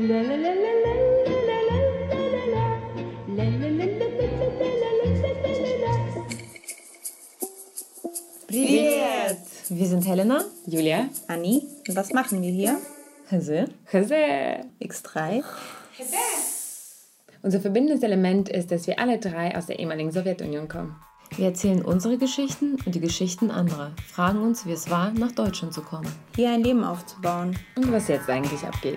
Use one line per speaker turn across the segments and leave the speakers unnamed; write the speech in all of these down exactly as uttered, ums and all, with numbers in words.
Привет! Wir sind Helena,
Julia,
Anni. Und was machen wir hier?
Hase,
Hase.
X drei.
Unser verbindendes Element ist, dass wir alle drei aus der ehemaligen Sowjetunion kommen.
Wir erzählen unsere Geschichten und die Geschichten anderer, fragen uns, wie es war, nach Deutschland zu kommen.
Hier ein Leben aufzubauen.
Und was jetzt eigentlich abgeht.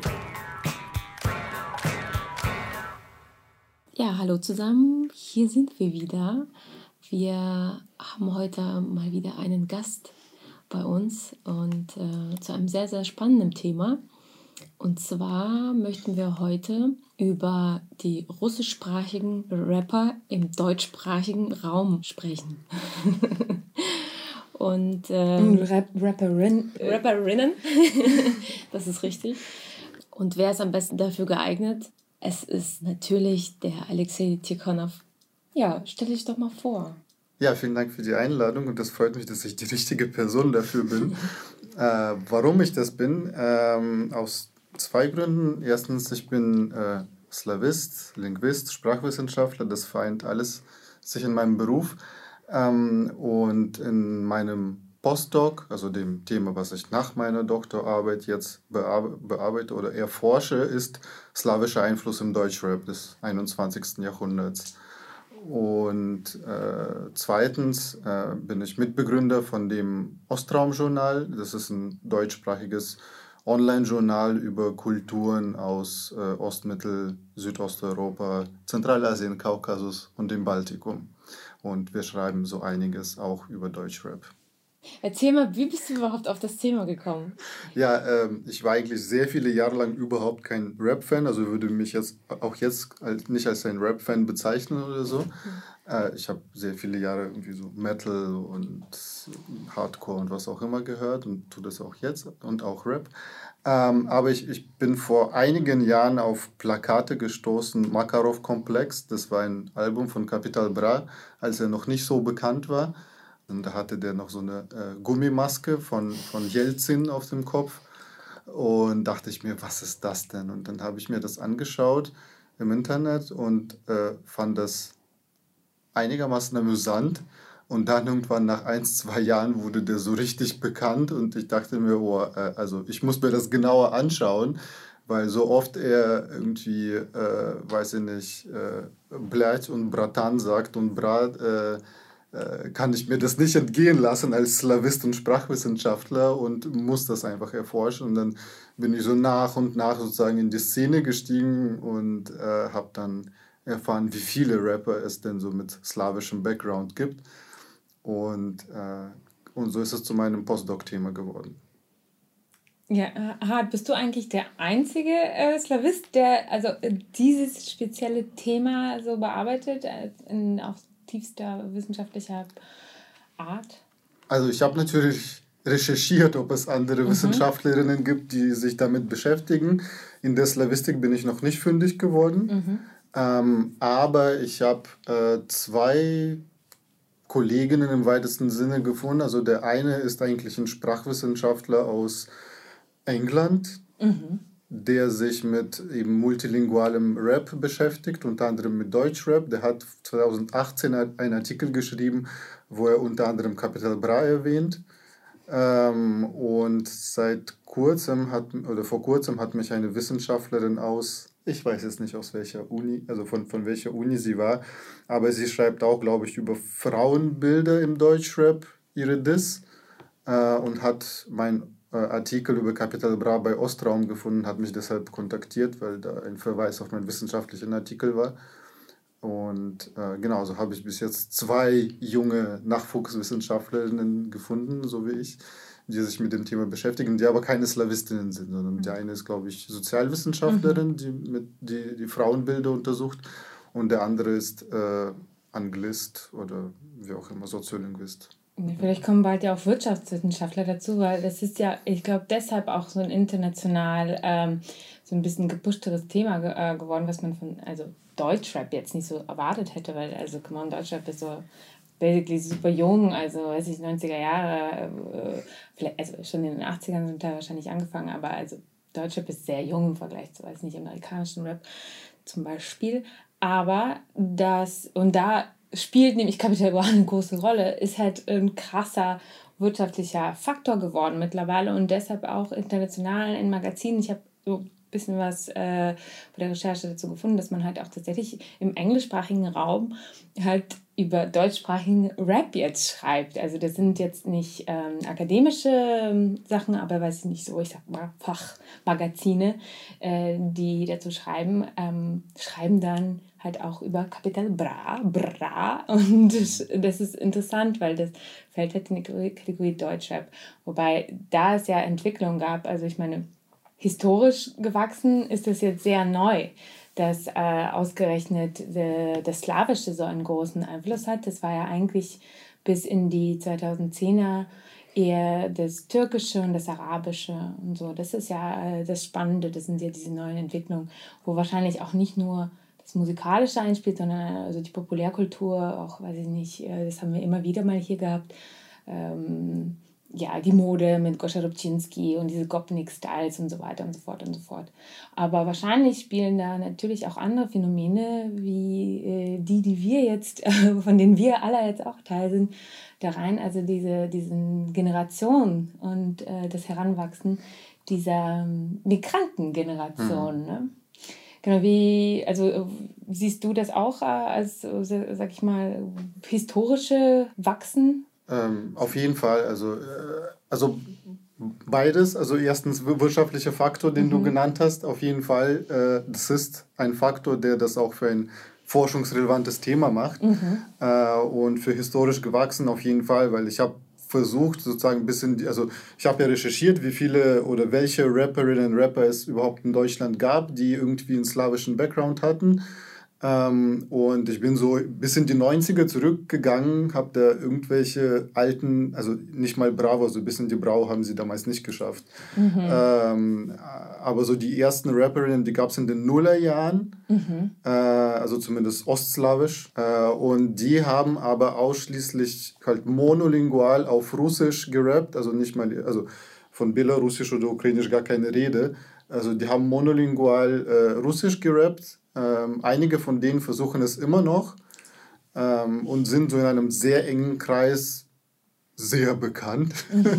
Ja, hallo zusammen, hier sind wir wieder. Wir haben heute mal wieder einen Gast bei uns und äh, zu einem sehr, sehr spannenden Thema. Und zwar möchten wir heute über die russischsprachigen Rapper im deutschsprachigen Raum sprechen. und ähm,
Rap Rapperin
Rapperinnen, das ist richtig. Und wer ist am besten dafür geeignet? Es ist natürlich der Alexei Tikhonov. Ja, stell dich doch mal vor.
Ja, vielen Dank für die Einladung und das freut mich, dass ich die richtige Person dafür bin. äh, warum ich das bin? Ähm, aus zwei Gründen. Erstens, ich bin äh, Slawist, Linguist, Sprachwissenschaftler. Das vereint alles sich in meinem Beruf. Ähm, und in meinem Postdoc, also dem Thema, was ich nach meiner Doktorarbeit jetzt bearbe- bearbeite oder erforsche, ist slawischer Einfluss im Deutschrap des einundzwanzigsten Jahrhunderts. Und äh, zweitens äh, bin ich Mitbegründer von dem Ostraum-Journal. Das ist ein deutschsprachiges Online-Journal über Kulturen aus äh, Ostmittel-, Südosteuropa, Zentralasien, Kaukasus und dem Baltikum. Und wir schreiben so einiges auch über Deutschrap.
Erzähl mal, wie bist du überhaupt auf das Thema gekommen?
Ja, ähm, ich war eigentlich sehr viele Jahre lang überhaupt kein Rap-Fan, also würde mich jetzt auch jetzt als, nicht als ein Rap-Fan bezeichnen oder so. Äh, ich habe sehr viele Jahre irgendwie so Metal und Hardcore und was auch immer gehört und tue das auch jetzt und auch Rap. Ähm, aber ich, ich bin vor einigen Jahren auf Plakate gestoßen, Makarov-Komplex, das war ein Album von Capital Bra, als er noch nicht so bekannt war. Und da hatte der noch so eine äh, Gummimaske von, von Jelzin auf dem Kopf. Und dachte ich mir, was ist das denn? Und dann habe ich mir das angeschaut im Internet und äh, fand das einigermaßen amüsant. Und dann irgendwann nach ein, zwei Jahren wurde der so richtig bekannt. Und ich dachte mir, oh, äh, also ich muss mir das genauer anschauen. Weil so oft er irgendwie, äh, weiß ich nicht, äh, Blech und Bratan sagt und Brat... Äh, kann ich mir das nicht entgehen lassen als Slawist und Sprachwissenschaftler und muss das einfach erforschen. Und dann bin ich so nach und nach sozusagen in die Szene gestiegen und äh, habe dann erfahren, wie viele Rapper es denn so mit slawischem Background gibt. Und, äh, und so ist es zu meinem Postdoc-Thema geworden.
Ja, Hart, bist du eigentlich der einzige äh, Slawist, der also äh, dieses spezielle Thema so bearbeitet, äh, in, auf tiefster wissenschaftlicher Art?
Also ich habe natürlich recherchiert, ob es andere mhm. Wissenschaftlerinnen gibt, die sich damit beschäftigen. In der Slawistik bin ich noch nicht fündig geworden. Mhm. Ähm, aber ich habe äh, zwei Kolleginnen im weitesten Sinne gefunden. Also der eine ist eigentlich ein Sprachwissenschaftler aus England, mhm. der sich mit eben multilingualem Rap beschäftigt, unter anderem mit Deutschrap. Der hat zwanzig achtzehn einen Artikel geschrieben, wo er unter anderem Capital Bra erwähnt. Ähm, und seit kurzem hat, oder vor kurzem hat mich eine Wissenschaftlerin aus, ich weiß jetzt nicht aus welcher Uni, also von, von welcher Uni sie war, aber sie schreibt auch, glaube ich, über Frauenbilder im Deutschrap ihre Diss äh, und hat mein Artikel über Capital Bra bei Ostraum gefunden, hat mich deshalb kontaktiert, weil da ein Verweis auf meinen wissenschaftlichen Artikel war. Und äh, genau, so habe ich bis jetzt zwei junge Nachwuchswissenschaftlerinnen gefunden, so wie ich, die sich mit dem Thema beschäftigen, die aber keine Slawistinnen sind, sondern die eine ist, glaube ich, Sozialwissenschaftlerin, mhm. die, mit, die die Frauenbilder untersucht, und der andere ist äh, Anglist oder wie auch immer, Soziolinguist.
Vielleicht kommen bald ja auch Wirtschaftswissenschaftler dazu, weil das ist ja, ich glaube, deshalb auch so ein international ähm, so ein bisschen gepushteres Thema ge- äh, geworden, was man von, also Deutschrap jetzt nicht so erwartet hätte, weil, also, come on, Deutschrap ist so basically super jung, also, weiß ich, neunziger Jahre, äh, vielleicht, also schon in den achtzigern sind da wahrscheinlich angefangen, aber also Deutschrap ist sehr jung im Vergleich zu, weiß nicht, amerikanischen Rap zum Beispiel. Aber das, und da spielt nämlich Capital Bra eine große Rolle, ist halt ein krasser wirtschaftlicher Faktor geworden mittlerweile und deshalb auch international in Magazinen. Ich habe so ein bisschen was äh, bei der Recherche dazu gefunden, dass man halt auch tatsächlich im englischsprachigen Raum halt über deutschsprachigen Rap jetzt schreibt. Also das sind jetzt nicht ähm, akademische ähm, Sachen, aber weiß ich nicht so, ich sag mal Fachmagazine, äh, die dazu schreiben, ähm, schreiben dann halt auch über Capital Bra, Bra und das, das ist interessant, weil das fällt halt in die Kategorie Deutschrap. Wobei da es ja Entwicklung gab, also ich meine, historisch gewachsen ist das jetzt sehr neu, dass äh, ausgerechnet de, das Slawische so einen großen Einfluss hat. Das war ja eigentlich bis in die zweitausendzehner eher das Türkische und das Arabische und so. Das ist ja äh, das Spannende, das sind ja diese neuen Entwicklungen, wo wahrscheinlich auch nicht nur das Musikalische einspielt, sondern also die Populärkultur, auch, weiß ich nicht, äh, das haben wir immer wieder mal hier gehabt, ähm, ja, die Mode mit Goscha Rubczynski und diese Gopnik-Styles und so weiter und so fort und so fort. Aber wahrscheinlich spielen da natürlich auch andere Phänomene, wie äh, die, die wir jetzt, äh, von denen wir alle jetzt auch Teil sind, da rein. Also diese diesen Generation und äh, das Heranwachsen dieser ähm, Migrantengeneration, mhm. ne? Genau, wie, also siehst du das auch als, sag ich mal, historische Wachsen?
Ähm, auf jeden Fall, also, äh, also beides, also erstens wirtschaftlicher Faktor, den mhm. du genannt hast, auf jeden Fall, äh, das ist ein Faktor, der das auch für ein forschungsrelevantes Thema macht mhm. äh, und für historisch gewachsen auf jeden Fall, weil ich habe versucht sozusagen ein bisschen, also ich habe ja recherchiert, wie viele oder welche Rapperinnen und Rapper es überhaupt in Deutschland gab, die irgendwie einen slawischen Background hatten. Ähm, und ich bin so bis in die neunziger zurückgegangen, habe da irgendwelche alten, also nicht mal Bravo, so bis in die Brau haben sie damals nicht geschafft. Mhm. Ähm, aber so die ersten Rapperinnen, die gab es in den Nullerjahren, mhm. äh, also zumindest ostslawisch. Äh, und die haben aber ausschließlich halt monolingual auf Russisch gerappt, also nicht mal, also von Belarusisch oder Ukrainisch gar keine Rede. Also die haben monolingual äh, Russisch gerappt. Ähm, einige von denen versuchen es immer noch ähm, und sind so in einem sehr engen Kreis sehr bekannt.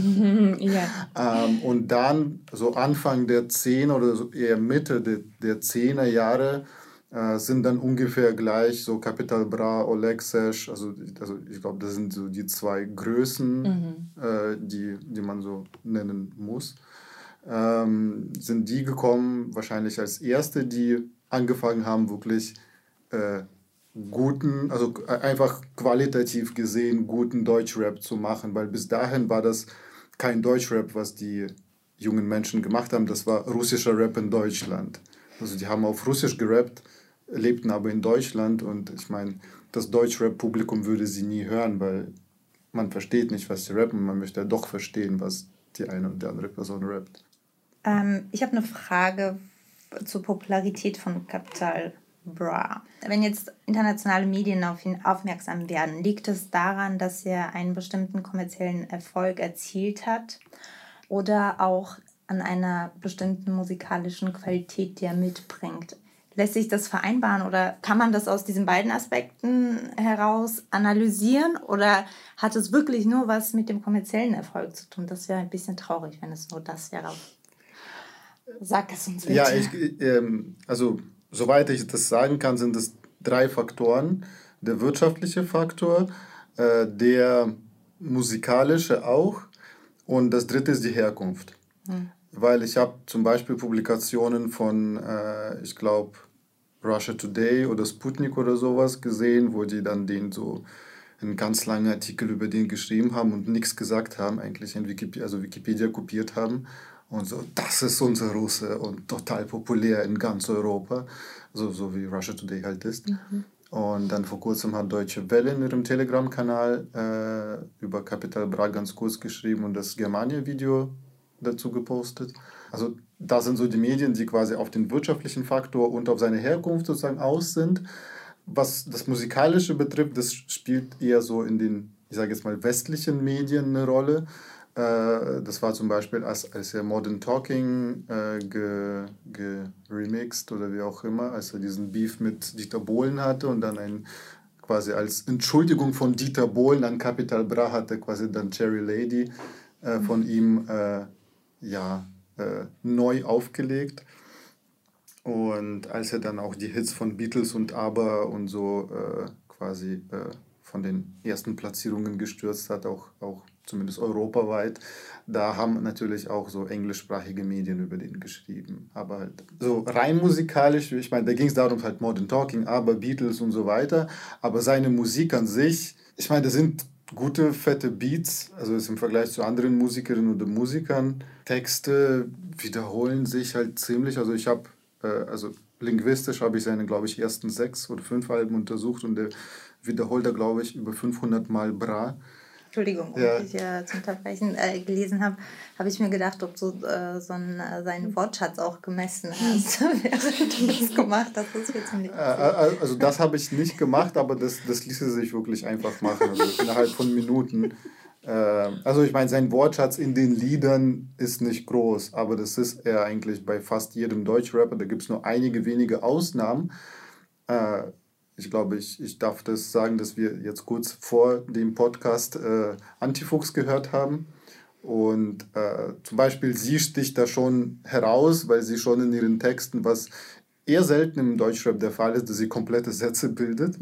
ja. ähm, und dann so Anfang der Zehner oder so eher Mitte der, der Zehner Jahre äh, sind dann ungefähr gleich so Capital Bra, Oleg Sesh, also, also ich glaube, das sind so die zwei Größen, mhm. äh, die, die man so nennen muss. Ähm, sind die gekommen, wahrscheinlich als erste, die angefangen haben, wirklich äh, guten, also einfach qualitativ gesehen guten Deutschrap zu machen, weil bis dahin war das kein Deutschrap, was die jungen Menschen gemacht haben, das war russischer Rap in Deutschland. Also die haben auf Russisch gerappt, lebten aber in Deutschland und ich meine, das Deutschrap-Publikum würde sie nie hören, weil man versteht nicht, was sie rappen, man möchte ja doch verstehen, was die eine oder die andere Person rappt.
Ähm, ich habe eine Frage zur Popularität von Capital Bra. Wenn jetzt internationale Medien auf ihn aufmerksam werden, liegt es daran, dass er einen bestimmten kommerziellen Erfolg erzielt hat oder auch an einer bestimmten musikalischen Qualität, die er mitbringt? Lässt sich das vereinbaren oder kann man das aus diesen beiden Aspekten heraus analysieren oder hat es wirklich nur was mit dem kommerziellen Erfolg zu tun? Das wäre ein bisschen traurig, wenn es nur das wäre. Sag es uns bitte.
Ja, ich, ähm, also soweit ich das sagen kann, sind es drei Faktoren. Der wirtschaftliche Faktor, äh, der musikalische auch und das dritte ist die Herkunft. Hm. Weil ich habe zum Beispiel Publikationen von, äh, ich glaube, Russia Today oder Sputnik oder sowas gesehen, wo die dann den so einen ganz langen Artikel über den geschrieben haben und nichts gesagt haben, eigentlich in Wikipedia, also Wikipedia kopiert haben. Und so, das ist unser Russe und total populär in ganz Europa, so, so wie Russia Today halt ist. Mhm. Und dann vor kurzem hat Deutsche Welle in ihrem Telegram-Kanal äh, über Capital Bra ganz kurz geschrieben und das Germania-Video dazu gepostet. Also das sind so die Medien, die quasi auf den wirtschaftlichen Faktor und auf seine Herkunft sozusagen aus sind. Was das Musikalische betrifft, das spielt eher so in den, ich sage jetzt mal, westlichen Medien eine Rolle. Äh, das war zum Beispiel, als, als er Modern Talking äh, ge, geremixed oder wie auch immer, als er diesen Beef mit Dieter Bohlen hatte und dann ein quasi als Entschuldigung von Dieter Bohlen an Capital Bra hatte quasi dann Cherry Lady äh, von ihm äh, ja, äh, neu aufgelegt. Und als er dann auch die Hits von Beatles und ABBA und so äh, quasi äh, von den ersten Platzierungen gestürzt hat, auch, auch zumindest europaweit, da haben natürlich auch so englischsprachige Medien über den geschrieben. Aber halt so rein musikalisch, ich meine, da ging es darum, halt Modern Talking, ABBA, Beatles und so weiter. Aber seine Musik an sich, ich meine, das sind gute, fette Beats, also ist im Vergleich zu anderen Musikerinnen oder Musikern. Texte wiederholen sich halt ziemlich. Also ich habe, äh, also linguistisch habe ich seine, glaube ich, ersten sechs oder fünf Alben untersucht und der wiederholt er, glaube ich, über fünfhundert Mal Bra.
Entschuldigung, um
Ja.
ich ja zum Unterbrechen äh, gelesen habe, habe ich mir gedacht, ob du äh, so einen, äh, seinen Wortschatz auch gemessen hast, während du das gemacht hast. Das wird ziemlich
Äh, also das habe ich nicht gemacht, aber das, das ließe sich wirklich einfach machen, also innerhalb von Minuten. Äh, also ich meine, sein Wortschatz in den Liedern ist nicht groß, aber das ist er eigentlich bei fast jedem Deutschrapper. Da gibt es nur einige wenige Ausnahmen. Äh, Ich glaube, ich, ich darf das sagen, dass wir jetzt kurz vor dem Podcast äh, Antifuchs gehört haben. Und äh, zum Beispiel sie sticht da schon heraus, weil sie schon in ihren Texten, was eher selten im Deutschrap der Fall ist, dass sie komplette Sätze bildet.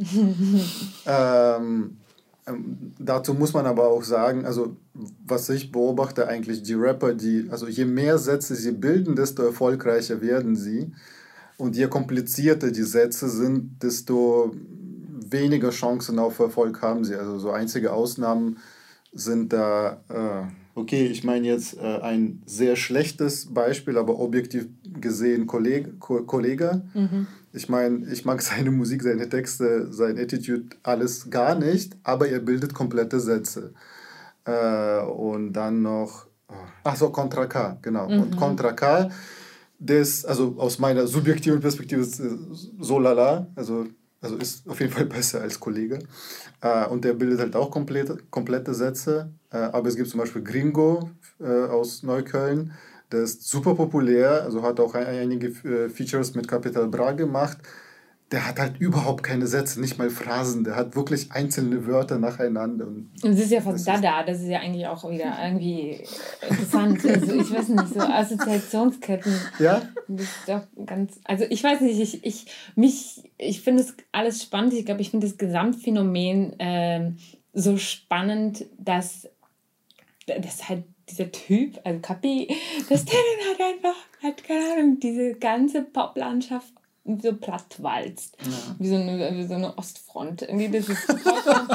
ähm, ähm, dazu muss man aber auch sagen, also was ich beobachte eigentlich, die Rapper, die, also je mehr Sätze sie bilden, desto erfolgreicher werden sie. Und je komplizierter die Sätze sind, desto weniger Chancen auf Erfolg haben sie. Also so einzige Ausnahmen sind da, äh, okay, ich meine jetzt äh, ein sehr schlechtes Beispiel, aber objektiv gesehen Kollege. Ko- Kollege.
Mhm.
Ich meine, ich mag seine Musik, seine Texte, sein Attitude, alles gar nicht, aber er bildet komplette Sätze. Äh, und dann noch, ach so, Contra K, genau.
Mhm.
Und Contra K, das, also aus meiner subjektiven Perspektive ist äh, so lala, also, also ist auf jeden Fall besser als Kollege. Äh, und der bildet halt auch komplette, komplette Sätze. Äh, aber es gibt zum Beispiel Gringo äh, aus Neukölln, der ist super populär, also hat auch ein, einige äh, Features mit Capital Bra gemacht. Der hat halt überhaupt keine Sätze, nicht mal Phrasen. Der hat wirklich einzelne Wörter nacheinander. Und
Und es ist ja von
das
Dada, das ist ja eigentlich auch wieder irgendwie interessant. Also ich weiß nicht, so Assoziationsketten.
Ja?
Das ist doch ganz, also ich weiß nicht, ich, ich, mich, ich finde es alles spannend. Ich glaube, ich finde das Gesamtphänomen ähm, so spannend, dass, dass halt dieser Typ, also Kapi, dass der dann halt einfach, hat keine Ahnung, diese ganze Poplandschaft so plattwalzt.
Ja.
Wie so eine, wie so eine Ostfront. Irgendwie, das ist vollkommen,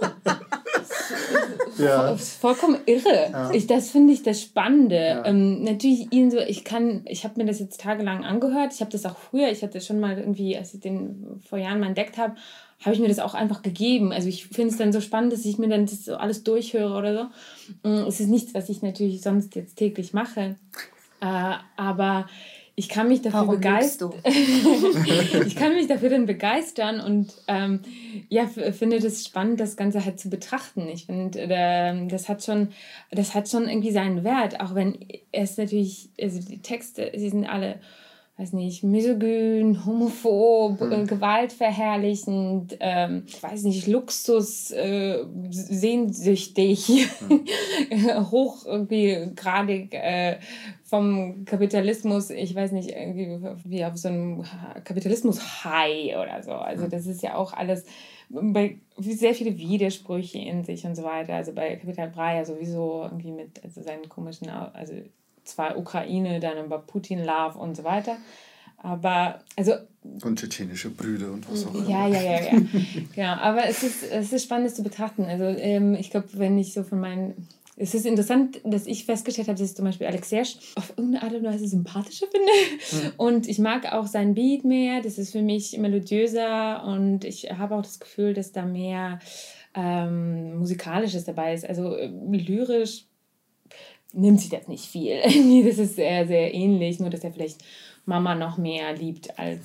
Ja.
das ist vollkommen irre.
Ja.
Ich, das finde ich das Spannende.
Ja.
Ähm, natürlich ihn so, ich kann, ich habe mir das jetzt tagelang angehört. Ich habe das auch früher, ich hatte schon mal irgendwie, als ich den vor Jahren mal entdeckt habe, habe ich mir das auch einfach gegeben. Also ich finde es dann so spannend, dass ich mir dann das so alles durchhöre oder so. Es ist nichts, was ich natürlich sonst jetzt täglich mache. Äh, aber ich kann mich dafür
Warum
begeistern. Ich kann mich dafür dann begeistern und ähm, ja, f- finde das spannend, das Ganze halt zu betrachten. Ich finde, äh, das hat schon, das hat schon irgendwie seinen Wert, auch wenn es natürlich, also die Texte, sie sind alle, weiß nicht, misogyn, homophob,
Hm.
äh, gewaltverherrlichend, ähm, ich weiß nicht, Luxus, äh, sehnsüchtig, hoch irgendwie gradig äh, vom Kapitalismus, ich weiß nicht, irgendwie wie auf so einem Kapitalismus-High oder so. Also das ist ja auch alles bei sehr viele Widersprüche in sich und so weiter. Also bei Capital Bra ja sowieso irgendwie mit also seinen komischen, also zwar Ukraine, dann aber Putin-Love und so weiter. Aber, also...
Und tschetschenische Brüder und was auch immer.
Ja, ja, ja, ja. Genau, aber es ist, es ist spannend, das zu betrachten. Also ähm, ich glaube, wenn ich so von meinen... Es ist interessant, dass ich festgestellt habe, dass ich zum Beispiel Alex Serge auf irgendeine Art und Weise sympathischer finde. Mhm. Und ich mag auch seinen Beat mehr. Das ist für mich melodiöser und ich habe auch das Gefühl, dass da mehr ähm, Musikalisches dabei ist. Also äh, lyrisch nimmt sich das nicht viel. Das ist sehr, sehr ähnlich, nur dass er vielleicht Mama noch mehr liebt als,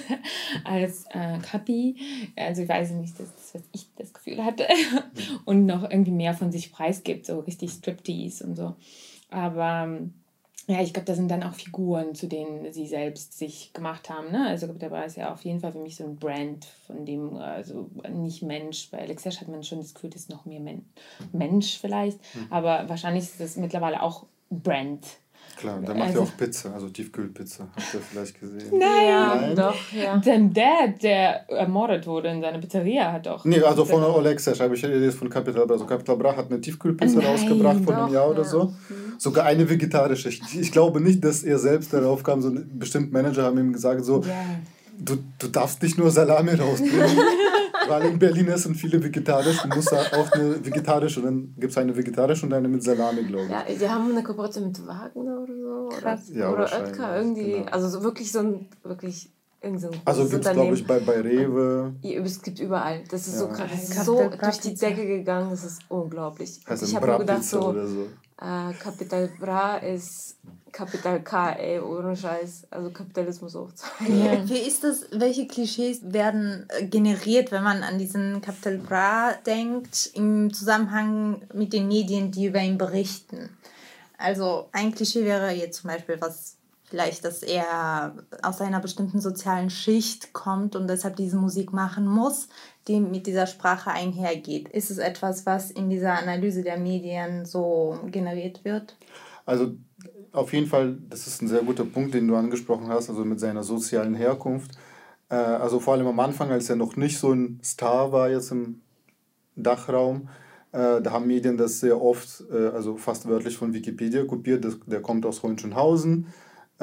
als äh, Kapi. Also ich weiß nicht, das ist, was ich das Gefühl hatte. Und noch irgendwie mehr von sich preisgibt, so richtig Striptease und so. Aber ja, ich glaube, da sind dann auch Figuren, zu denen sie selbst sich gemacht haben. Ne? Also da war es ja auf jeden Fall für mich so ein Brand, von dem, also nicht Mensch. Bei Alexesh hat man schon das Gefühl, das ist noch mehr Men- Mensch vielleicht. Mhm. Aber wahrscheinlich ist das mittlerweile auch Brand.
Klar, der macht also, ja auch Pizza, also Tiefkühlpizza. Habt ihr vielleicht gesehen?
Nein, ja,
Nein?
doch, ja. Dein Dad, der ermordet wurde in seiner Pizzeria, hat doch...
Nee, also von Alexesh habe ich das von Capital Bra. Also Capital Bra hat eine Tiefkühlpizza Nein, rausgebracht vor einem Jahr oder ja. so. Sogar eine vegetarische. Ich, ich glaube nicht, dass er selbst darauf kam. So bestimmt Manager haben ihm gesagt, so, yeah. du, du darfst nicht nur Salami rausbringen. Weil in Berlin essen viele vegetarisch, du musst auch eine vegetarische, und dann gibt es eine vegetarische und eine mit Salami, glaube ich.
Ja, die haben eine Kooperation mit Wagner oder so. Oder,
ja,
oder Oetker irgendwie. Genau. Also so wirklich so ein, wirklich irgend so ein
Also gibt es, glaube ich, bei, bei Rewe.
Ja, es gibt überall. Das ist ja. so krass. Das ist so durch die Decke gegangen, das ist unglaublich. Also ich habe nur gedacht so, so. Äh, Capital Bra ist Capital K, ey, ohne Scheiß. Also Kapitalismus hochzeigen.
Ja. Wie ist das, welche Klischees werden generiert, wenn man an diesen Capital Bra denkt, im Zusammenhang mit den Medien, die über ihn berichten? Also ein Klischee wäre jetzt zum Beispiel, was vielleicht, dass er aus einer bestimmten sozialen Schicht kommt und deshalb diese Musik machen muss, die mit dieser Sprache einhergeht. Ist es etwas, was in dieser Analyse der Medien so generiert wird?
Also auf jeden Fall, das ist ein sehr guter Punkt, den du angesprochen hast, also mit seiner sozialen Herkunft. Äh, also vor allem am Anfang, als er noch nicht so ein Star war jetzt im Dachraum, äh, da haben Medien das sehr oft, äh, also fast wörtlich von Wikipedia kopiert. Das, der kommt aus Hohenschönhausen, äh,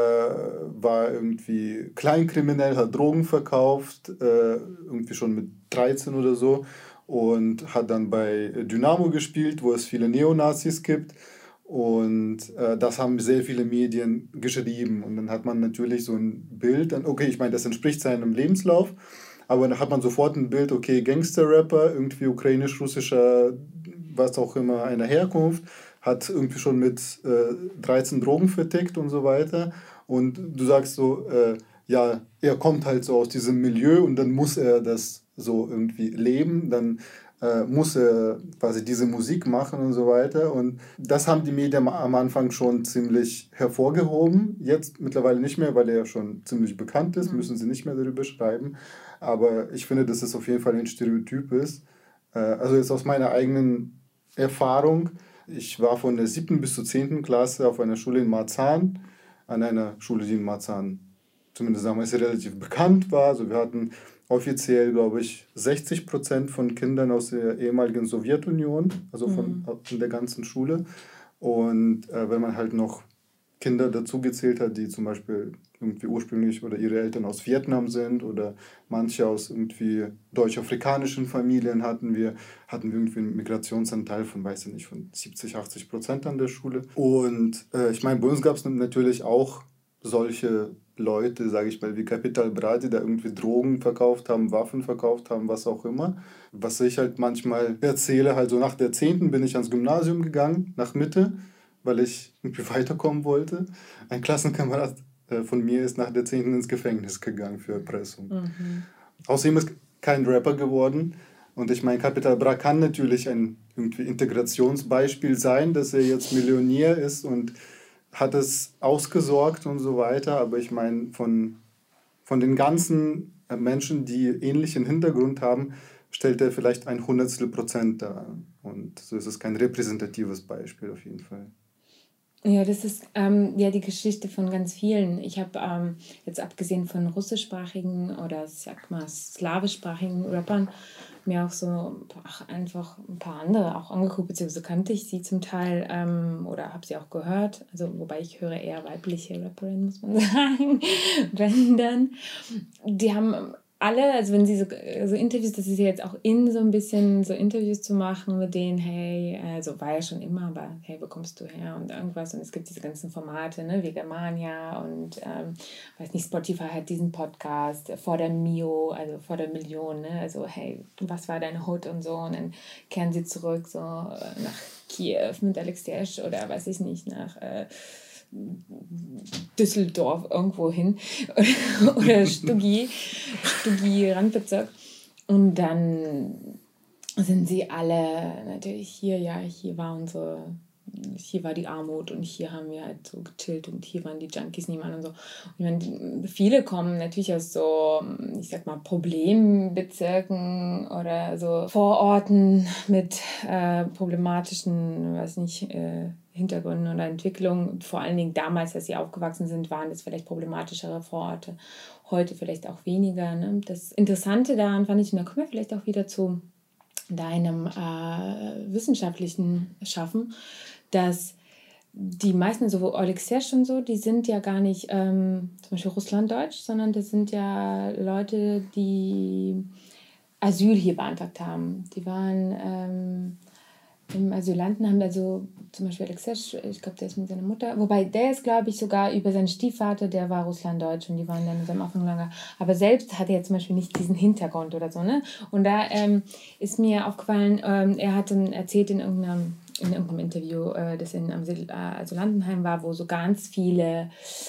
war irgendwie kleinkriminell, hat Drogen verkauft, äh, irgendwie schon mit dreizehn oder so, und hat dann bei Dynamo gespielt, wo es viele Neonazis gibt. Und äh, das haben sehr viele Medien geschrieben. Und dann hat man natürlich so ein Bild, dann, okay, ich meine, das entspricht seinem Lebenslauf, aber dann hat man sofort ein Bild, okay, Gangster-Rapper, irgendwie ukrainisch-russischer, was auch immer, einer Herkunft, hat irgendwie schon mit äh, dreizehn Drogen vertickt und so weiter. Und du sagst so, äh, ja, er kommt halt so aus diesem Milieu und dann muss er das so irgendwie leben, dann äh, muss er quasi diese Musik machen und so weiter. Und das haben die Medien am Anfang schon ziemlich hervorgehoben. Jetzt mittlerweile nicht mehr, weil er ja schon ziemlich bekannt ist, mhm. müssen sie nicht mehr darüber schreiben. Aber ich finde, dass es auf jeden Fall ein Stereotyp ist. Äh, also jetzt aus meiner eigenen Erfahrung. Ich war von der siebten bis zur zehnten Klasse auf einer Schule in Marzahn, an einer Schule, die in Marzahn zumindest damals relativ bekannt war. Also wir hatten offiziell, glaube ich, sechzig Prozent von Kindern aus der ehemaligen Sowjetunion, also von, mhm. von der ganzen Schule. Und äh, wenn man halt noch Kinder dazu gezählt hat, die zum Beispiel irgendwie ursprünglich oder ihre Eltern aus Vietnam sind oder manche aus irgendwie deutsch-afrikanischen Familien hatten wir, hatten wir irgendwie einen Migrationsanteil von, weiß ich nicht, von siebzig, achtzig Prozent an der Schule. Und äh, ich meine, bei uns gab es natürlich auch solche Leute, sage ich mal, wie Capital Bra, die da irgendwie Drogen verkauft haben, Waffen verkauft haben, was auch immer. Was ich halt manchmal erzähle, halt so nach der zehnten bin ich ans Gymnasium gegangen, nach Mitte, weil ich irgendwie weiterkommen wollte. Ein Klassenkamerad äh, von mir ist nach der zehnten ins Gefängnis gegangen für Erpressung. Mhm. Außerdem ist kein Rapper geworden. Und ich meine, Capital Bra kann natürlich ein irgendwie Integrationsbeispiel sein, dass er jetzt Millionär ist und hat es ausgesorgt und so weiter, aber ich meine, von, von den ganzen Menschen, die ähnlichen Hintergrund haben, stellt er vielleicht ein Hundertstel Prozent dar. Und so ist es kein repräsentatives Beispiel auf jeden Fall.
Ja, das ist ähm, ja die Geschichte von ganz vielen. Ich habe ähm, jetzt abgesehen von russischsprachigen oder sag mal slawischsprachigen Rappern mir auch so ach, einfach ein paar andere auch angeguckt, beziehungsweise kannte ich sie zum Teil ähm, oder habe sie auch gehört. Also wobei ich höre eher weibliche Rapperinnen, muss man sagen, wenn dann. Die haben alle, also wenn sie so, so Interviews, das ist ja jetzt auch in so ein bisschen so Interviews zu machen mit denen, hey, also war ja schon immer, aber hey, wo kommst du her und irgendwas, und es gibt diese ganzen Formate, ne, Vegamania und ähm, weiß nicht, Spotify hat diesen Podcast vor der Mio, also vor der Million, ne, also hey, was war deine Hut und so, und dann kehren sie zurück so nach Kiew mit Alexesh oder weiß ich nicht, nach äh, Düsseldorf irgendwo hin oder Stuggi, Stuggi Randbezirk. Und dann sind sie alle natürlich hier, ja, hier war unsere, hier war die Armut und hier haben wir halt so gechillt und hier waren die Junkies niemand und so. Und ich meine, viele kommen natürlich aus so, ich sag mal, Problembezirken oder so Vororten mit äh, problematischen, weiß nicht, äh, Hintergründen oder Entwicklungen. Vor allen Dingen damals, als sie aufgewachsen sind, waren das vielleicht problematischere Vororte. Heute vielleicht auch weniger. Ne? Das Interessante daran fand ich, und da kommen wir vielleicht auch wieder zu deinem äh, wissenschaftlichen Schaffen, dass die meisten, so Oleg Serge und so, die sind ja gar nicht ähm, zum Beispiel russlanddeutsch, sondern das sind ja Leute, die Asyl hier beantragt haben. Die waren ähm, im Asylanten, haben also zum Beispiel Oleg Serge, ich glaube, der ist mit seiner Mutter, wobei der ist, glaube ich, sogar über seinen Stiefvater, der war russlanddeutsch und die waren dann in seinem Aufentlager. Aber selbst hat er zum Beispiel nicht diesen Hintergrund oder so, ne? Und da ähm, ist mir aufgefallen, ähm, er hat dann erzählt in irgendeinem in irgendeinem Interview, äh, das in einem Asylantenheim war, wo so ganz viele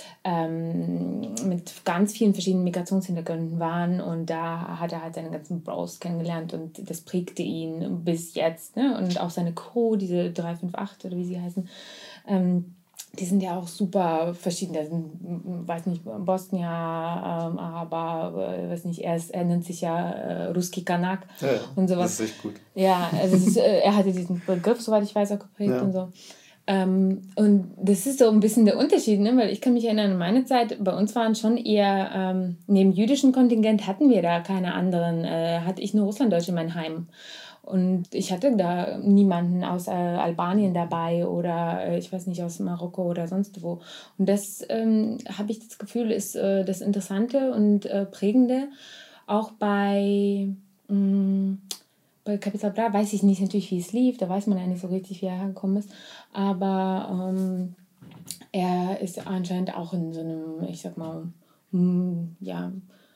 ähm, mit ganz vielen verschiedenen Migrationshintergründen waren und da hat er halt seine ganzen Bros kennengelernt und das prägte ihn bis jetzt, ne? Und auch seine Crew, diese drei fünf acht oder wie sie heißen, ähm, die sind ja auch super verschieden. Da sind, weiß nicht, Bosnier, ähm, Araber, äh, weiß nicht, er, ist, er nennt sich ja äh, Ruski Kanak
ja,
und sowas.
Das ist echt gut.
Ja, also es ist, äh, er hatte diesen Begriff, soweit ich weiß, auch geprägt ja. und so. Ähm, und das ist so ein bisschen der Unterschied, ne? Weil ich kann mich erinnern, an meine Zeit, bei uns waren schon eher, ähm, neben jüdischen Kontingent hatten wir da keine anderen, äh, hatte ich nur Russlanddeutsche in meinem Heim. Und ich hatte da niemanden aus äh, Albanien dabei oder äh, ich weiß nicht, aus Marokko oder sonst wo. Und das ähm, habe ich das Gefühl, ist äh, das Interessante und äh, Prägende. Auch bei, mh, bei Capital Bra weiß ich nicht natürlich, wie es lief. Da weiß man ja nicht so richtig, wie er hergekommen ist. Aber ähm, er ist anscheinend auch in so einem, ich sag mal, mh, ja,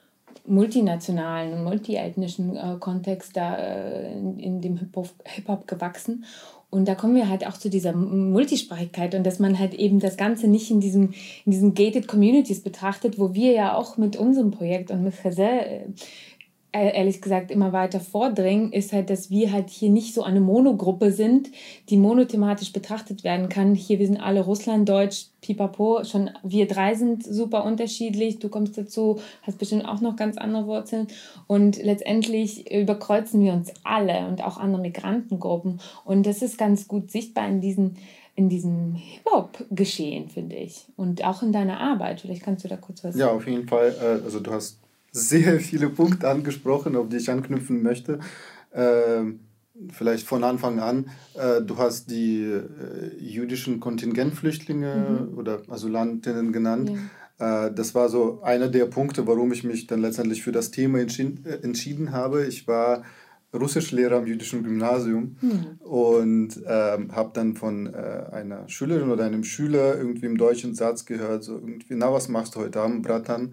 multinationalen, multiethnischen äh, Kontext da äh, in, in dem Hip-Hop, Hip-Hop gewachsen. Und da kommen wir halt auch zu dieser Multisprachigkeit und dass man halt eben das Ganze nicht in diesen, in diesen gated Communities betrachtet, wo wir ja auch mit unserem Projekt und mit Chazelle äh, ehrlich gesagt immer weiter vordringen, ist halt, dass wir halt hier nicht so eine Monogruppe sind, die monothematisch betrachtet werden kann. Hier, wir sind alle Russlanddeutsch, pipapo, schon wir drei sind super unterschiedlich, du kommst dazu, hast bestimmt auch noch ganz andere Wurzeln und letztendlich überkreuzen wir uns alle und auch andere Migrantengruppen und das ist ganz gut sichtbar in diesen in diesem Hip-Hop-Geschehen, finde ich. Und auch in deiner Arbeit. Vielleicht kannst du da kurz was...
Ja, auf jeden Fall. Also du hast sehr viele Punkte angesprochen, auf die ich anknüpfen möchte. Ähm, vielleicht von Anfang an. Äh, du hast die äh, jüdischen Kontingentflüchtlinge mhm. oder Asylantinnen genannt. Ja. Äh, das war so einer der Punkte, warum ich mich dann letztendlich für das Thema entschieden, äh, entschieden habe. Ich war Russischlehrer am jüdischen Gymnasium mhm. und ähm, habe dann von äh, einer Schülerin oder einem Schüler irgendwie im deutschen Satz gehört, so irgendwie, na, was machst du heute Abend, Bratan?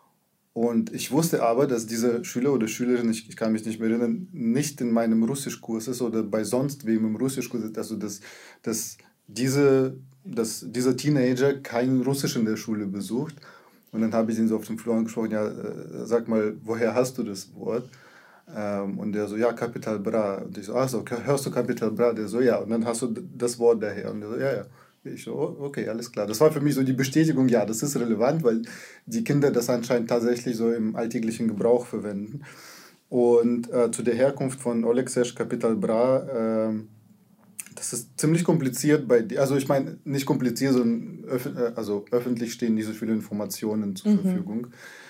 Und ich wusste aber, dass dieser Schüler oder Schülerin, ich, ich kann mich nicht mehr erinnern, nicht in meinem Russischkurs ist oder bei sonst wem im Russischkurs ist. Also, dass, dass, diese, dass dieser Teenager kein Russisch in der Schule besucht. Und dann habe ich ihn so auf dem Flur angesprochen, ja, äh, sag mal, woher hast du das Wort? Ähm, und der so, ja, Capital Bra. Und ich so, ach so, hörst du Capital Bra? Der so, ja. Und dann hast du das Wort daher. Und der so, ja, ja. Ich so, okay, alles klar. Das war für mich so die Bestätigung, ja, das ist relevant, weil die Kinder das anscheinend tatsächlich so im alltäglichen Gebrauch verwenden. Und äh, zu der Herkunft von Oleg Serge Capital Bra, äh, das ist ziemlich kompliziert bei dir. Also ich meine, nicht kompliziert, sondern öf also öffentlich stehen nicht so viele Informationen zur mhm. Verfügung.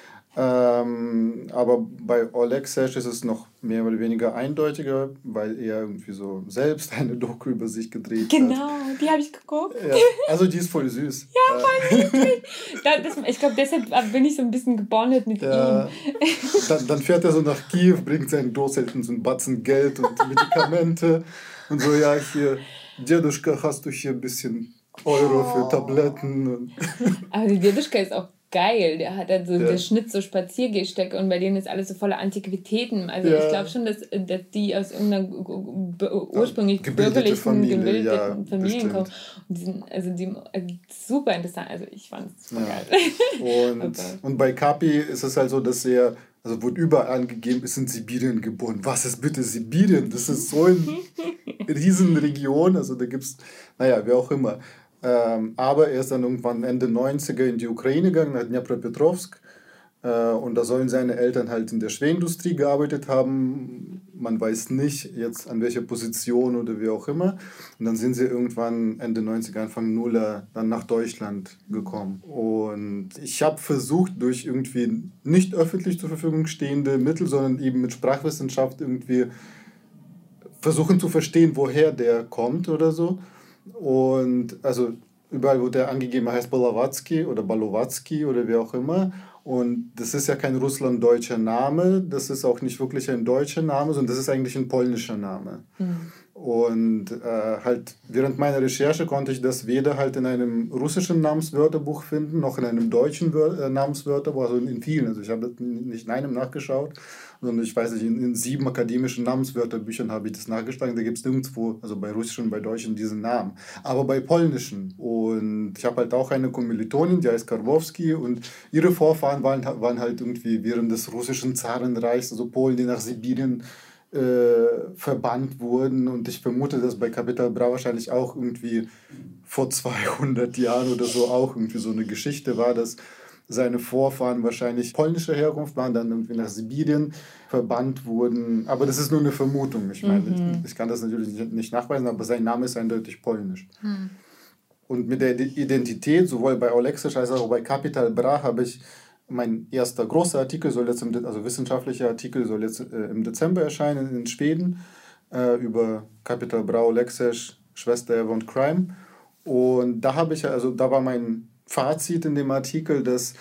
Ähm, aber bei Oleg Serge ist es noch mehr oder weniger eindeutiger, weil er irgendwie so selbst eine Doku über sich gedreht
genau,
hat.
Genau, die habe ich geguckt.
Ja, also die ist voll süß.
Ja, voll niedlich. Ich glaube, deshalb bin ich so ein bisschen gebondet mit
ja,
ihm.
Dann, dann fährt er so nach Kiew, bringt seinen Großeltern so einen Batzen Geld und Medikamente und so, ja, hier, Deduschka, hast du hier ein bisschen Euro oh. für Tabletten. Und
aber die Deduschka ist auch geil. Der hat dann so,
Ja.
der Schnitt so Spaziergehstöcke und bei denen ist alles so voller Antiquitäten. Also
Ja.
ich glaube schon, dass, dass die aus irgendeiner ursprünglich
Gebildete
bürgerlichen,
Familie,
gebildeten
ja,
Familien
bestimmt.
kommen. Und die sind, also die, also super interessant. Also ich fand es voll
Ja.
geil.
Und,
Okay.
und bei Kapi ist es halt so, dass er, also wird überall angegeben, ist in Sibirien geboren. Was ist bitte Sibirien? Das ist so eine Riesenregion, also da gibt es, naja, wie auch immer. Ähm, aber er ist dann irgendwann Ende neunziger in die Ukraine gegangen, nach Dnipropetrovsk. Äh, und da sollen seine Eltern halt in der Schwerindustrie gearbeitet haben. Man weiß nicht jetzt an welcher Position oder wie auch immer. Und dann sind sie irgendwann Ende neunziger, Anfang Nuller dann nach Deutschland gekommen. Und ich habe versucht, durch irgendwie nicht öffentlich zur Verfügung stehende Mittel, sondern eben mit Sprachwissenschaft irgendwie versuchen zu verstehen, woher der kommt oder so. Und also überall, wo der angegeben heißt Balowatsky oder Balowatsky oder wie auch immer. Und das ist ja kein russlanddeutscher Name, das ist auch nicht wirklich ein deutscher Name, sondern das ist eigentlich ein polnischer Name.
Mhm.
Und äh, halt während meiner Recherche konnte ich das weder halt in einem russischen Namenswörterbuch finden, noch in einem deutschen Wör- äh, Namenswörterbuch, also in, in vielen. Also ich habe das nicht in einem nachgeschaut, sondern ich weiß nicht, in, in sieben akademischen Namenswörterbüchern habe ich das nachgeschlagen. Da gibt es nirgendwo, also bei russischen und bei deutschen, diesen Namen. Aber bei polnischen. Und ich habe halt auch eine Kommilitonin, die heißt Karwowski, und ihre Vorfahren waren, waren halt irgendwie während des russischen Zarenreichs, also Polen, die nach Sibirien Äh, verbannt wurden, und ich vermute, dass bei Capital Bra wahrscheinlich auch irgendwie vor zweihundert Jahren oder so auch irgendwie so eine Geschichte war, dass seine Vorfahren wahrscheinlich polnischer Herkunft waren, dann irgendwie nach Sibirien verbannt wurden. Aber das ist nur eine Vermutung. Ich meine,
Mhm.
ich, ich kann das natürlich nicht, nicht nachweisen, aber sein Name ist eindeutig polnisch.
Hm.
Und mit der Identität, sowohl bei Oleksiy als auch bei Capital Bra, habe ich mein erster großer Artikel, soll jetzt im, De- also wissenschaftlicher Artikel, soll jetzt äh, im Dezember erscheinen in Schweden äh, über Capital Bra, Oleksiy, Schwester Eva und Crime. Und da habe ich, also da war mein Fazit in dem Artikel, dass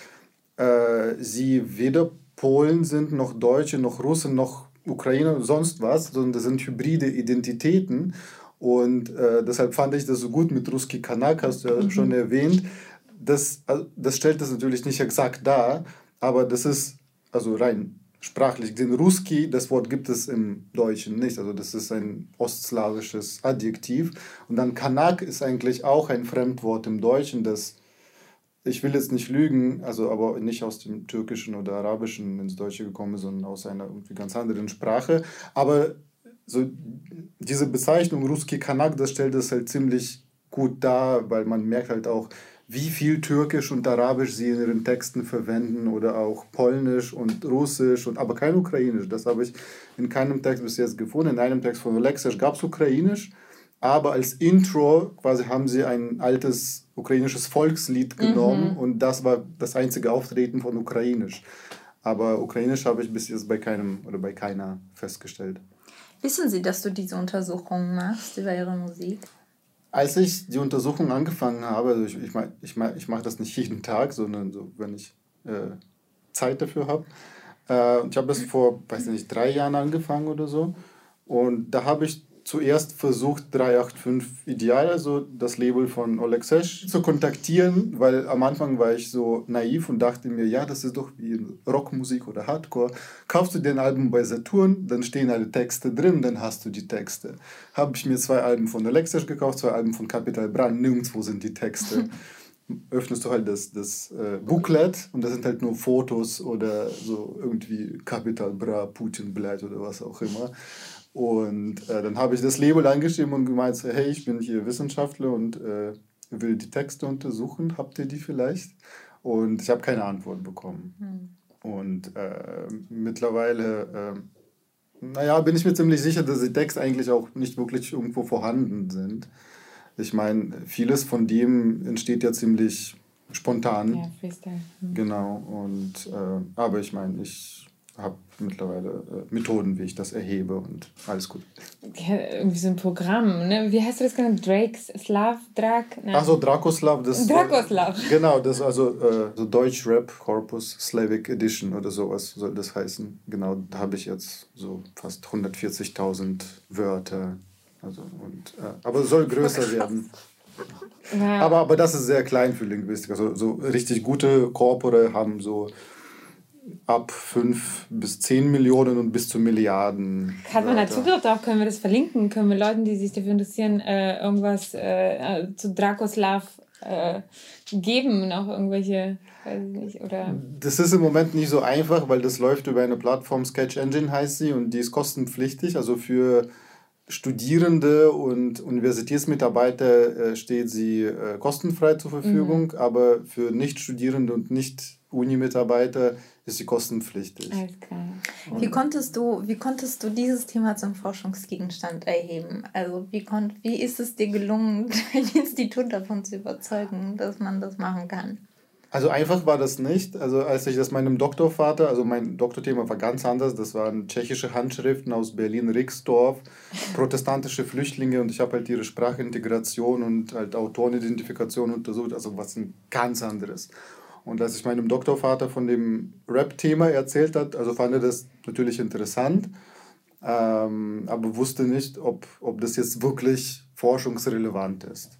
äh, sie weder Polen sind, noch Deutsche, noch Russen, noch Ukrainer, sonst was, sondern das sind hybride Identitäten. Und äh, deshalb fand ich das so gut mit Ruski Kanak, hast du ja
Mhm.
schon erwähnt. Das, also das stellt das natürlich nicht exakt dar, aber das ist, also rein sprachlich gesehen, Ruski, das Wort gibt es im Deutschen nicht, also das ist ein ostslawisches Adjektiv. Und dann Kanak ist eigentlich auch ein Fremdwort im Deutschen, das, ich will jetzt nicht lügen, also aber nicht aus dem Türkischen oder Arabischen ins Deutsche gekommen ist, sondern aus einer irgendwie ganz anderen Sprache. Aber so diese Bezeichnung Ruski Kanak, das stellt das halt ziemlich gut dar, weil man merkt halt auch, wie viel Türkisch und Arabisch sie in ihren Texten verwenden oder auch Polnisch und Russisch, und, aber kein Ukrainisch. Das habe ich in keinem Text bis jetzt gefunden. In einem Text von Oleksiy gab es Ukrainisch, aber als Intro quasi haben sie ein altes ukrainisches Volkslied genommen,
Mhm.
und das war das einzige Auftreten von Ukrainisch. Aber Ukrainisch habe ich bis jetzt bei keinem oder bei keiner festgestellt.
Wissen Sie, dass du diese Untersuchungen machst über Ihre Musik?
Als ich die Untersuchung angefangen habe, also ich, ich, mein, ich, mein, ich mache das nicht jeden Tag, sondern so, wenn ich äh, Zeit dafür habe. Äh, ich habe das vor, weiß nicht, drei Jahren angefangen oder so. Und da habe ich zuerst versucht, drei acht fünf Ideal, also das Label von Oleksiy, zu kontaktieren, weil am Anfang war ich so naiv und dachte mir, ja, das ist doch wie Rockmusik oder Hardcore. Kaufst du dir ein Album bei Saturn, dann stehen alle Texte drin, dann hast du die Texte. Habe ich mir zwei Alben von Oleksiy gekauft, zwei Alben von Capital Bra, nirgendwo sind die Texte. Öffnest du halt das, das äh, Booklet, und da sind halt nur Fotos oder so irgendwie Capital Bra, Putin-Blatt oder was auch immer. Und äh, dann habe ich das Label angeschrieben und gemeint, so, hey, ich bin hier Wissenschaftler und äh, will die Texte untersuchen, habt ihr die vielleicht? Und ich habe keine Antwort bekommen.
Hm.
Und äh, mittlerweile, äh, naja, bin ich mir ziemlich sicher, dass die Texte eigentlich auch nicht wirklich irgendwo vorhanden sind. Ich meine, vieles von dem entsteht ja ziemlich spontan.
Ja, Freestyle. Mhm.
Genau. Und, äh, aber ich meine, ich habe mittlerweile äh, Methoden, wie ich das erhebe, und alles gut.
Ja, irgendwie so ein Programm, ne? Wie heißt du das genannt? Drake's Slav, Drak? Nein.
Achso, Drakoslav, das
Drakoslav.
Äh, genau, das also äh, so Deutsch Rap Corpus Slavic Edition oder sowas soll das heißen. Genau, da habe ich jetzt so fast hundertvierzigtausend Wörter. Also, und, äh, aber es soll größer werden.
Ja.
Aber, aber das ist sehr klein für Linguistik. Also so richtig gute Corpore haben so ab fünf bis zehn Millionen und bis zu Milliarden.
Hat man da
Wörter.
Zugriff darauf? Können wir das verlinken? Können wir Leuten, die sich dafür interessieren, äh, irgendwas äh, zu Dragoslav äh, geben? Noch irgendwelche, weiß ich nicht, oder...
Das ist im Moment nicht so einfach, weil das läuft über eine Plattform, Sketch Engine heißt sie, und die ist kostenpflichtig. Also für Studierende und Universitätsmitarbeiter äh, steht sie äh, kostenfrei zur Verfügung, mhm. aber für Nicht-Studierende und Nicht-Uni-Mitarbeiter ist sie kostenpflichtig.
Alles klar.
Wie konntest du, wie konntest du dieses Thema zum Forschungsgegenstand erheben? Also wie, konnt, wie ist es dir gelungen, dein Institut davon zu überzeugen, dass man das machen kann?
Also einfach war das nicht. Also als ich das meinem Doktorvater, also mein Doktorthema war ganz anders, das waren tschechische Handschriften aus Berlin-Rixdorf, protestantische Flüchtlinge, und ich habe halt ihre Sprachintegration und halt Autorenidentifikation untersucht, also was ein ganz anderes. Und als ich meinem Doktorvater von dem Rap-Thema erzählt hat, also fand er das natürlich interessant, ähm, aber wusste nicht, ob, ob das jetzt wirklich forschungsrelevant ist.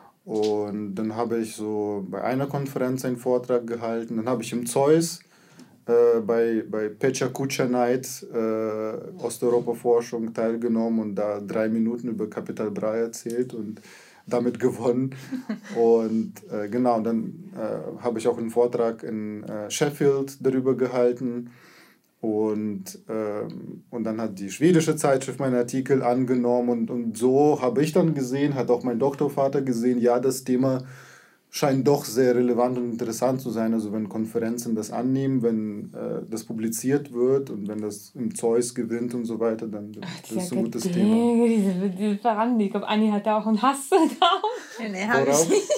Und dann habe ich so bei einer Konferenz einen Vortrag gehalten, dann habe ich im Zeus äh, bei, bei Pecha Kucha Night äh, Osteuropa-Forschung teilgenommen und da drei Minuten über Capital Bra erzählt und damit gewonnen. Und äh, genau, dann äh, habe ich auch einen Vortrag in äh, Sheffield darüber gehalten. Und, ähm, und dann hat die schwedische Zeitschrift meinen Artikel angenommen. Und, und so habe ich dann gesehen, hat auch mein Doktorvater gesehen, ja, das Thema scheint doch sehr relevant und interessant zu sein. Also wenn Konferenzen das annehmen, wenn äh, das publiziert wird und wenn das im Zeus gewinnt und so weiter, dann
Ach,
das ist ein gutes
Ding,
Thema.
Diese, diese Veranden, ich glaube, Anni hat da auch einen Hass drauf.
Nee, habe ich nicht.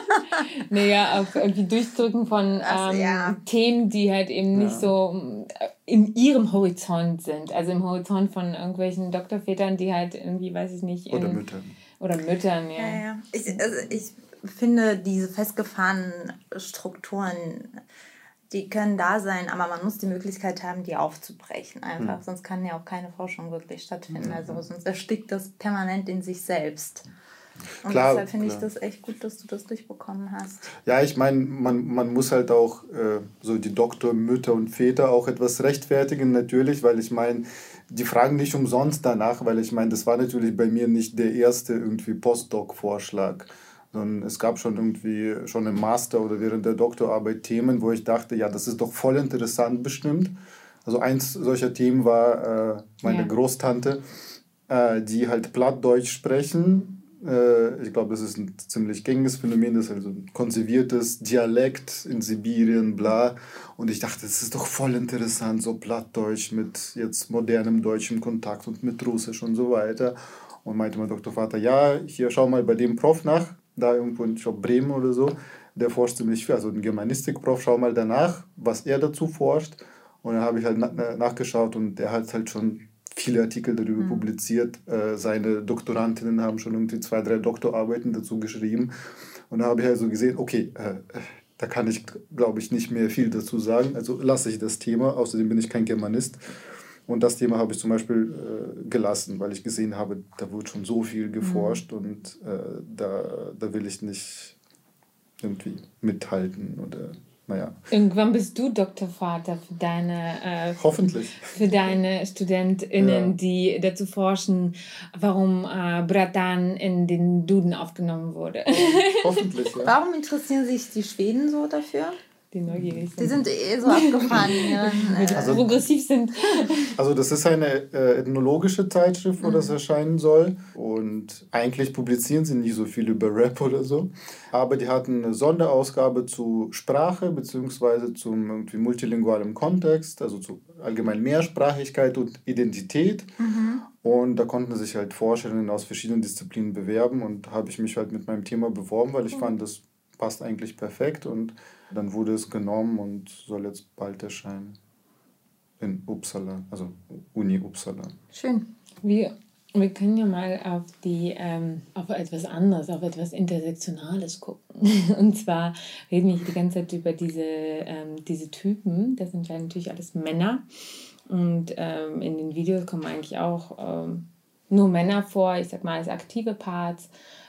Naja, auch irgendwie Durchdrücken von
Ach,
ähm,
ja.
Themen, die halt eben
Ja.
nicht so in ihrem Horizont sind. Also im Horizont von irgendwelchen Doktorvätern, die halt irgendwie, weiß ich nicht... In,
Oder Müttern.
Oder Müttern, ja.
Ja, ja. Ich, also ich finde, diese festgefahrenen Strukturen, die können da sein, aber man muss die Möglichkeit haben, die aufzubrechen einfach. Mhm. Sonst kann ja auch keine Forschung wirklich stattfinden. Mhm. Also sonst erstickt das permanent in sich selbst. Und
klar,
deshalb finde ich
klar.
das echt gut, dass du das durchbekommen hast.
Ja, ich meine, man, man muss halt auch äh, so die Doktormütter und Väter auch etwas rechtfertigen, natürlich, weil ich meine, die fragen nicht umsonst danach, weil ich meine, das war natürlich bei mir nicht der erste irgendwie Postdoc-Vorschlag, sondern es gab schon irgendwie schon im Master oder während der Doktorarbeit Themen, wo ich dachte, ja, das ist doch voll interessant bestimmt. Also eins solcher Themen war äh, meine ja. Großtante, äh, die halt Plattdeutsch sprechen. Ich glaube, das ist ein ziemlich gängiges Phänomen, das ist also ein konserviertes Dialekt in Sibirien, bla. Und ich dachte, das ist doch voll interessant, so Plattdeutsch mit jetzt modernem deutschem Kontakt und mit Russisch und so weiter. Und meinte mein Doktorvater, ja, hier schau mal bei dem Prof nach, da irgendwo in ich glaub, Bremen oder so, der forscht ziemlich viel, also ein Germanistik-Prof, schau mal danach, was er dazu forscht. Und dann habe ich halt na- nachgeschaut und der hat halt schon viele Artikel darüber mhm. publiziert. Äh, seine Doktorandinnen haben schon irgendwie zwei, drei Doktorarbeiten dazu geschrieben. Und da habe ich also gesehen, okay, äh, da kann ich, glaube ich, nicht mehr viel dazu sagen. Also lasse ich das Thema. Außerdem bin ich kein Germanist. Und das Thema habe ich zum Beispiel äh, gelassen, weil ich gesehen habe, da wird schon so viel geforscht mhm. und äh, da, da will ich nicht irgendwie mithalten oder... Naja.
Irgendwann bist du Doktorvater für deine, äh,
Hoffentlich.
Für deine StudentInnen, ja. die dazu forschen, warum äh, Bratan in den Duden aufgenommen wurde.
Hoffentlich, ja.
Warum interessieren sich die Schweden so dafür?
Die neugierig sind.
Die sind eh so abgefahren. Weil
die also, progressiv sind.
Also das ist eine äh, ethnologische Zeitschrift, wo mhm. das erscheinen soll. Und eigentlich publizieren sie nicht so viel über Rap oder so. Aber die hatten eine Sonderausgabe zu Sprache beziehungsweise zum irgendwie multilingualem Kontext, also zu allgemein Mehrsprachigkeit und Identität. Mhm. Und da konnten sich halt Forscherinnen aus verschiedenen Disziplinen bewerben. Und da habe ich mich halt mit meinem Thema beworben, weil ich mhm. fand, das passt eigentlich perfekt. Und dann wurde es genommen und soll jetzt bald erscheinen. In Uppsala, also Uni Uppsala.
Schön.
Wir, wir können ja mal auf, die, ähm, auf etwas anderes, auf etwas Intersektionales gucken. Und zwar reden wir die ganze Zeit über diese, ähm, diese Typen. Das sind ja natürlich alles Männer. Und ähm, in den Videos kommen eigentlich auch ähm, nur Männer vor, ich sag mal als aktive Parts.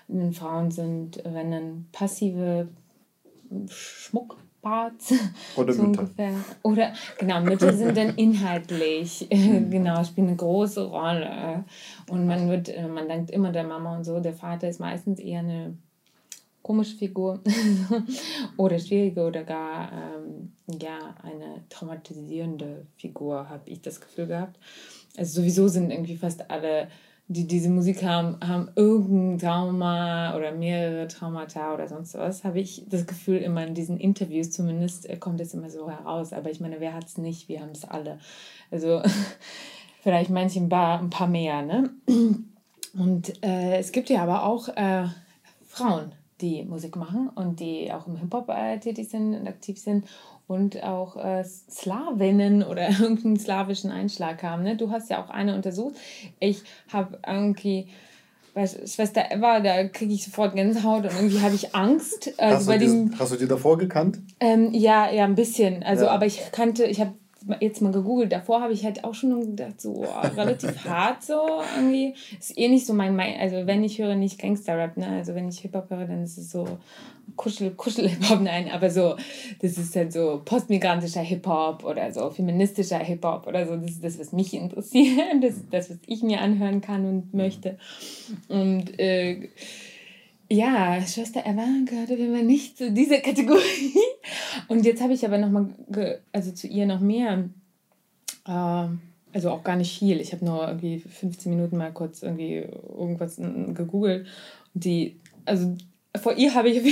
Frauen sind, wenn dann passive Schmuckparts.
Oder
so
Mütter.
Ungefähr. Oder, genau, Mütter sind dann inhaltlich, genau, spielen eine große Rolle. Und man wird, man denkt immer der Mama und so, der Vater ist meistens eher eine komische Figur oder schwierige oder gar ähm, ja, eine traumatisierende Figur, habe ich das Gefühl gehabt. Also sowieso sind irgendwie fast alle, die diese Musik haben, haben irgendein Trauma oder mehrere Traumata oder sonst was, habe ich das Gefühl immer in diesen Interviews zumindest, kommt es immer so heraus. Aber ich meine, wer hat es nicht? Wir haben es alle. Also vielleicht manche ein paar, ein paar mehr, ne? Und äh, es gibt ja aber auch äh, Frauen, die Musik machen und die auch im Hip-Hop äh, tätig sind und aktiv sind und auch äh, Slawinnen oder irgendeinen slawischen Einschlag haben. Ne? Du hast ja auch eine untersucht. Ich habe irgendwie, bei Schwester Eva, da kriege ich sofort Gänsehaut und irgendwie habe ich Angst. Also
hast,
bei
du
dem,
die, hast du die davor gekannt?
Ähm, ja, ja, ein bisschen. Also,
Ja.
aber ich kannte, ich habe jetzt mal gegoogelt. Davor habe ich halt auch schon gedacht, so oh, relativ hart so irgendwie. Ist eh nicht so mein, mein, also wenn ich höre, nicht Gangster-Rap, ne? Also wenn ich Hip-Hop höre, dann ist es so Kuschel, Kuschel-Hip-Hop, nein, aber so, das ist halt so postmigrantischer Hip-Hop oder so feministischer Hip-Hop oder so. Das ist das, was mich interessiert, das ist das, was ich mir anhören kann und möchte. Und äh, ja, Schwester Eva gehörte wenn wir nicht zu dieser Kategorie. Und jetzt habe ich aber noch mal, ge- also zu ihr noch mehr, äh, also auch gar nicht viel. Ich habe nur irgendwie fünfzehn Minuten mal kurz irgendwie irgendwas n- gegoogelt. Und die, also vor ihr habe ich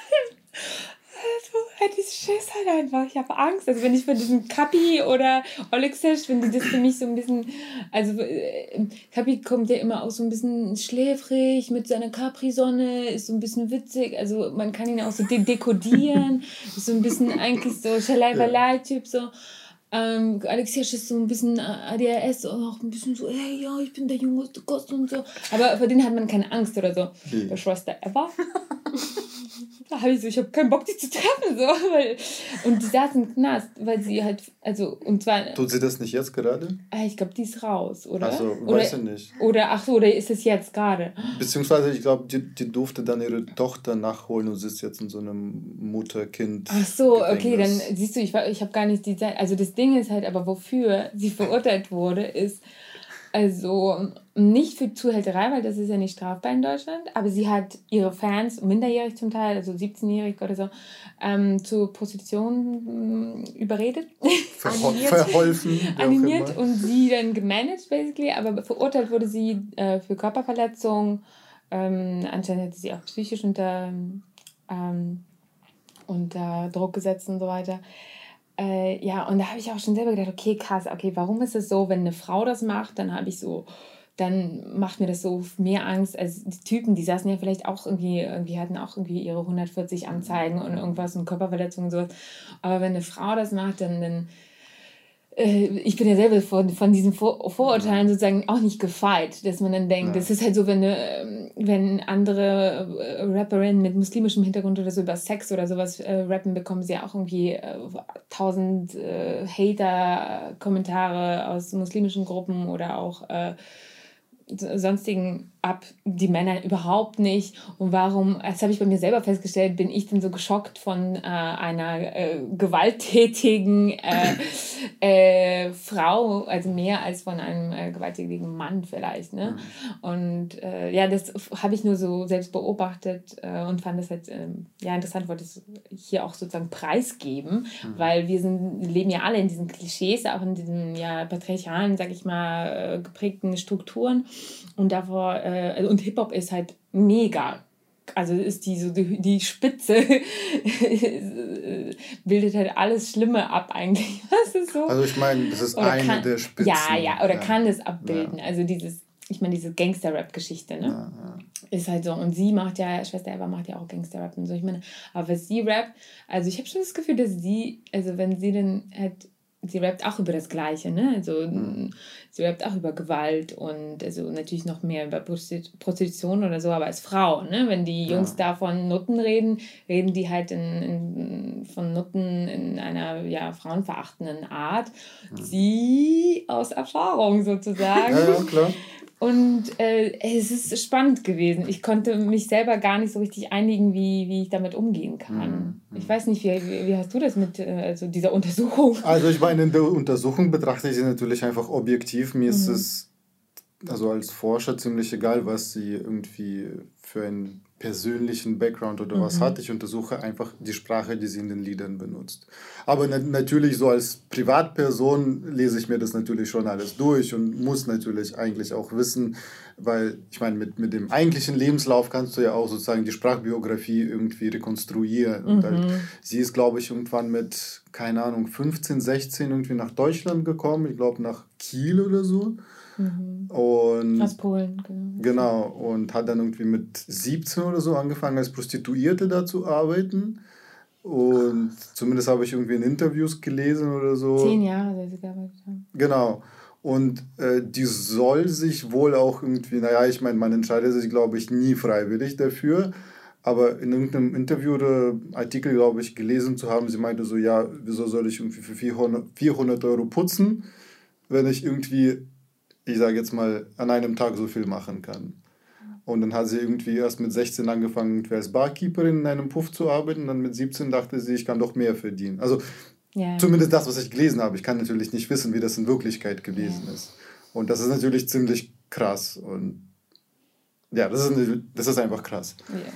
also, dieses Schiss halt einfach. Ich habe Angst. Also wenn ich von diesem Kapi oder Oleksic, wenn die das für mich so ein bisschen, also äh, Kapi kommt ja immer auch so ein bisschen schläfrig mit seiner Capri-Sonne, ist so ein bisschen witzig. Also man kann ihn auch so de- dekodieren. Ist so ein bisschen eigentlich so Schalai-Walai-Typ so. Ähm, Alexias ist so ein bisschen A D H S, auch ein bisschen so, hey, ja, ich bin der jüngste Gast und so. Aber vor denen hat man keine Angst oder so.
Nee.
Der Schwester Eva. Da habe ich so, ich habe keinen Bock, die zu treffen. So, weil, und die saß im Knast, weil sie halt, also, und zwar...
Tut sie das nicht jetzt gerade?
Ich glaube, die ist raus, oder?
Also,
oder,
weiß ich nicht.
Oder, ach so, oder ist es jetzt gerade?
Beziehungsweise, ich glaube, die, die durfte dann ihre Tochter nachholen und sitzt jetzt in so einem Mutter-Kind.
Ach so, okay, dann
Gefängnis.
siehst du, ich, war- ich habe gar nicht die Zeit. Also das Ding ist halt, aber wofür sie verurteilt wurde, ist also nicht für Zuhälterei, weil das ist ja nicht strafbar in Deutschland, aber sie hat ihre Fans, minderjährig zum Teil, also siebzehnjährig oder so, ähm, zur Prostitution mh, überredet,
Verho
animiert,
verholfen, wie auch
animiert
immer.
und sie dann gemanagt, basically, aber verurteilt wurde sie äh, für Körperverletzung, ähm, anscheinend hätte sie auch psychisch unter, ähm, unter Druck gesetzt und so weiter. Äh, ja, und da habe ich auch schon selber gedacht, okay, krass, okay, warum ist es so, wenn eine Frau das macht, dann habe ich so, dann macht mir das so mehr Angst als die Typen, die saßen ja vielleicht auch irgendwie, irgendwie hatten auch irgendwie ihre hundertvierzig Anzeigen und irgendwas und Körperverletzungen und sowas. Aber wenn eine Frau das macht, dann, dann äh, ich bin ja selber von, von diesen Vor Vorurteilen sozusagen auch nicht gefeit, dass man dann denkt,
Ja.
das ist halt so, wenn, eine, wenn andere äh, Rapperinnen mit muslimischem Hintergrund oder so über Sex oder sowas äh, rappen, bekommen sie ja auch irgendwie äh, tausend äh, Hater-Kommentare aus muslimischen Gruppen oder auch äh, sonstigen ab, die Männer überhaupt nicht. Und warum, das habe ich bei mir selber festgestellt, bin ich denn so geschockt von äh, einer äh, gewalttätigen äh, äh, Frau, also mehr als von einem äh, gewalttätigen Mann vielleicht. Ne? Mhm. Und äh, ja, das habe ich nur so selbst beobachtet äh, und fand das halt äh, ja, interessant, wollte es hier auch sozusagen preisgeben, mhm. weil wir sind, leben ja alle in diesen Klischees, auch in diesen ja, patriarchalen, sag ich mal, äh, geprägten Strukturen. Und davor, äh, und Hip-Hop ist halt mega. Also ist die so die, die Spitze, bildet halt alles Schlimme ab eigentlich. Was ist so?
Also ich meine, das ist
oder
eine
kann,
der Spitzen.
Ja, ja, oder
ja.
kann das abbilden.
Ja.
Also dieses, ich meine, diese Gangster-Rap-Geschichte, ne?
Ja, ja.
Ist halt so. Und sie macht ja, Schwester Eva macht ja auch Gangster-Rap und so. Ich meine, aber was sie rappt, also ich habe schon das Gefühl, dass sie, also wenn sie dann halt, sie rappt auch über das Gleiche, ne? Also mhm. sie rappt auch über Gewalt und also natürlich noch mehr über Prostitution oder so, aber als Frau, ne? Wenn die Jungs ja. da von Nutten reden, reden die halt in, in, von Nutten in einer ja, frauenverachtenden Art. Mhm. Sie aus Erfahrung sozusagen.
Ja, ja, klar.
Und äh, es ist spannend gewesen. Ich konnte mich selber gar nicht so richtig einigen, wie, wie ich damit umgehen kann. Mhm. Ich weiß nicht, wie, wie, wie hast du das mit äh, also dieser Untersuchung?
Also ich meine, in der Untersuchung betrachte ich sie natürlich einfach objektiv. Mir mhm. ist es also als Forscher ziemlich egal, was sie irgendwie für einen persönlichen Background oder mhm. was hat. Ich untersuche einfach die Sprache, die sie in den Liedern benutzt. Aber na- natürlich so als Privatperson lese ich mir das natürlich schon alles durch und muss natürlich eigentlich auch wissen, weil ich meine, mit, mit dem eigentlichen Lebenslauf kannst du ja auch sozusagen die Sprachbiografie irgendwie rekonstruieren. Und mhm. halt, sie ist, glaube ich, irgendwann mit, keine Ahnung, fünfzehn, sechzehn irgendwie nach Deutschland gekommen. Ich glaube, nach Kiel oder so. Mhm. Und aus Polen, genau. Genau, und hat dann irgendwie mit siebzehn oder so angefangen, als Prostituierte da zu arbeiten. Und Ach. zumindest habe ich irgendwie in Interviews gelesen oder so.
Zehn Jahre soll sie gearbeitet haben.
Genau. Und äh, die soll sich wohl auch irgendwie, naja, ich meine, man entscheidet sich, glaube ich, nie freiwillig dafür. Aber in irgendeinem Interview oder Artikel, glaube ich, gelesen zu haben, sie meinte so, ja, wieso soll ich irgendwie für vierhundert Euro putzen, wenn ich irgendwie, ich sage jetzt mal, an einem Tag so viel machen kann. Und dann hat sie irgendwie erst mit sechzehn angefangen, als Barkeeperin in einem Puff zu arbeiten. Und dann mit siebzehn dachte sie, ich kann doch mehr verdienen. Also yeah. zumindest das, was ich gelesen habe. Ich kann natürlich nicht wissen, wie das in Wirklichkeit gewesen yeah. ist. Und das ist natürlich ziemlich krass. Und ja, das ist, das ist einfach krass. Yeah.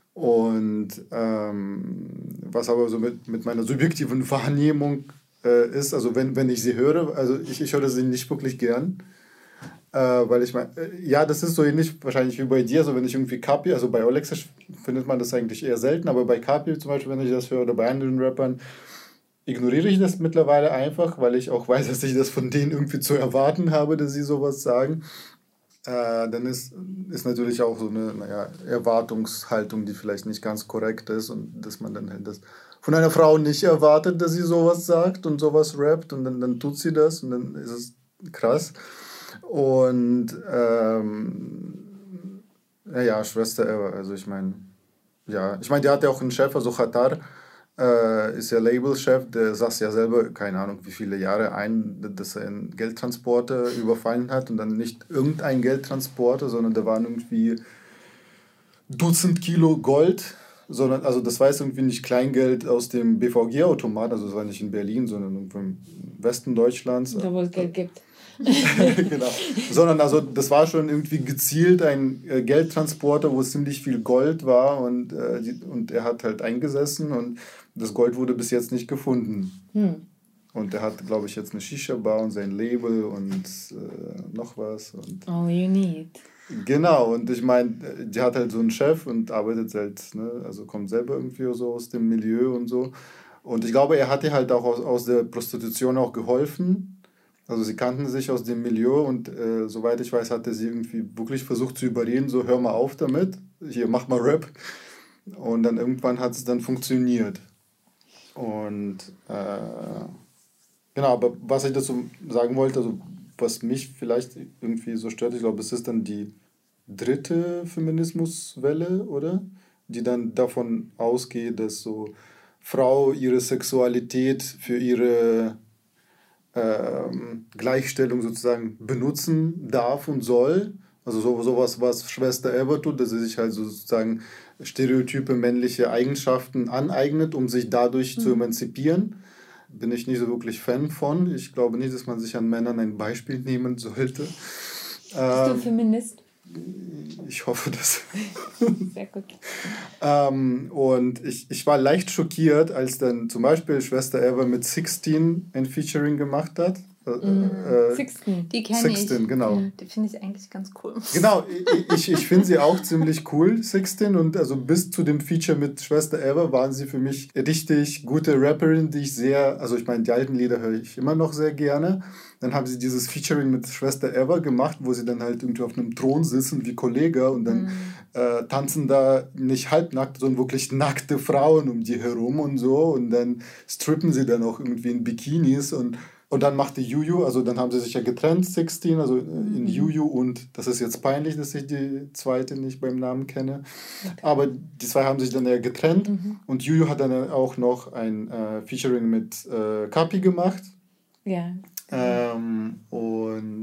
Und ähm, was aber so mit, mit meiner subjektiven Wahrnehmung äh, ist, also wenn, wenn ich sie höre, also ich, ich höre sie nicht wirklich gern. Äh, weil ich meine, äh, ja, das ist so ähnlich wahrscheinlich wie bei dir, also wenn ich irgendwie Kapi, also bei Alexisch findet man das eigentlich eher selten, aber bei Kapi zum Beispiel, wenn ich das höre, oder bei anderen Rappern, ignoriere ich das mittlerweile einfach, weil ich auch weiß, dass ich das von denen irgendwie zu erwarten habe, dass sie sowas sagen. Äh, dann ist, ist natürlich auch so eine, naja, Erwartungshaltung, die vielleicht nicht ganz korrekt ist und dass man dann halt das von einer Frau nicht erwartet, dass sie sowas sagt und sowas rappt und dann, dann tut sie das und dann ist es krass. Und ähm, naja, Schwester Eva, also ich meine, ja, ich meine, die hat ja auch einen Chef, also Khatar äh, ist ja Labelchef, der saß ja selber, keine Ahnung wie viele Jahre ein, dass er einen Geldtransporter überfallen hat und dann nicht irgendein Geldtransporter, sondern da waren irgendwie Dutzend Kilo Gold, sondern, also das war jetzt irgendwie nicht Kleingeld aus dem B V G-Automat, also das war nicht in Berlin, sondern irgendwo im Westen Deutschlands.
Da, wo es Geld gibt.
Genau. Sondern also das war schon irgendwie gezielt ein äh, Geldtransporter, wo ziemlich viel Gold war und, äh, die, und er hat halt eingesessen und das Gold wurde bis jetzt nicht gefunden. Hm. Und er hat, glaube ich, jetzt eine Shisha-Bar und sein Label und äh, noch was. Und
all you need.
Genau, und ich meine, die hat halt so einen Chef und arbeitet halt, ne, also kommt selber irgendwie so aus dem Milieu und so. Und ich glaube, er hat ihr halt auch aus, aus der Prostitution auch geholfen. Also sie kannten sich aus dem Milieu und äh, soweit ich weiß, hatte sie irgendwie wirklich versucht zu überreden, so hör mal auf damit, hier mach mal Rap. Und dann irgendwann hat es dann funktioniert. Und äh, genau, aber was ich dazu sagen wollte, also was mich vielleicht irgendwie so stört, ich glaube, es ist dann die dritte Feminismuswelle, oder? Die dann davon ausgeht, dass so Frau ihre Sexualität für ihre ähm, Gleichstellung sozusagen benutzen darf und soll. Also so, sowas, was Schwester Eva tut, dass sie sich halt sozusagen stereotype männliche Eigenschaften aneignet, um sich dadurch mhm. zu emanzipieren. Bin ich nicht so wirklich Fan von. Ich glaube nicht, dass man sich an Männern ein Beispiel nehmen sollte.
Bist ähm, du Feminist?
Ich hoffe das.
Sehr gut.
ähm, und ich, ich war leicht schockiert, als dann zum Beispiel Schwester Eva mit sixteen ein Featuring gemacht hat.
Mm. Äh, sixteen. Die kenne ich.
sixteen, genau.
Die finde ich eigentlich ganz cool.
Genau, ich, ich finde sie auch ziemlich cool, sixteen. Und also bis zu dem Feature mit Schwester Eva waren sie für mich richtig gute Rapperin, die ich sehr, also ich meine, die alten Lieder höre ich immer noch sehr gerne. Dann haben sie dieses Featuring mit Schwester Eva gemacht, wo sie dann halt irgendwie auf einem Thron sitzen wie Kollege und dann mm. äh, tanzen da nicht halbnackt, sondern wirklich nackte Frauen um die herum und so. Und dann strippen sie dann auch irgendwie in Bikinis und Und dann machte Juju, also dann haben sie sich ja getrennt, sixteen, also in mhm. Juju und das ist jetzt peinlich, dass ich die zweite nicht beim Namen kenne. Okay. Aber die zwei haben sich dann ja getrennt mhm. und Juju hat dann auch noch ein äh, Featuring mit äh, Kapi gemacht.
Ja.
Ähm, und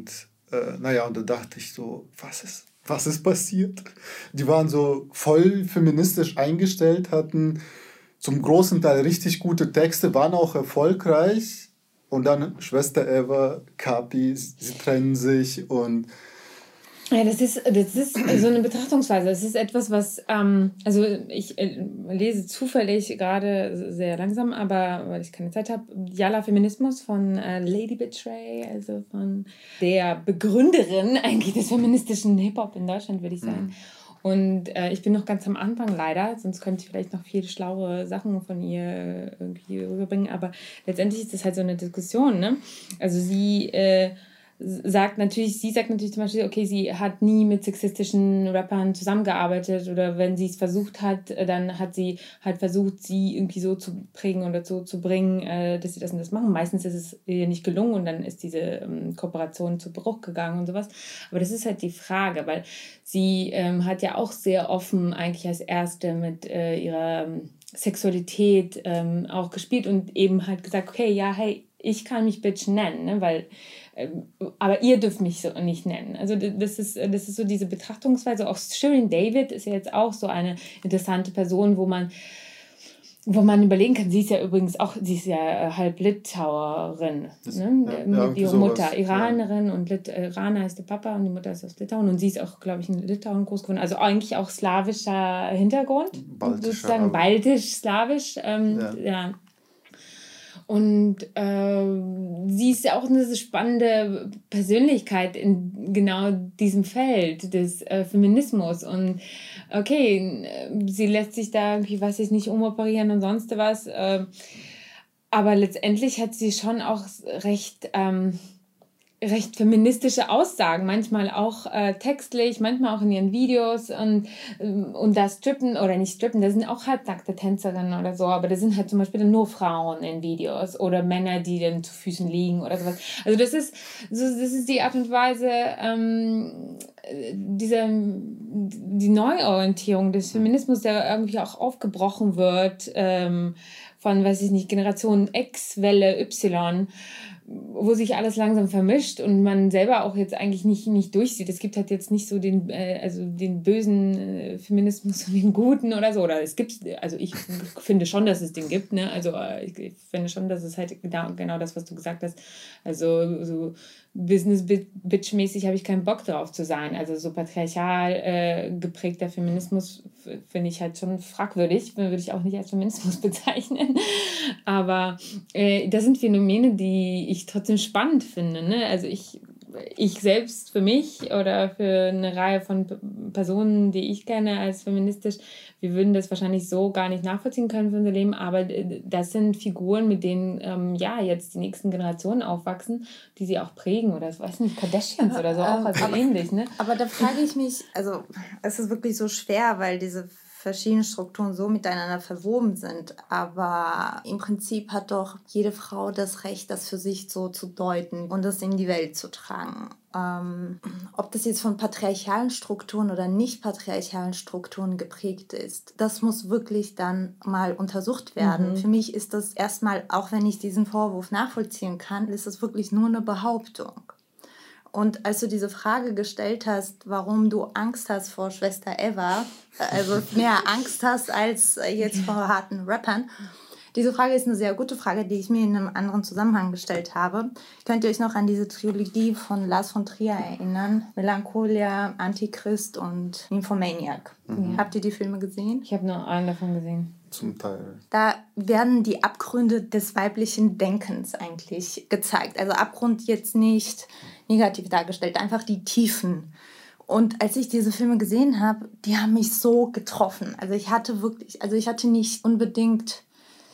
äh, naja, und da dachte ich so, was ist, was ist passiert? Die waren so voll feministisch eingestellt, hatten zum großen Teil richtig gute Texte, waren auch erfolgreich. Und dann Schwester Eva, Kapi, sie trennen sich und...
Ja, das ist, das ist so eine Betrachtungsweise. Das ist etwas, was, ähm, also ich äh, lese zufällig gerade sehr langsam, aber weil ich keine Zeit habe, Yalla Feminismus von äh, Lady Betray, also von der Begründerin eigentlich des feministischen Hip-Hop in Deutschland, würde ich sagen. Mhm. Und äh, ich bin noch ganz am Anfang leider, sonst könnte ich vielleicht noch viele schlaue Sachen von ihr irgendwie rüberbringen, aber letztendlich ist das halt so eine Diskussion, ne? Also sie äh, sagt natürlich, sie sagt natürlich zum Beispiel, okay, sie hat nie mit sexistischen Rappern zusammengearbeitet oder wenn sie es versucht hat, dann hat sie halt versucht, sie irgendwie so zu prägen oder so zu bringen, dass sie das und das machen. Meistens ist es ihr nicht gelungen und dann ist diese ähm, Kooperation zu Bruch gegangen und sowas. Aber das ist halt die Frage, weil sie ähm, hat ja auch sehr offen eigentlich als Erste mit äh, ihrer ähm, Sexualität ähm, auch gespielt und eben halt gesagt, okay, ja, hey, ich kann mich Bitch nennen, ne, weil aber ihr dürft mich so nicht nennen. Also das ist, das ist so diese Betrachtungsweise. Auch Shirin David ist ja jetzt auch so eine interessante Person, wo man, wo man überlegen kann, sie ist ja übrigens auch, sie ist ja halb Litauerin, das, ne? Ja, mit ihrer Mutter, Iranerin ja. Und Lit, Iraner ist der Papa und die Mutter ist aus Litauen und sie ist auch, glaube ich, in Litauen groß geworden. Also eigentlich auch slawischer Hintergrund, Baltischer, sozusagen baltisch-slawisch. Ähm, ja. ja. Und äh, sie ist ja auch eine spannende Persönlichkeit in genau diesem Feld des äh, Feminismus. Und okay, sie lässt sich da irgendwie, weiß ich nicht, umoperieren und sonst was. Äh, aber letztendlich hat sie schon auch recht... Ähm, recht feministische Aussagen, manchmal auch äh, textlich, manchmal auch in ihren Videos und, und das Strippen, oder nicht Strippen, da sind auch halbnackte Tänzerinnen oder so, aber da sind halt zum Beispiel nur Frauen in Videos oder Männer, die dann zu Füßen liegen oder sowas. Also das ist, das ist die Art und Weise, ähm, diese, die Neuorientierung des Feminismus, der irgendwie auch aufgebrochen wird ähm, von, weiß ich nicht, Generation X, Welle Y, wo sich alles langsam vermischt und man selber auch jetzt eigentlich nicht, nicht durchsieht. Es gibt halt jetzt nicht so den, äh, also den bösen äh, Feminismus und den guten oder so. Oder es gibt, also ich finde schon, dass es den gibt. Ne? Also äh, ich, ich finde schon, dass es halt genau, genau das, was du gesagt hast. Also so Business-Bitch-mäßig habe ich keinen Bock drauf zu sein. Also so patriarchal äh, geprägter Feminismus finde ich halt schon fragwürdig. Würde ich auch nicht als Feminismus bezeichnen. Aber äh, das sind Phänomene, die ich trotzdem spannend finde. Ne? Also ich, ich selbst für mich oder für eine Reihe von Personen, die ich kenne als feministisch, wir würden das wahrscheinlich so gar nicht nachvollziehen können für unser Leben, aber das sind Figuren, mit denen ähm, ja jetzt die nächsten Generationen aufwachsen, die sie auch prägen oder ich weiß nicht, Kardashians oder so, auch also
aber,
ähnlich. Ne?
Aber da frage ich mich, also es ist wirklich so schwer, weil diese verschiedene Strukturen so miteinander verwoben sind. Aber im Prinzip hat doch jede Frau das Recht, das für sich so zu deuten und das in die Welt zu tragen. Ähm, ob das jetzt von patriarchalen Strukturen oder nicht patriarchalen Strukturen geprägt ist, das muss wirklich dann mal untersucht werden. Mhm. Für mich ist das erstmal, auch wenn ich diesen Vorwurf nachvollziehen kann, ist das wirklich nur eine Behauptung. Und als du diese Frage gestellt hast, warum du Angst hast vor Schwester Eva, also mehr Angst hast als jetzt vor harten Rappern, diese Frage ist eine sehr gute Frage, die ich mir in einem anderen Zusammenhang gestellt habe. Könnt ihr euch noch an diese Trilogie von Lars von Trier erinnern? Melancholia, Antichrist und Nymphomaniac. Mhm. Habt ihr die Filme gesehen?
Ich habe nur einen davon gesehen.
Zum Teil.
Da werden die Abgründe des weiblichen Denkens eigentlich gezeigt. Also Abgrund jetzt nicht negativ dargestellt, einfach die Tiefen. Und als ich diese Filme gesehen habe, die haben mich so getroffen. Also ich hatte wirklich, also ich hatte nicht unbedingt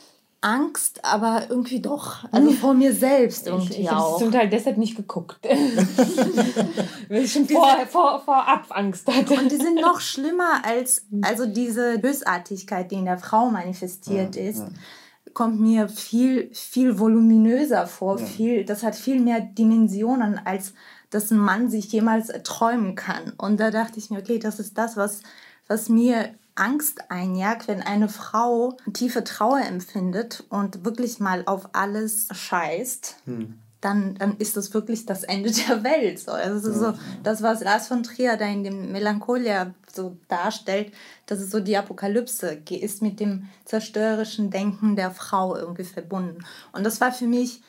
Angst, aber irgendwie doch. Also vor mir selbst irgendwie
ich, ich
auch. Ich
habe zum Teil deshalb nicht geguckt. Weil ich schon vor, vor, vorab Angst hatte.
Und die sind noch schlimmer als also diese Bösartigkeit, die in der Frau manifestiert ja, ist. Ja. Kommt mir viel, viel voluminöser vor. Ja. Viel, das hat viel mehr Dimensionen, als dass ein Mann sich jemals träumen kann. Und da dachte ich mir, okay, das ist das, was, was mir Angst einjagt, wenn eine Frau tiefe Trauer empfindet und wirklich mal auf alles scheißt. Hm. dann, dann ist das wirklich das Ende der Welt. So. Also es ist so, das, was Lars von Trier da in dem Melancholia so darstellt, das ist so die Apokalypse, ist mit dem zerstörerischen Denken der Frau irgendwie verbunden. Und das war für mich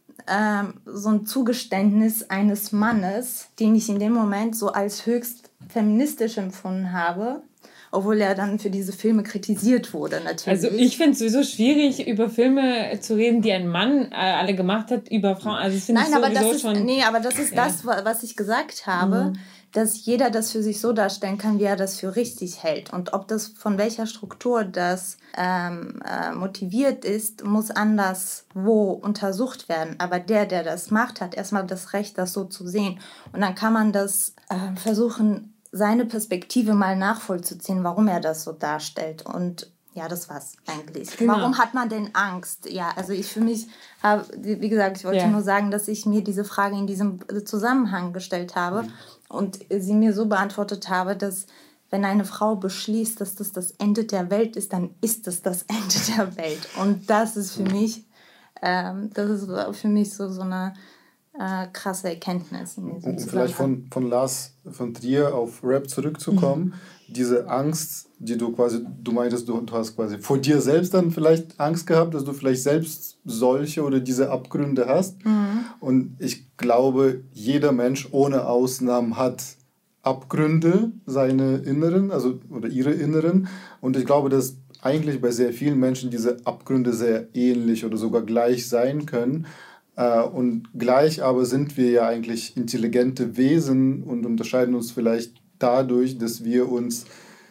ähm, so ein Zugeständnis eines Mannes, den ich in dem Moment so als höchst feministisch empfunden habe, obwohl er dann für diese Filme kritisiert wurde, natürlich.
Also ich finde es sowieso schwierig, über Filme zu reden, die ein Mann äh, alle gemacht hat, über Frauen. Also das
Nein,
ich
aber
sowieso
das ist,
schon,
nee, aber das ist ja. das, was ich gesagt habe, mhm. dass jeder das für sich so darstellen kann, wie er das für richtig hält. Und ob das von welcher Struktur das ähm, äh, motiviert ist, muss anderswo untersucht werden. Aber der, der das macht, hat erstmal das Recht, das so zu sehen. Und dann kann man das äh, versuchen, seine Perspektive mal nachvollziehen, warum er das so darstellt. Und ja, das war's eigentlich. Genau. Warum hat man denn Angst? Ja, also ich für mich, habe, wie gesagt, ich wollte ja. nur sagen, dass ich mir diese Frage in diesem Zusammenhang gestellt habe mhm. und sie mir so beantwortet habe, dass wenn eine Frau beschließt, dass das das Ende der Welt ist, dann ist das das Ende der Welt. Und das ist für mich, ähm, das ist für mich so, so eine Äh, krasse Erkenntnis. In
um vielleicht von, von Lars von Trier auf Rap zurückzukommen, mhm. diese Angst, die du quasi, du meintest, du, du hast quasi vor dir selbst dann vielleicht Angst gehabt, dass du vielleicht selbst solche oder diese Abgründe hast. Mhm. Und ich glaube, jeder Mensch ohne Ausnahmen hat Abgründe, seine Inneren, also oder ihre Inneren. Und ich glaube, dass eigentlich bei sehr vielen Menschen diese Abgründe sehr ähnlich oder sogar gleich sein können. Und gleich aber sind wir ja eigentlich intelligente Wesen und unterscheiden uns vielleicht dadurch, dass wir uns,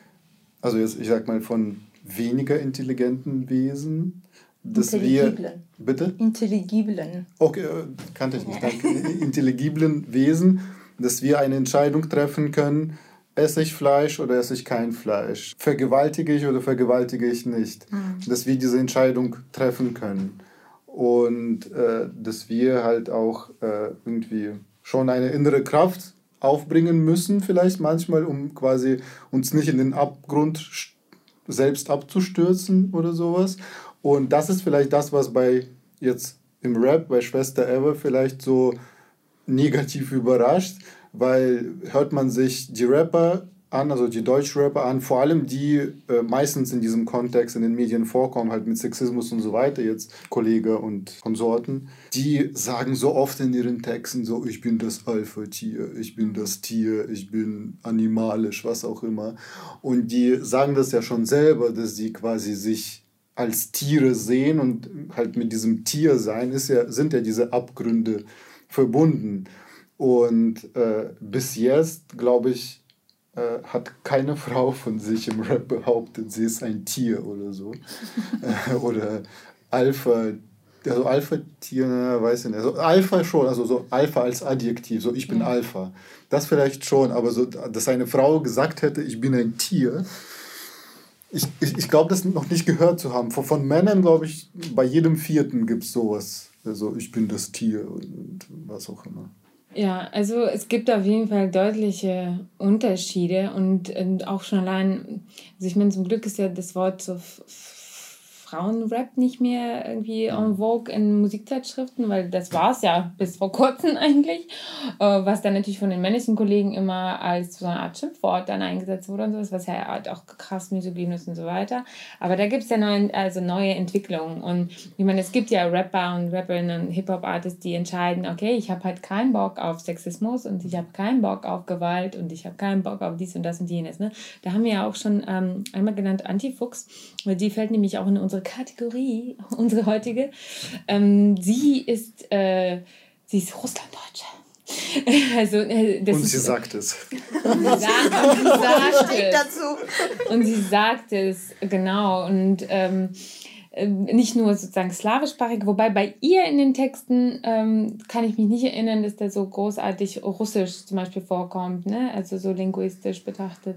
also jetzt ich sag mal von weniger intelligenten Wesen, dass wir... Bitte?
Intelligiblen.
Okay, kannte ich nicht, danke. Intelligiblen Wesen, dass wir eine Entscheidung treffen können, esse ich Fleisch oder esse ich kein Fleisch? Vergewaltige ich oder vergewaltige ich nicht? Mhm. Dass wir diese Entscheidung treffen können. Und äh, dass wir halt auch äh, irgendwie schon eine innere Kraft aufbringen müssen, vielleicht manchmal, um quasi uns nicht in den Abgrund selbst abzustürzen oder sowas. Und das ist vielleicht das, was bei jetzt im Rap, bei Schwester Eva vielleicht so negativ überrascht, weil hört man sich die Rapper an, also die Deutschrapper an, vor allem die äh, meistens in diesem Kontext in den Medien vorkommen, halt mit Sexismus und so weiter, jetzt Kollege und Konsorten, die sagen so oft in ihren Texten so, ich bin das Alpha-Tier, ich bin das Tier, ich bin animalisch, was auch immer. Und die sagen das ja schon selber, dass sie quasi sich als Tiere sehen und halt mit diesem Tiersein ist ja, sind ja diese Abgründe verbunden. Und äh, bis jetzt, glaube ich, Äh, hat keine Frau von sich im Rap behauptet, sie ist ein Tier oder so. äh, oder Alpha, also Alpha-Tier, na, weiß ich nicht. Also Alpha schon, also so Alpha als Adjektiv, so ich bin ja. Alpha. Das vielleicht schon, aber so, dass eine Frau gesagt hätte, ich bin ein Tier, ich, ich, ich glaube, das noch nicht gehört zu haben. Von, von Männern, glaube ich, bei jedem Vierten gibt es sowas. Also ich bin das Tier und was auch immer.
Ja, also es gibt auf jeden Fall deutliche Unterschiede und, und auch schon allein, also ich meine, zum Glück ist ja das Wort so F- Frauenrap nicht mehr irgendwie en vogue in Musikzeitschriften, weil das war es ja bis vor kurzem eigentlich, was dann natürlich von den männlichen Kollegen immer als so eine Art Schimpfwort dann eingesetzt wurde und sowas, was ja halt auch krass misogyn ist und so weiter. Aber da gibt es ja neue, also neue Entwicklungen und ich meine, es gibt ja Rapper und Rapperinnen und Hip-Hop-Artists, die entscheiden, okay, ich habe halt keinen Bock auf Sexismus und ich habe keinen Bock auf Gewalt und ich habe keinen Bock auf dies und das und jenes. Ne? Da haben wir ja auch schon ähm, einmal genannt Antifuchs, weil die fällt nämlich auch in unsere Kategorie, unsere heutige. Ähm, sie ist, äh, sie ist Russlanddeutsche. Also, äh, das
und
ist,
sie sagt es.
Und sie sagt, und sie sagt es. Dazu. Und sie sagt es, genau. Und ähm, nicht nur sozusagen slawischsprachig, wobei bei ihr in den Texten ähm, kann ich mich nicht erinnern, dass da so großartig Russisch zum Beispiel vorkommt, ne? Also so linguistisch betrachtet.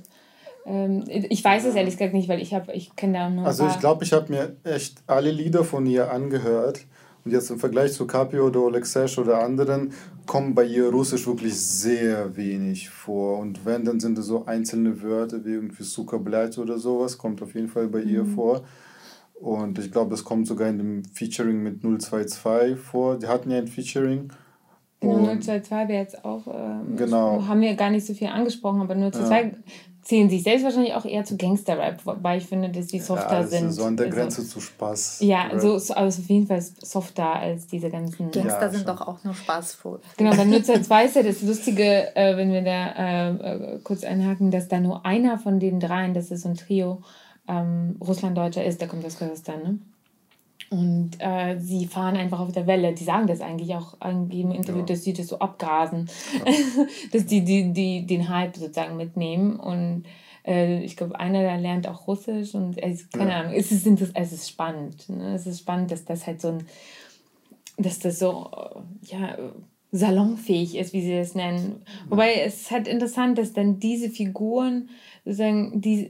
Ich weiß es ehrlich gesagt nicht, weil ich habe, ich kenne da nur.
Also ich glaube, ich habe mir echt alle Lieder von ihr angehört und jetzt im Vergleich zu Capio oder Olexesh oder anderen kommen bei ihr Russisch wirklich sehr wenig vor und wenn, dann sind es so einzelne Wörter wie irgendwie Suka Blять oder sowas, kommt auf jeden Fall bei mhm. ihr vor. Und ich glaube, das kommt sogar in dem Featuring mit null zwei zwei vor. Die hatten ja ein Featuring.
Genau, null zwei zwei wäre jetzt auch, ähm,
genau.
haben wir gar nicht so viel angesprochen, aber null zwei zwei ja. zählen sich selbst wahrscheinlich auch eher zu Gangster-Rap, wobei ich finde, dass die softer ja, sind.
So an der Grenze also, zu Spaß.
Ja, so, so, also auf jeden Fall softer als diese ganzen...
Gangster ja, sind doch auch nur spaßvoll.
Genau, bei null zwei zwei ist ja das Lustige, äh, wenn wir da äh, kurz einhaken, dass da nur einer von den dreien, das ist so ein Trio, ähm, Russlanddeutscher ist, der kommt aus Kasachstan, ne? Und äh, sie fahren einfach auf der Welle. Die sagen das eigentlich auch im Interview, ja. dass sie das so abgrasen. Ja. dass die, die, die den Hype sozusagen mitnehmen. Und äh, ich glaube, einer da lernt auch Russisch. Und äh, keine ja. Ahnung, es ist, es ist spannend. Ne? Es ist spannend, dass das halt so ein, dass das so, ja, salonfähig ist, wie sie das nennen. Ja. Wobei es ist halt interessant, dass dann diese Figuren sozusagen die,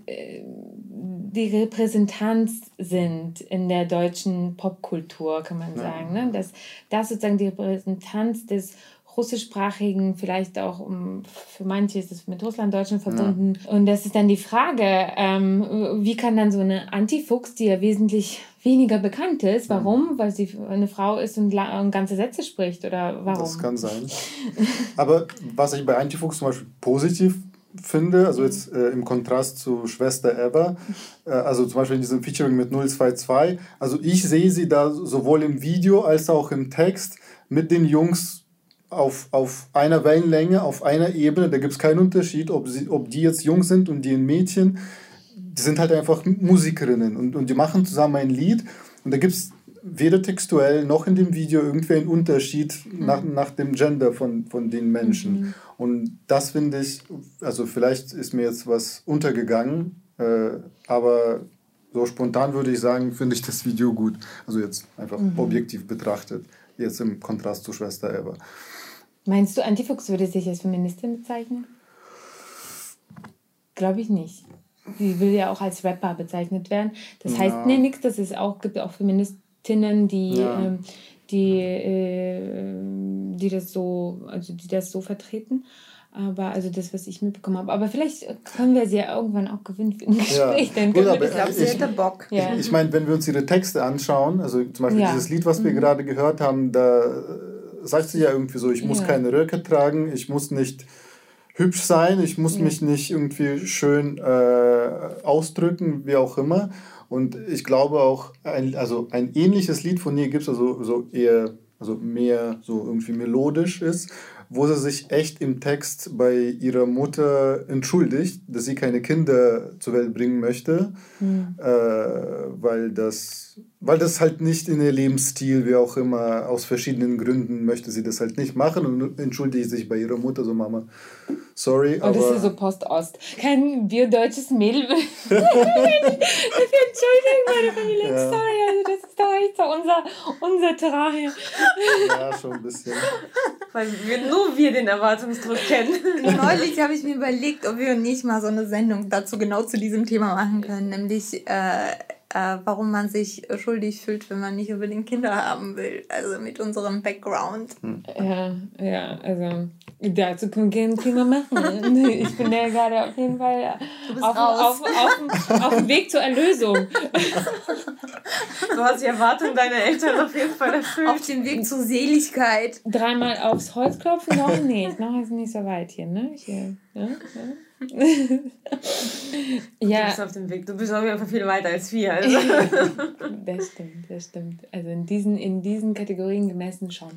die Repräsentanz sind in der deutschen Popkultur, kann man sagen. Ne? Dass das sozusagen die Repräsentanz des russischsprachigen, vielleicht auch um, für manche ist es mit Russlanddeutschen verbunden. Ja. Und das ist dann die Frage, ähm, wie kann dann so eine Antifuchs, die ja wesentlich weniger bekannt ist, warum? Ja. Weil sie eine Frau ist und, und ganze Sätze spricht oder warum?
Das kann sein. Aber was ich bei Antifuchs zum Beispiel positiv finde, also jetzt äh, im Kontrast zu Schwester Eva, äh, also zum Beispiel in diesem Featuring mit null zwei zwei, also ich sehe sie da sowohl im Video als auch im Text mit den Jungs auf, auf einer Wellenlänge, auf einer Ebene, da gibt es keinen Unterschied, ob, sie, ob die jetzt Jungs sind und die ein Mädchen, die sind halt einfach Musikerinnen und, und die machen zusammen ein Lied und da gibt es weder textuell noch in dem Video irgendwie einen Unterschied mhm. nach, nach dem Gender von, von den Menschen. Mhm. Und das finde ich, also vielleicht ist mir jetzt was untergegangen, äh, aber so spontan würde ich sagen, finde ich das Video gut. Also jetzt einfach mhm. objektiv betrachtet, jetzt im Kontrast zu Schwester Eva.
Meinst du, Antifuchs würde sich als Feministin bezeichnen? Glaube ich nicht. Sie will ja auch als Rapper bezeichnet werden. Das ja. heißt nee, nichts, dass es auch gibt auch Feministinnen, die, ja. ähm, die, äh, die das so, also die das so vertreten. Aber also das, was ich mitbekommen habe. Aber vielleicht können wir sie ja irgendwann auch gewinnen für ein Gespräch. Ja. Dann
Gut, aber ich glaube, sie hätte Bock.
Ja. Ich, ich meine, wenn wir uns ihre Texte anschauen, also zum Beispiel ja. dieses Lied, was wir mhm. gerade gehört haben, da sagt sie ja irgendwie so, ich muss ja. keine Röcke tragen, ich muss nicht hübsch sein, ich muss ja. mich nicht irgendwie schön äh, ausdrücken, wie auch immer. Und ich glaube auch, ein, also ein ähnliches Lied von ihr gibt es, also so eher, also mehr so irgendwie melodisch ist, wo sie sich echt im Text bei ihrer Mutter entschuldigt, dass sie keine Kinder zur Welt bringen möchte, mhm. äh, weil das, weil das halt nicht in ihr Lebensstil, wie auch immer, aus verschiedenen Gründen möchte sie das halt nicht machen und entschuldigt sich bei ihrer Mutter, so Mama, sorry,
aber... Oh, das ist so Post-Ost. Kein biodeutsches Mädel will dafür entschuldigen, meine Familie, ja. sorry, also das ist doch echt so unser, unser Terrain.
Ja, schon ein bisschen.
Weil wir, nur wir den Erwartungsdruck kennen.
Neulich habe ich mir überlegt, ob wir nicht mal so eine Sendung dazu genau zu diesem Thema machen können, nämlich äh, äh, warum man sich schuldig fühlt, wenn man nicht unbedingt Kinder haben will, also mit unserem Background.
Ja, ja, also dazu können wir ein Thema machen. Ich bin ja gerade auf jeden Fall auf, auf, auf, auf dem Weg zur Erlösung.
Du hast die Erwartung deiner Eltern auf jeden Fall erfüllt. Auf dem Weg zur Seligkeit.
Dreimal aufs Holz klopfen? Noch nicht. Noch ist nicht so weit hier, ne? Hier, ja, ja. Ja.
Du bist auf dem Weg. Du bist auf jeden Fall viel weiter als wir. Also.
Das stimmt, das stimmt. Also in diesen, in diesen Kategorien gemessen schon.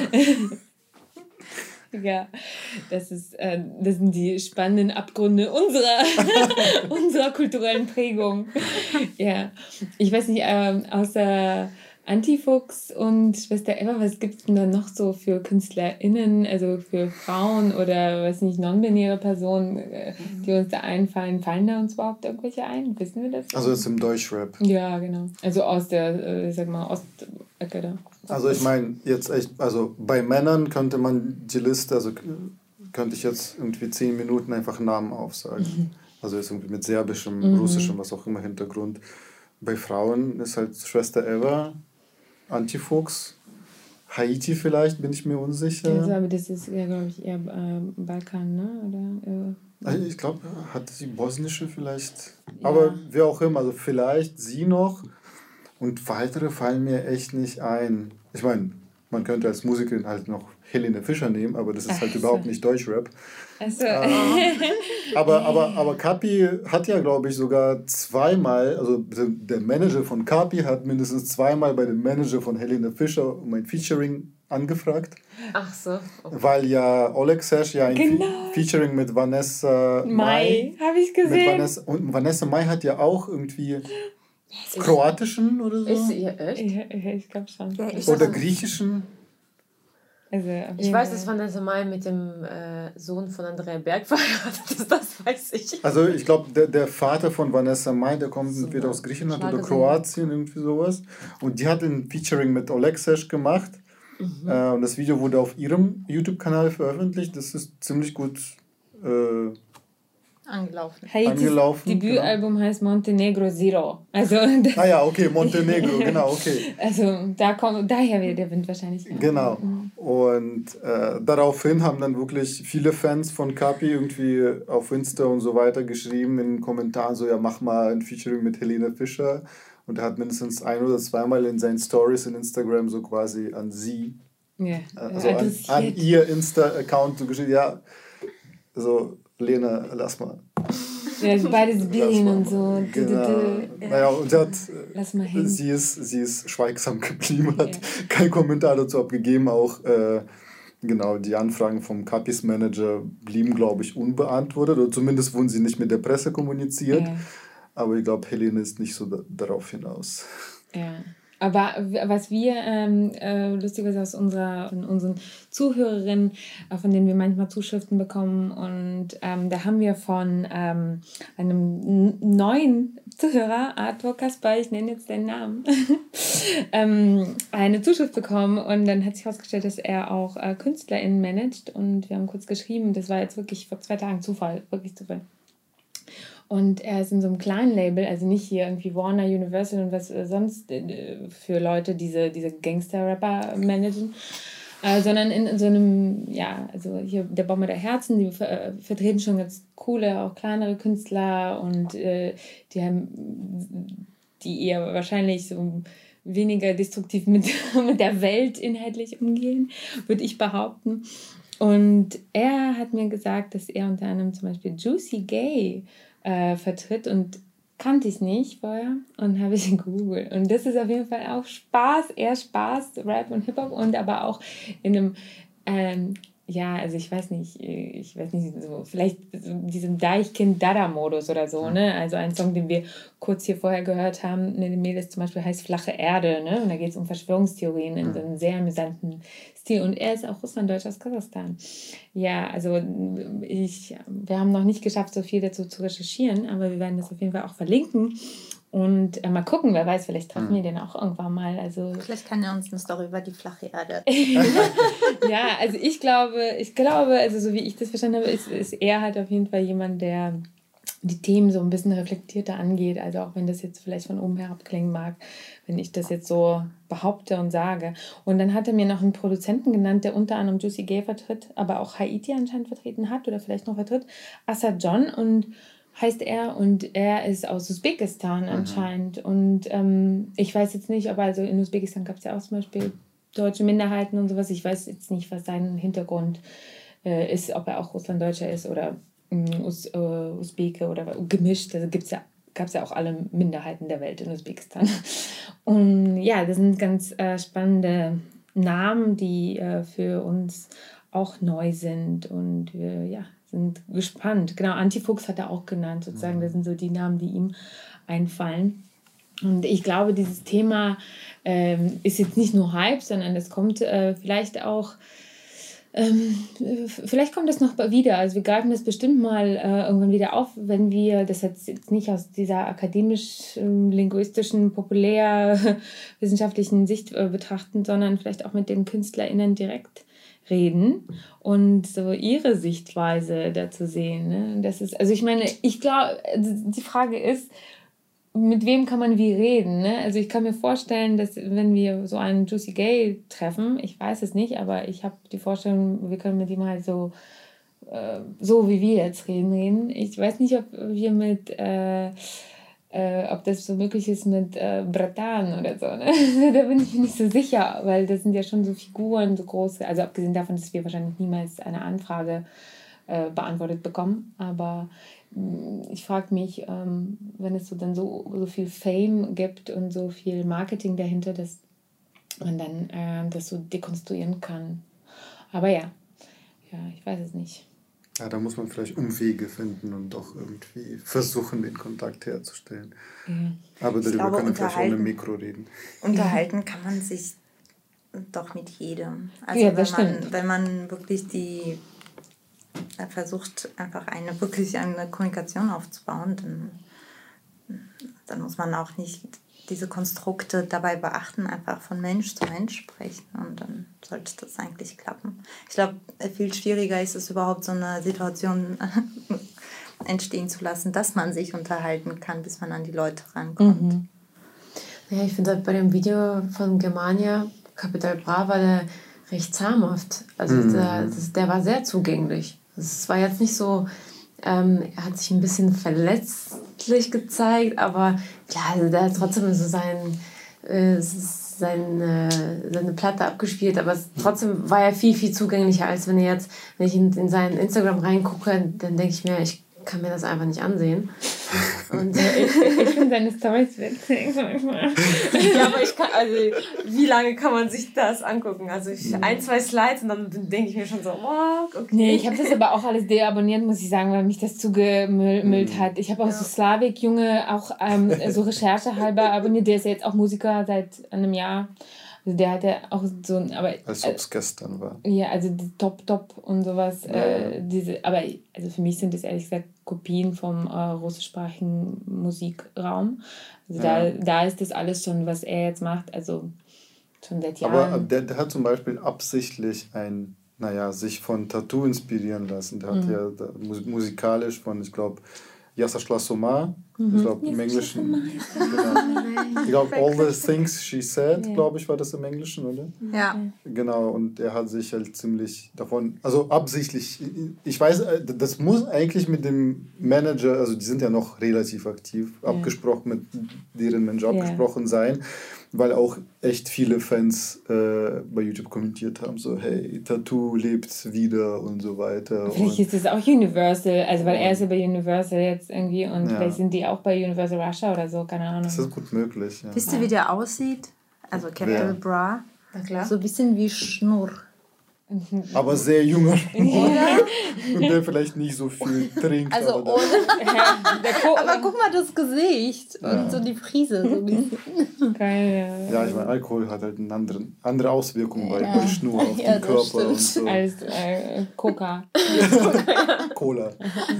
Ja, das, ist, äh, das sind die spannenden Abgründe unserer, unserer kulturellen Prägung. Ja, ich weiß nicht, ähm, außer Antifuchs und Schwester Eva, was gibt es denn da noch so für KünstlerInnen, also für Frauen oder, weiß nicht, non-binäre Personen, äh, die uns da einfallen? Fallen da uns überhaupt irgendwelche ein? Wissen wir das?
Also jetzt im Deutschrap.
Ja, genau. Also aus der, äh, ich sag mal, Ostecke da.
Also ich meine, jetzt echt, also bei Männern könnte man die Liste, also könnte ich jetzt irgendwie zehn Minuten einfach Namen aufsagen. Mhm. Also jetzt irgendwie mit serbischem, mhm. russischem, was auch immer Hintergrund. Bei Frauen ist halt Schwester Eva, Antifuchs, Haiti vielleicht, bin ich mir unsicher.
Also, aber das ist ja, glaube ich, eher äh, Balkan, ne? Oder, äh,
also ich glaube, hatte sie bosnische vielleicht, ja. Aber wie auch immer, also vielleicht sie noch. Und weitere fallen mir echt nicht ein. Ich meine, man könnte als Musikerin halt noch Helene Fischer nehmen, aber das ist
Ach
halt
so.
überhaupt nicht Deutschrap.
Also,
Ähm, aber, aber, aber Kapi hat ja, glaube ich, sogar zweimal, also der Manager von Kapi hat mindestens zweimal bei dem Manager von Helene Fischer um ein Featuring angefragt.
Ach so. Okay.
Weil ja Oleg Sesh ja ein
Genau.
Fe Featuring mit Vanessa
Mai,
Mai.
habe ich
Mit
gesehen.
Vanessa, und Vanessa Mai hat ja auch irgendwie kroatischen oder so.
Ist sie ja echt?
Ja, ja, ich glaube schon.
Ja, ich
Oder
sag-
griechischen.
Also, auf
Ich
jeden
weiß,
Fall.
dass Vanessa Mai mit dem äh, Sohn von Andrea Berg verheiratet ist, das weiß ich.
Also ich glaube, der, der Vater von Vanessa Mai, der kommt
So
entweder
eine
aus Griechenland oder
Schlagersänger.
Kroatien, irgendwie sowas. Und die hat ein Featuring mit Oleg Sesh gemacht.
Mhm.
Äh, und das Video wurde auf ihrem YouTube-Kanal veröffentlicht. Das ist ziemlich gut äh,
Angelaufen.
Haitis
angelaufen,
Debütalbum heißt Montenegro Zero. Also, das,
Ah ja, okay, Montenegro, genau, okay.
also da kommt daher wieder der Wind wahrscheinlich.
Genau. Und äh, daraufhin haben dann wirklich viele Fans von Kapi irgendwie auf Insta und so weiter geschrieben in den Kommentaren so, ja, mach mal ein Featuring mit Helene Fischer. Und er hat mindestens ein oder zweimal in seinen Stories in Instagram so quasi an sie,
Ja,
also an,
adressiert.
an ihr Insta-Account so geschrieben, ja, so, Lena, lass mal.
Ja, also beides
Lass
Billing
mal.
und so. Du, du,
Genau.
du.
Naja, und sie hat,
Lass mal hin.
sie ist, sie ist schweigsam geblieben, hat
Ja.
keinen Kommentar dazu abgegeben. Auch äh, genau die Anfragen vom Kapis Manager blieben, glaube ich, unbeantwortet. Oder zumindest wurden sie nicht mit der Presse kommuniziert.
Ja.
Aber ich glaube, Helene ist nicht so da, darauf hinaus.
Ja. Aber w- was wir ähm, äh, lustigerweise aus unserer, von unseren Zuhörerinnen, äh, von denen wir manchmal Zuschriften bekommen, und ähm, da haben wir von ähm, einem n- neuen Zuhörer, Arthur Kasper, ich nenne jetzt den Namen, ähm, eine Zuschrift bekommen, und dann hat sich herausgestellt, dass er auch äh, KünstlerInnen managt, und wir haben kurz geschrieben, das war jetzt wirklich vor zwei Tagen Zufall, wirklich Zufall. Und er ist in so einem kleinen Label, also nicht hier irgendwie Warner, Universal und was äh, sonst äh, für Leute diese, diese Gangster-Rapper managen, äh, sondern in, in so einem, ja, also hier der Baum der Herzen, die ver äh, vertreten schon ganz coole, auch kleinere Künstler, und äh, die haben, die eher wahrscheinlich so weniger destruktiv mit, mit der Welt inhaltlich umgehen, würde ich behaupten. Und er hat mir gesagt, dass er unter anderem zum Beispiel Juicy Gay äh, vertritt, und kannte ich nicht vorher, und habe ich ihn gegoogelt. Und das ist auf jeden Fall auch Spaß, eher Spaß, Rap und Hip-Hop, und aber auch in einem, ähm, ja, also ich weiß nicht, ich weiß nicht, so, vielleicht so diesem Deichkind-Dada-Modus oder so, ne? Also ein Song, den wir kurz hier vorher gehört haben, ne, den Mädels zum Beispiel, heißt Flache Erde, ne? Und da geht es um Verschwörungstheorien in so einem sehr amüsanten Stil. Und er ist auch Russlanddeutsch aus Kasachstan. Ja, also ich, wir haben noch nicht geschafft, so viel dazu zu recherchieren, aber wir werden das auf jeden Fall auch verlinken. Und äh, mal gucken, wer weiß, vielleicht treffen wir den auch irgendwann mal. Also
Vielleicht kann er uns eine Story über die flache Erde.
ja, also ich glaube, ich glaube, also so wie ich das verstanden habe, ist, ist er halt auf jeden Fall jemand, der die Themen so ein bisschen reflektierter angeht. Also auch wenn das jetzt vielleicht von oben herab klingen mag, wenn ich das jetzt so behaupte und sage. Und dann hat er mir noch einen Produzenten genannt, der unter anderem Juicy Gay vertritt, aber auch Haiti anscheinend vertreten hat oder vielleicht noch vertritt. Assad John und heißt er, und er ist aus Usbekistan anscheinend. Und ähm, ich weiß jetzt nicht, aber also in Usbekistan gab es ja auch zum Beispiel deutsche Minderheiten und sowas. Ich weiß jetzt nicht, was sein Hintergrund äh, ist, ob er auch Russlanddeutscher ist oder äh, Us äh, Usbeke oder gemischt. Also gibt's ja, gab es ja auch alle Minderheiten der Welt in Usbekistan. Und ja, das sind ganz äh, spannende Namen, die äh, für uns auch neu sind, und wir ja, sind gespannt. Genau, Antifuchs hat er auch genannt, sozusagen. Mhm. Das sind so die Namen, die ihm einfallen. Und ich glaube, dieses Thema ähm, ist jetzt nicht nur Hype, sondern es kommt äh, vielleicht auch, ähm, vielleicht kommt das noch wieder. Also wir greifen das bestimmt mal äh, irgendwann wieder auf, wenn wir das jetzt nicht aus dieser akademisch-linguistischen, populär-wissenschaftlichen Sicht äh, betrachten, sondern vielleicht auch mit den KünstlerInnen direkt reden und so ihre Sichtweise dazu sehen. Ne? Das ist, also ich meine, ich glaube, die Frage ist, mit wem kann man wie reden? Ne? Also ich kann mir vorstellen, dass wenn wir so einen Juicy Gay treffen, ich weiß es nicht, aber ich habe die Vorstellung, wir können mit ihm halt so, äh, so wie wir jetzt reden, reden. Ich weiß nicht, ob wir mit äh, äh, ob das so möglich ist mit äh, Bratan oder so. Ne? Da bin ich mir nicht so sicher, weil das sind ja schon so Figuren, so große. Also abgesehen davon, dass wir wahrscheinlich niemals eine Anfrage äh, beantwortet bekommen. Aber mh, ich frage mich, ähm, wenn es so dann so, so viel Fame gibt und so viel Marketing dahinter, dass man dann äh, das so dekonstruieren kann. Aber ja, ja, ich weiß es nicht.
Ja, da muss man vielleicht Umwege finden und doch irgendwie versuchen, den Kontakt herzustellen.
Ja.
Aber
Ich
darüber
glaube,
können wir vielleicht auch im
unterhalten-
Mikro reden.
Unterhalten kann man sich doch mit jedem. Also
Ja, das
wenn man,
stimmt.
wenn man wirklich die äh, versucht, einfach eine wirklich eine Kommunikation aufzubauen, dann, dann muss man auch nicht diese Konstrukte dabei beachten, einfach von Mensch zu Mensch sprechen und dann sollte das eigentlich klappen. Ich glaube, viel schwieriger ist es überhaupt, so eine Situation entstehen zu lassen, dass man sich unterhalten kann, bis man an die Leute rankommt.
Mhm.
Ja, ich finde halt bei dem Video von Germania, Capital Bra, war der recht zahmhaft. Also
Mhm.
der, das, der war sehr zugänglich. Es war jetzt nicht so, ähm, er hat sich ein bisschen verletzlich gezeigt, aber klar, also der hat trotzdem so sein, äh, sein, äh, seine Platte abgespielt, aber es, trotzdem war er viel, viel zugänglicher, als wenn, er jetzt, wenn ich in, in seinen Instagram reingucke, dann denke ich mir, ich kann mir das einfach nicht ansehen. Und, äh,
Ich, ich finde seine Storys witzig manchmal.
ja, aber ich kann, also, wie lange kann man sich das angucken? Also, ich, ein, zwei Slides und dann denke ich mir schon so, wow, okay.
Nee, ich habe das aber auch alles deabonniert, muss ich sagen, weil mich das zugemüllt hat. Ich habe auch so Slavik-Junge auch ähm, so recherchehalber abonniert. Der ist ja jetzt auch Musiker seit einem Jahr. Also der hat ja auch so ein, aber
Als ob es gestern war.
ja, also die Top Top und sowas.
Ja,
Äh,
ja.
diese, aber also für mich sind das ehrlich gesagt Kopien vom äh, russischsprachigen Musikraum. Also
Ja.
da, da ist das alles schon, was er jetzt macht, also schon seit Jahren.
Aber der, der hat zum Beispiel absichtlich ein, naja, sich von Tattoo inspirieren lassen. Der hat
Mhm.
ja da, mus- musikalisch von, ich glaube, Я сошла с ума. Ich glaube, im Englischen. Genau. Ich glaube, All the Things She Said,
Ja.
glaube ich, war das im Englischen, oder?
Ja.
Genau, und er hat sich halt ziemlich davon, also absichtlich, ich weiß, äh, das muss eigentlich mit dem Manager, also die sind ja noch relativ aktiv,
Ja.
abgesprochen, mit deren Manager
Ja.
abgesprochen sein, weil auch echt viele Fans äh, bei YouTube kommentiert haben, so hey, Tattoo lebt wieder und so weiter.
Vielleicht
Und
ist es auch Universal, also weil er ist ja bei Universal jetzt irgendwie und
Ja.
vielleicht sind die auch bei Universal Russia oder so, keine Ahnung.
das ist gut möglich. Ja.
Wisst ihr, wie der aussieht? Also Capital
Wer?
Bra.
Na klar.
So ein bisschen wie Schnurr.
Aber sehr junger und der vielleicht nicht so viel trinkt.
Also
aber
ohne.
Der Ko
Aber guck mal das Gesicht
Ja.
und so die Frise. So ein bisschen.
Keine,
Ja, ich meine, Alkohol hat halt eine andere, andere Auswirkung bei,
Ja.
bei Schnur auf
Ja,
den
das
Körper und
stimmt.
so.
als äh, Coca.
Cola.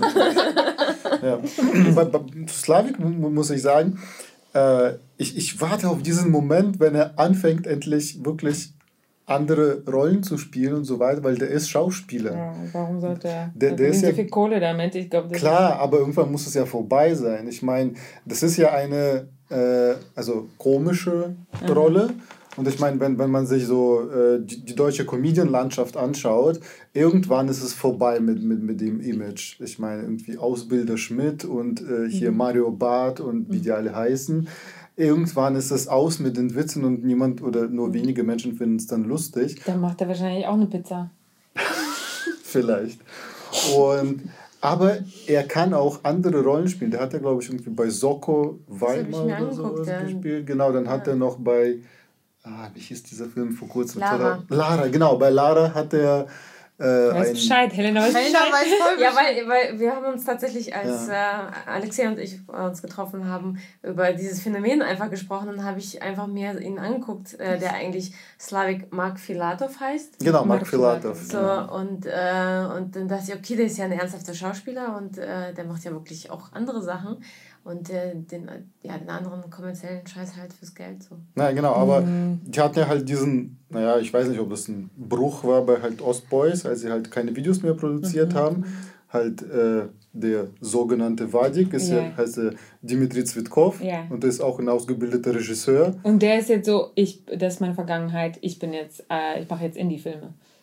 Ja. Bei, bei Slavik mu- muss ich sagen, äh, ich, ich warte auf diesen Moment, wenn er anfängt, endlich wirklich andere Rollen zu spielen und so weiter, weil der ist Schauspieler.
Ja, warum sollte er?
Der-
Der,
der ist
so
ja-
viel Kohle damit. Ich glaube, das
Klar, aber irgendwann muss es ja vorbei sein. Ich meine, das ist ja eine äh, also komische Rolle. Und ich meine, wenn, wenn man sich so äh, die, die deutsche Comedian-Landschaft anschaut, irgendwann ist es vorbei mit, mit, mit dem Image. Ich meine, irgendwie Ausbilder Schmidt und äh, hier
Mhm.
Mario Barth und wie die alle heißen. Irgendwann ist es aus mit den Witzen und niemand oder nur
Mhm.
wenige Menschen finden es dann lustig.
ist, dann macht er wahrscheinlich auch eine Pizza.
Vielleicht. Und, aber er kann auch andere Rollen spielen. Der hat ja, glaube ich, irgendwie bei Soko Weimar
mir
oder sowas
angeguckt, ja.
gespielt. Genau, dann hat er noch bei, ah, wie hieß dieser Film vor kurzem?
Lara.
Lara, genau. Bei Lara hat er äh,
Weißt
ein...
Bescheid, Helena weiß
Helena
Bescheid.
weiß voll
Ja, weil, weil wir haben uns tatsächlich, als
Ja.
äh, Alexei und ich uns getroffen haben, über dieses Phänomen einfach gesprochen und habe ich einfach mir ihn angeguckt, äh, der eigentlich Slavik Mark Filatov heißt.
Genau, Mark
Mark
Filatov.
So,
genau.
und, äh, und dann dachte ich, okay, der ist ja ein ernsthafter Schauspieler und äh, der macht ja wirklich auch andere Sachen. Und äh, den, ja, den anderen kommerziellen Scheiß halt fürs Geld. So.
Na, genau, aber
Mhm.
die hatten ja halt diesen, naja, ich weiß nicht, ob das ein Bruch war bei halt Ostboys, als sie halt keine Videos mehr produziert haben. Halt äh, der sogenannte Vadik, ist ja.
Ja.
heißt er Dimitri Zvitkov
Ja.
und der ist auch ein ausgebildeter Regisseur.
Und der ist jetzt so, ich, das ist meine Vergangenheit, ich bin jetzt, äh, ich mache jetzt Indie-Filme.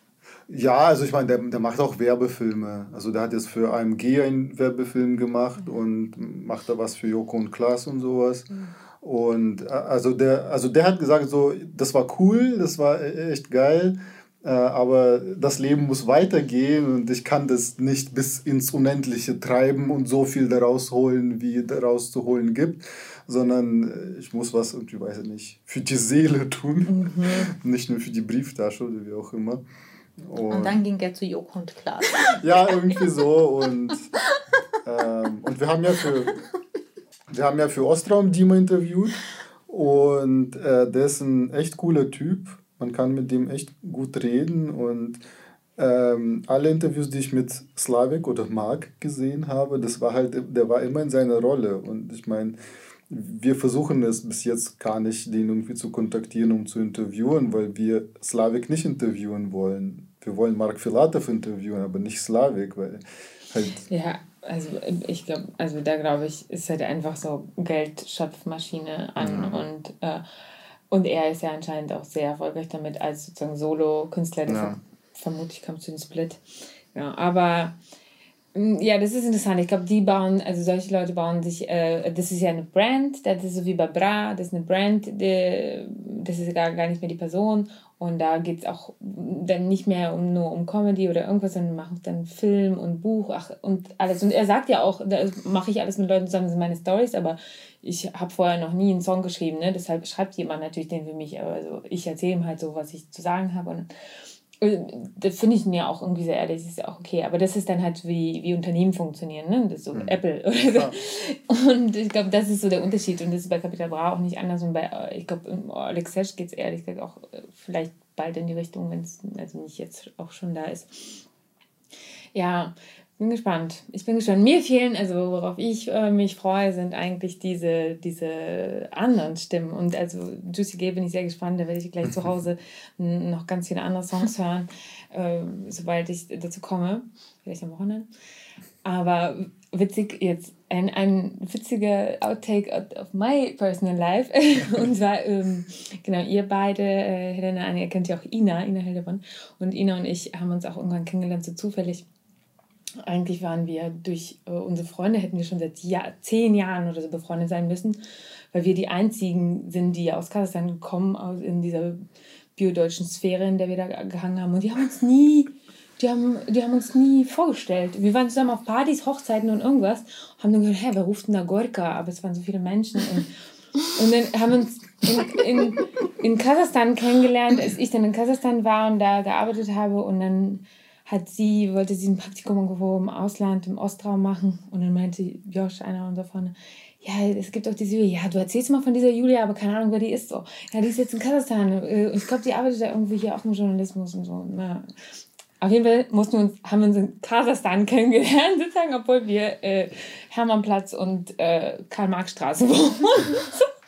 Ja, also ich meine, der, der macht auch Werbefilme. Also der hat jetzt für A M G einen Werbefilm gemacht und macht da was für Joko und Klaas und sowas. Und äh, also der, also der hat gesagt, so, das war cool, das war e- echt geil, äh, aber das Leben muss weitergehen und ich kann das nicht bis ins Unendliche treiben und so viel daraus holen, wie daraus zu holen gibt, sondern äh, ich muss was, irgendwie, weiß ich nicht, für die Seele tun, nicht nur für die Brieftasche oder wie auch immer.
Und
Und
dann ging er zu Joko und Klaas.
ja, irgendwie so. Und, ähm, und wir haben ja für, wir haben ja für Ostraum Dima interviewt. Und äh, der ist ein echt cooler Typ. Man kann mit dem echt gut reden. Und ähm, alle Interviews, die ich mit Slavik oder Mark gesehen habe, das war halt, der war immer in seiner Rolle. Und ich meine, wir versuchen es bis jetzt gar nicht, den irgendwie zu kontaktieren, um zu interviewen, weil wir Slavik nicht interviewen wollen. Wir wollen Mark Filatov interviewen, aber nicht Slavik, weil halt...
Ja, also ich glaube, also da glaube ich, ist halt einfach so Geldschöpfmaschine an mhm. und, äh, und er ist ja anscheinend auch sehr erfolgreich damit als sozusagen Solo-Künstler. Deshalb ja. vermute ich, kommt zu dem Split. Ja, aber ja, das ist interessant. Ich glaube, die bauen, also solche Leute bauen sich, äh, das ist ja eine Brand, das ist so wie bei Bra, das ist eine Brand, die, das ist gar, gar nicht mehr die Person. Und da geht es auch dann nicht mehr um, nur um Comedy oder irgendwas, sondern machen dann Film und Buch ach, und alles. Und er sagt ja auch, da mache ich alles mit Leuten zusammen, das sind meine Storys, aber ich habe vorher noch nie einen Song geschrieben, ne? Deshalb schreibt jemand natürlich den für mich. Aber also ich erzähle ihm halt so, was ich zu sagen habe. Und das finde ich ja auch irgendwie sehr ehrlich, das ist ja auch okay. Aber das ist dann halt, wie, wie Unternehmen funktionieren, ne? Das ist so mhm. Apple oder so. Ja. Und ich glaube, das ist so der Unterschied. Und das ist bei Capital Bra auch nicht anders. Und bei, ich glaube, Alex Sesh geht es ehrlich gesagt auch vielleicht bald in die Richtung, wenn es also nicht jetzt auch schon da ist. Ja, bin gespannt. Ich bin gespannt. Mir fehlen, also worauf ich äh, mich freue, sind eigentlich diese, diese anderen Stimmen. Und also Juicy Gay bin ich sehr gespannt. Da werde ich gleich zu Hause noch ganz viele andere Songs hören, äh, sobald ich dazu komme. Vielleicht am Wochenende. Aber witzig, jetzt ein, ein witziger Outtake of my personal life. Und zwar, ähm, genau, ihr beide, äh, Helena, Anne, ihr kennt ja auch Ina, Ina Hildebrand. Und Ina und ich haben uns auch irgendwann kennengelernt, so zufällig. Eigentlich waren wir durch äh, unsere Freunde, hätten wir schon seit Jahr, zehn Jahren oder so befreundet sein müssen, weil wir die einzigen sind, die aus Kasachstan kommen, aus, in dieser biodeutschen Sphäre, in der wir da gehangen haben. Und die haben uns nie, die haben, die haben uns nie vorgestellt. Wir waren zusammen auf Partys, Hochzeiten und irgendwas, haben dann gesagt, hä, wer ruft denn da Gorka? Aber es waren so viele Menschen. Und, und dann haben wir uns in, in, in Kasachstan kennengelernt, als ich dann in Kasachstan war und da gearbeitet habe. Und dann hat sie, wollte sie ein Praktikum irgendwo im Ausland, im Ostraum machen. Und dann meinte Josh, einer unserer Freunde, ja, es gibt auch diese Julia. Ja, du erzählst mal von dieser Julia, aber keine Ahnung, wer die ist. So. Ja, die ist jetzt in Kasachstan. Und ich glaube, die arbeitet da irgendwie hier auch im Journalismus und so. Na. Auf jeden Fall mussten wir uns, haben wir uns in Kasachstan kennengelernt, sozusagen, obwohl wir äh, Hermannplatz und äh, Karl-Marx-Straße wohnen.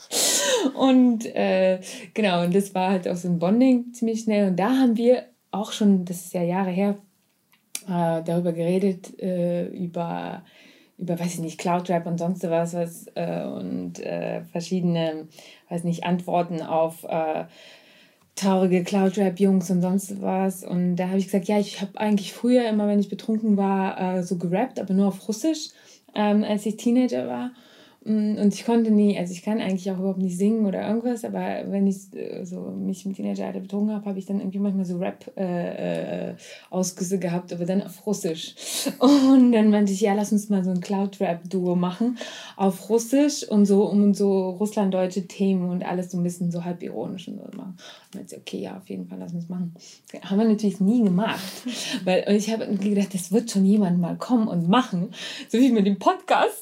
Und äh, genau, und das war halt auch so ein Bonding ziemlich schnell. Und da haben wir auch schon, das ist ja Jahre her, äh, darüber geredet, äh, über, über, weiß ich nicht, Cloud-Rap und sonst was, was äh, und äh, verschiedene, weiß nicht, Antworten auf äh, traurige Cloud-Rap-Jungs und sonst was. Und da habe ich gesagt, ja, ich habe eigentlich früher immer, wenn ich betrunken war, äh, so gerappt, aber nur auf Russisch, ähm, als ich Teenager war. Und ich konnte nie, also ich kann eigentlich auch überhaupt nicht singen oder irgendwas, aber wenn ich so mich im Teenageralter betrunken habe, habe ich dann irgendwie manchmal so Rap-Ausgüsse äh, gehabt, aber dann auf Russisch. Und dann meinte ich, ja, lass uns mal so ein Cloud-Rap-Duo machen auf Russisch und so um so russlanddeutsche Themen und alles so ein bisschen so halb ironisch und so machen. Und dann meinte ich, okay, ja, auf jeden Fall, lass uns machen. Das haben wir natürlich nie gemacht, weil und ich habe irgendwie gedacht, das wird schon jemand mal kommen und machen, so wie mit dem Podcast.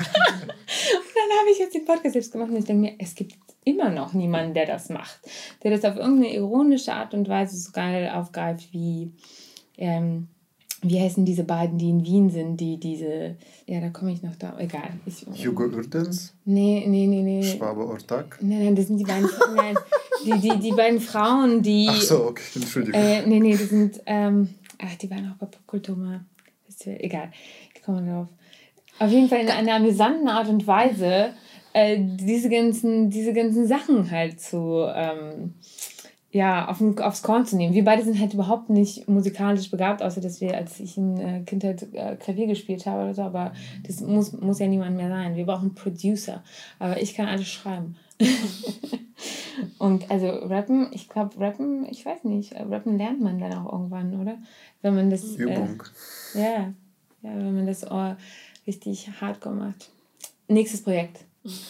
Und dann habe ich jetzt den Podcast selbst gemacht und ich denke mir, es gibt immer noch niemanden, der das macht. Der das auf irgendeine ironische Art und Weise so geil aufgreift, wie, ähm, wie heißen diese beiden, die in Wien sind, die diese, ja, da komme ich noch da, egal. Ich,
Hugo Urtens?
Nee, nee, nee, nee.
Schwabe Ortak?
Nein, nein, das sind die beiden, nein, die, die, die beiden Frauen, die...
Ach so, okay, Entschuldigung.
Äh, nee, nee, die sind, ähm, ach, die waren auch bei Popkultur mal, egal, ich komme drauf. Auf jeden Fall in einer amüsanten Art und Weise äh, diese, ganzen, diese ganzen Sachen halt zu, ähm, ja, auf, aufs Korn zu nehmen. Wir beide sind halt überhaupt nicht musikalisch begabt, außer dass wir, als ich in äh, Kindheit äh, Klavier gespielt habe oder so, aber das muss, muss ja niemand mehr sein. Wir brauchen Producer. Aber ich kann alles schreiben. Und also Rappen, ich glaube, Rappen, ich weiß nicht, Rappen lernt man dann auch irgendwann, oder? Wenn man das...
Übung.
Äh, ja, ja, wenn man das oh, richtig hardcore macht. Nächstes Projekt.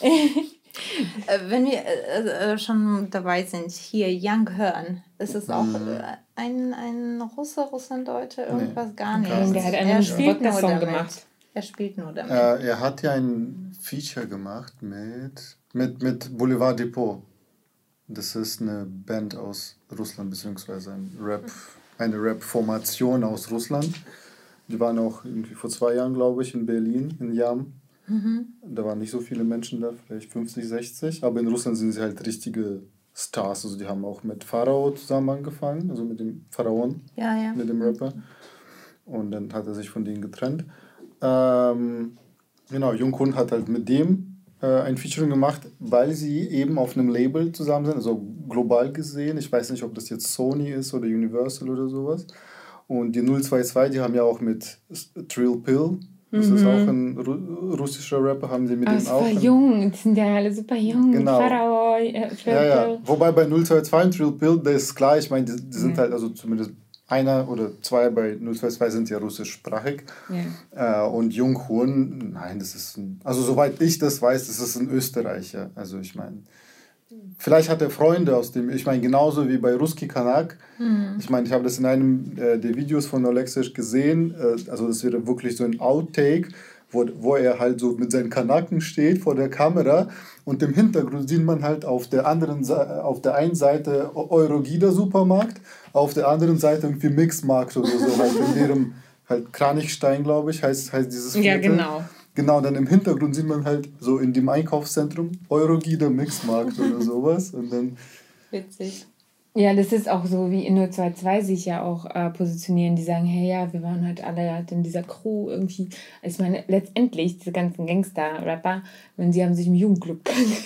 Wenn wir äh, äh, schon dabei sind, hier Young Horn, ist es auch äh, ein, ein Russe, Russlanddeutsche, irgendwas nee, gar nicht.
Der hat einen Podcast-Song gemacht.
Er spielt nur damit.
Äh, er hat ja ein Feature gemacht mit, mit, mit Boulevard Depot. Das ist eine Band aus Russland, beziehungsweise ein Rap, eine Rap-Formation aus Russland. Die waren auch irgendwie vor zwei Jahren, glaube ich, in Berlin, in Jam. Mhm. Da waren nicht so viele Menschen da, vielleicht fünfzig, sechzig. Aber in Russland sind sie halt richtige Stars. Also die haben auch mit Pharao zusammen angefangen, also mit dem Pharaon,
ja, ja.
mit dem Rapper. Und dann hat er sich von denen getrennt. Ähm, genau, Jungkoon hat halt mit dem äh, ein Featuring gemacht, weil sie eben auf einem Label zusammen sind, also global gesehen. Ich weiß nicht, ob das jetzt Sony ist oder Universal oder sowas. Und die null zwei zwei, die haben ja auch mit Trill Pill, das mhm. ist auch ein Ru- russischer Rapper, haben sie mit dem auch.
Super jung, die sind ja alle super jung.
Genau.
Pharao, äh,
ja, ja. Wobei bei null zwei zwei und Trill Pill, das ist klar, ich meine, die, die sind ja. halt, also zumindest einer oder zwei bei null zwei zwei sind ja russischsprachig. Ja. Äh, und Jungkoon, nein, das ist ein, also soweit ich das weiß, das ist ein Österreicher. Also ich meine, vielleicht hat er Freunde aus dem, ich meine, genauso wie bei Ruski Kanak. Mhm. Ich meine, ich habe das in einem äh, der Videos von Oleksiy gesehen. Äh, also das wäre wirklich so ein Outtake, wo, wo er halt so mit seinen Kanaken steht vor der Kamera. Und im Hintergrund sieht man halt auf der anderen auf der einen Seite Eurogida Supermarkt, auf der anderen Seite irgendwie Mixmarkt oder so, halt in deren halt Kranichstein, glaube ich, heißt, heißt dieses Viertel.
Ja, genau.
Genau, dann im Hintergrund sieht man halt so in dem Einkaufszentrum Eurogida Mixmarkt oder sowas. Und dann
witzig. Ja, das ist auch so, wie in null zwei zwei sich ja auch äh, positionieren. Die sagen, hey, ja, wir waren halt alle halt in dieser Crew irgendwie. Ich meine, letztendlich, diese ganzen Gangster-Rapper, wenn sie haben sich im Jugendclub kennengelernt.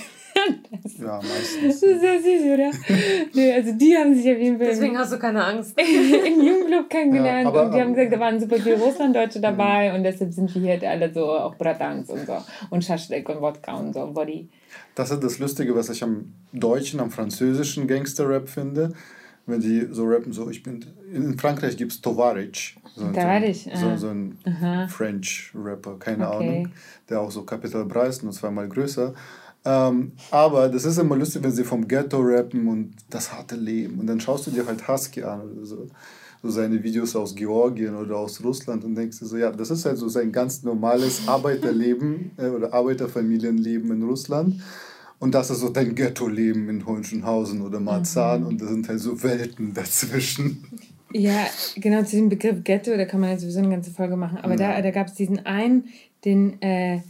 Ja, meistens.
Das ist sehr süß, oder? Nee, also die haben sich auf jeden Fall...
Deswegen hast du keine Angst.
im Jugendclub kennengelernt. Ja, aber, und die haben gesagt, da waren super viele Russlanddeutsche dabei mhm. und deshalb sind wir hier alle so auch Bratans und so. Und Schaschlik und Wodka und so, Body.
Das ist das Lustige, was ich am deutschen, am französischen Gangster-Rap finde. Wenn die so rappen, so ich bin... In Frankreich gibt es Tovarich. So,
Tovarich,
so, so, so ein Aha. French-Rapper, keine okay. Ahnung. Der auch so Capital Bra ist, nur zweimal größer. Ähm, aber das ist immer lustig, wenn sie vom Ghetto rappen und das harte Leben. Und dann schaust du dir halt Husky an oder so. So seine Videos aus Georgien oder aus Russland und denkst dir so, ja, das ist halt so sein ganz normales Arbeiterleben äh, oder Arbeiterfamilienleben in Russland. Und das ist so dein Ghetto-Leben in Hohenschönhausen oder Marzahn mhm. und da sind halt so Welten dazwischen.
Ja, genau, zu dem Begriff Ghetto, da kann man ja sowieso eine ganze Folge machen. Aber ja. da, da gab es diesen einen, den äh,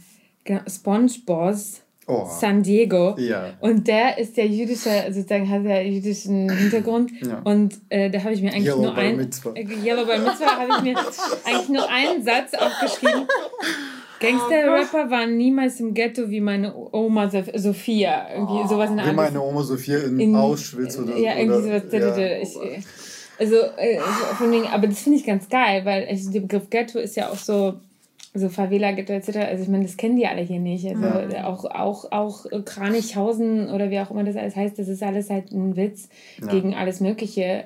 SpongeBoss, Oh. San Diego. Ja. Und der ist ja jüdischer, sozusagen hat ja jüdischen Hintergrund. Ja. Und äh, da habe ich mir eigentlich Yellow nur ein äh, Yellow Bar Mitzvah habe ich mir eigentlich nur einen Satz aufgeschrieben. Gangster-Rapper waren niemals im Ghetto wie meine Oma Sophia. Irgendwie
oh.
sowas in der
Wie meine Oma Sophia in, in Auschwitz oder so.
Ja, irgendwie sowas. Ja. Ich, also, äh, von wegen, aber das finde ich ganz geil, weil also, der Begriff Ghetto ist ja auch so. So Favela, Ghetto et cetera. Also ich meine, das kennen die alle hier nicht. Also ja. auch, auch, auch Kranichhausen oder wie auch immer das alles heißt, das ist alles halt ein Witz ja. gegen alles Mögliche,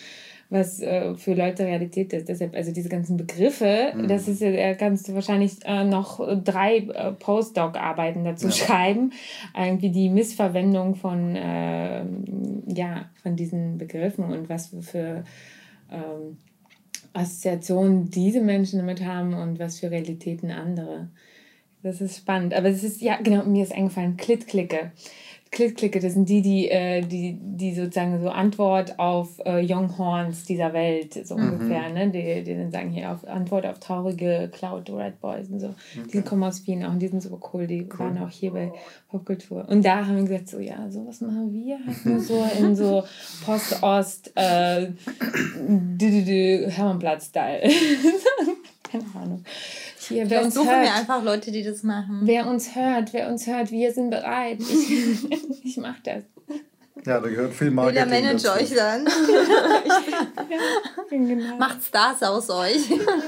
was äh, für Leute Realität ist. Deshalb, also diese ganzen Begriffe, mhm. das ist ja, da kannst du wahrscheinlich äh, noch drei äh, Postdoc-Arbeiten dazu ja. schreiben. Irgendwie die Missverwendung von, äh, ja, von diesen Begriffen und was für ähm, Assoziationen diese Menschen damit haben und was für Realitäten andere. Das ist spannend. Aber es ist, ja, genau, mir ist eingefallen, Klitklicke. Klitklicke, das sind die, die, äh, die, die sozusagen so Antwort auf äh, Young Horns dieser Welt, so mhm. ungefähr, ne? Die, die dann sagen hier auf Antwort auf traurige Cloud Red Boys und so. Okay. Die kommen aus Wien auch und die sind super cool, die cool. waren auch hier bei Popkultur. Und da haben wir gesagt, so ja, sowas machen wir halt nur so in so Post-Ost äh, Hermannplatz-Style. Keine Ahnung. Hier, wer uns
suchen
hört,
wir einfach Leute, die das machen.
Wer uns hört, wer uns hört, wir sind bereit. Ich, ich mach das.
Ja, da gehört viel Marketing
Will der Manager
dazu.
euch dann?
Ja, genau.
Macht Stars aus euch.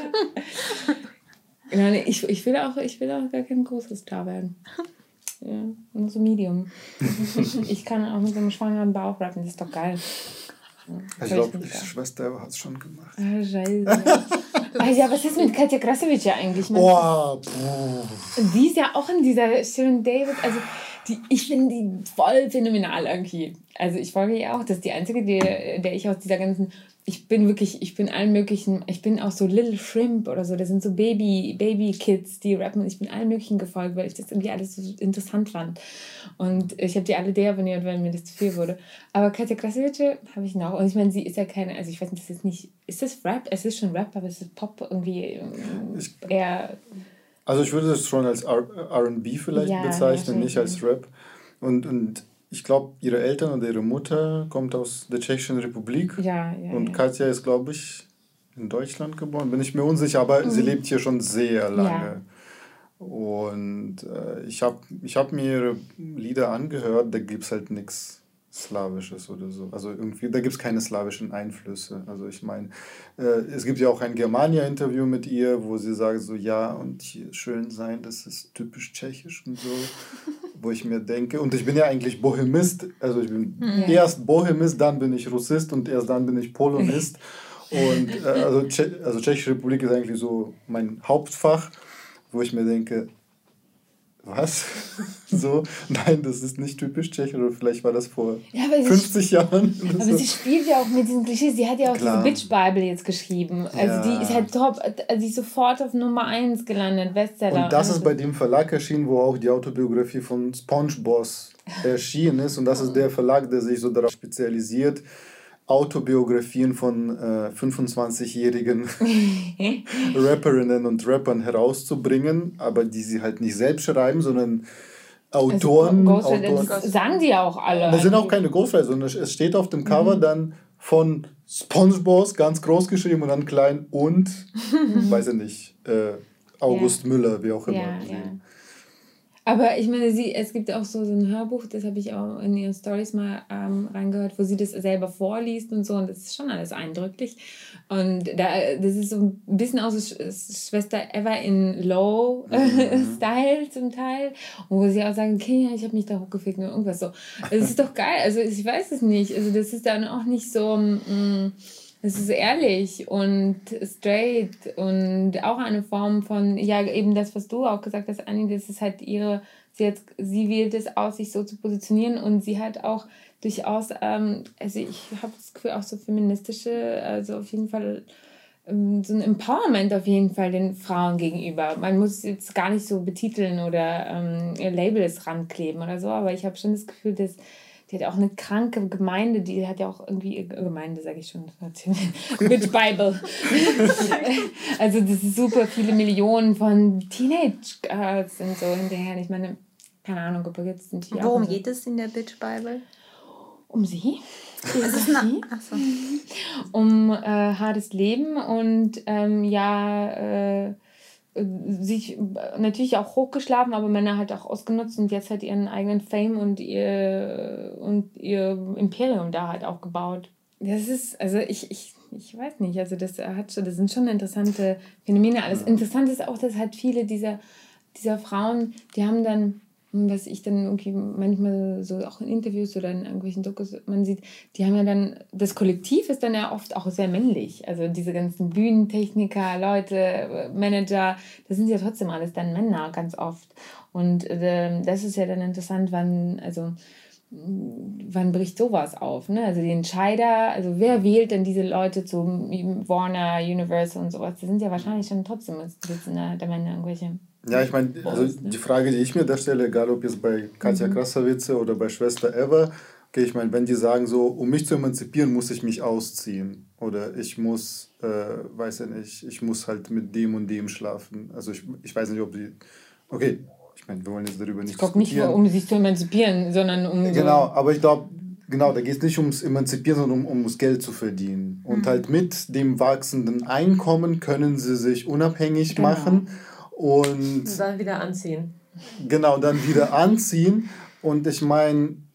Nein, ich, ich, will auch, ich will auch gar kein großes Star werden. Ja, nur so Medium. Ich kann auch mit so einem schwangeren Bauch rappen, das ist doch geil. Ja,
Ich glaube, die Schwester hat es schon gemacht.
Ah, scheiße. Ah, ja, was ist mit Katja Krasavic ja eigentlich? Man,
Oh, puh.
die ist ja auch in dieser Shirin David, also die, ich finde die voll phänomenal irgendwie. Also ich folge ihr auch, das ist die einzige, die, der ich aus dieser ganzen, ich bin wirklich, ich bin allen möglichen, ich bin auch so Little Shrimp oder so, das sind so Baby, Baby-Kids, die rappen und ich bin allen möglichen gefolgt, weil ich das irgendwie alles so interessant fand. Und ich habe die alle deabonniert, weil mir das zu viel wurde. Aber Katja Krasavic habe ich noch. Und ich meine, sie ist ja keine, also ich weiß nicht, das ist nicht, ist das Rap? Es ist schon Rap, aber es ist Pop irgendwie
Ich,
eher...
Also ich würde das schon als R und B vielleicht
Ja,
bezeichnen, nicht
wahrscheinlich,
als Rap. Und, und ich glaube, ihre Eltern oder ihre Mutter kommt aus der Tschechischen Republik.
Ja, ja,
Und
ja.
Katja ist, glaube ich, in Deutschland geboren. Bin ich mir unsicher, aber
Mhm.
sie lebt hier schon sehr lange.
Ja.
Und äh, ich habe ich hab mir ihre Lieder angehört, da gibt es halt nichts Slawisches oder so. Also irgendwie, da gibt es keine slawischen Einflüsse. Also ich meine, äh, es gibt ja auch ein Germania-Interview mit ihr, wo sie sagt so, ja, und hier schön sein, das ist typisch tschechisch und so. Wo ich mir denke, und ich bin ja eigentlich Bohemist, also ich bin
Ja.
erst Bohemist, dann bin ich Russist und erst dann bin ich Polonist. Und äh, also, Tsche also Tschechische Republik ist eigentlich so mein Hauptfach, wo ich mir denke, was? So, nein, das ist nicht typisch tschechisch, oder vielleicht war das vor
Ja, aber sie
fünfzig Jahren. oder
Aber
so.
sie spielt ja auch mit diesen Klischees. Sie hat ja auch
Klar.
diese Bitch-Bible jetzt geschrieben. Also
Ja.
die ist halt top. Also die ist sofort auf Nummer eins gelandet, Bestseller.
Und das
Also-
ist bei dem Verlag erschienen, wo auch die Autobiografie von SpongeBob erschienen ist. Und das ist der Verlag, der sich so darauf spezialisiert, Autobiografien von äh, fünfundzwanzigjährigen Rapperinnen und Rappern herauszubringen, aber die sie halt nicht selbst schreiben, sondern Autoren.
Also, Ghostwriter,
Autoren
das sagen die ja auch alle.
das sind auch keine Ghostwriter, sondern es steht auf dem Cover dann von SpongeBob ganz groß geschrieben und dann klein und, weiß ich nicht, äh, August
Ja.
Müller, wie auch immer.
Ja, ja. Aber ich meine, sie, es gibt auch so, so ein Hörbuch, das habe ich auch in ihren Stories mal ähm, reingehört, wo sie das selber vorliest und so. Und das ist schon alles eindrücklich. Und da, das ist so ein bisschen auch so Sch Schwester Eva in Low-Style zum Teil. Und wo sie auch sagen, okay, ich habe mich da hochgefickt und irgendwas so. Das ist doch geil. Also ich weiß es nicht. Also das ist dann auch nicht so... Mh, es ist ehrlich und straight und auch eine Form von, ja, eben das, was du auch gesagt hast, Anni, das ist halt ihre, sie, hat, sie wählt es aus, sich so zu positionieren und sie hat auch durchaus, ähm, also ich habe das Gefühl, auch so feministische, also auf jeden Fall ähm, so ein Empowerment auf jeden Fall den Frauen gegenüber. Man muss jetzt gar nicht so betiteln oder ähm, ihr Labels rankleben oder so, aber ich habe schon das Gefühl, dass die hat auch eine kranke Gemeinde, die hat ja auch irgendwie, Gemeinde sage ich schon, Bitch Bible. Also das ist super viele Millionen von Teenage Girls sind so hinterher. Ich meine, keine Ahnung, ob jetzt sind die
Worum
auch so.
geht es in der Bitch Bible?
Um sie.
Es ist eine, achso.
Um äh, hartes Leben und ähm, ja, äh, sich natürlich auch hochgeschlafen, aber Männer halt auch ausgenutzt und jetzt halt ihren eigenen Fame und ihr, und ihr Imperium da halt auch gebaut. Das ist, also ich, ich, ich weiß nicht, also das hat schon, das sind schon interessante Phänomene. Alles interessant ist auch, dass halt viele dieser, dieser Frauen, die haben dann, was ich dann irgendwie manchmal so auch in Interviews oder in irgendwelchen Dokus man sieht, die haben ja dann, das Kollektiv ist dann ja oft auch sehr männlich. Also diese ganzen Bühnentechniker, Leute, Manager, das sind ja trotzdem alles dann Männer ganz oft. Und äh, das ist ja dann interessant, wann, also wann bricht sowas auf, ne? Also die Entscheider, also wer wählt denn diese Leute zu Warner, Universal und sowas? Das sind ja wahrscheinlich schon trotzdem sitzen da der Männer irgendwelche.
Ja, ich meine, also die Frage, die ich mir da stelle, egal ob jetzt bei Katja Krasavice oder bei Schwester Eva, okay, ich meine, wenn die sagen so, um mich zu emanzipieren, muss ich mich ausziehen oder ich muss, äh, weiß ja nicht, ich muss halt mit dem und dem schlafen. Also ich, ich weiß nicht, ob die, okay, ich meine, wir wollen jetzt darüber nicht
Ich glaube nicht,
diskutieren.
um sich zu emanzipieren, sondern um...
Genau, aber ich glaube, genau, da geht es nicht ums Emanzipieren, sondern um, ums Geld zu verdienen. Und
Mhm.
halt mit dem wachsenden Einkommen können sie sich unabhängig
Genau.
machen und
Und dann wieder anziehen.
genau, dann wieder anziehen. Und ich meine,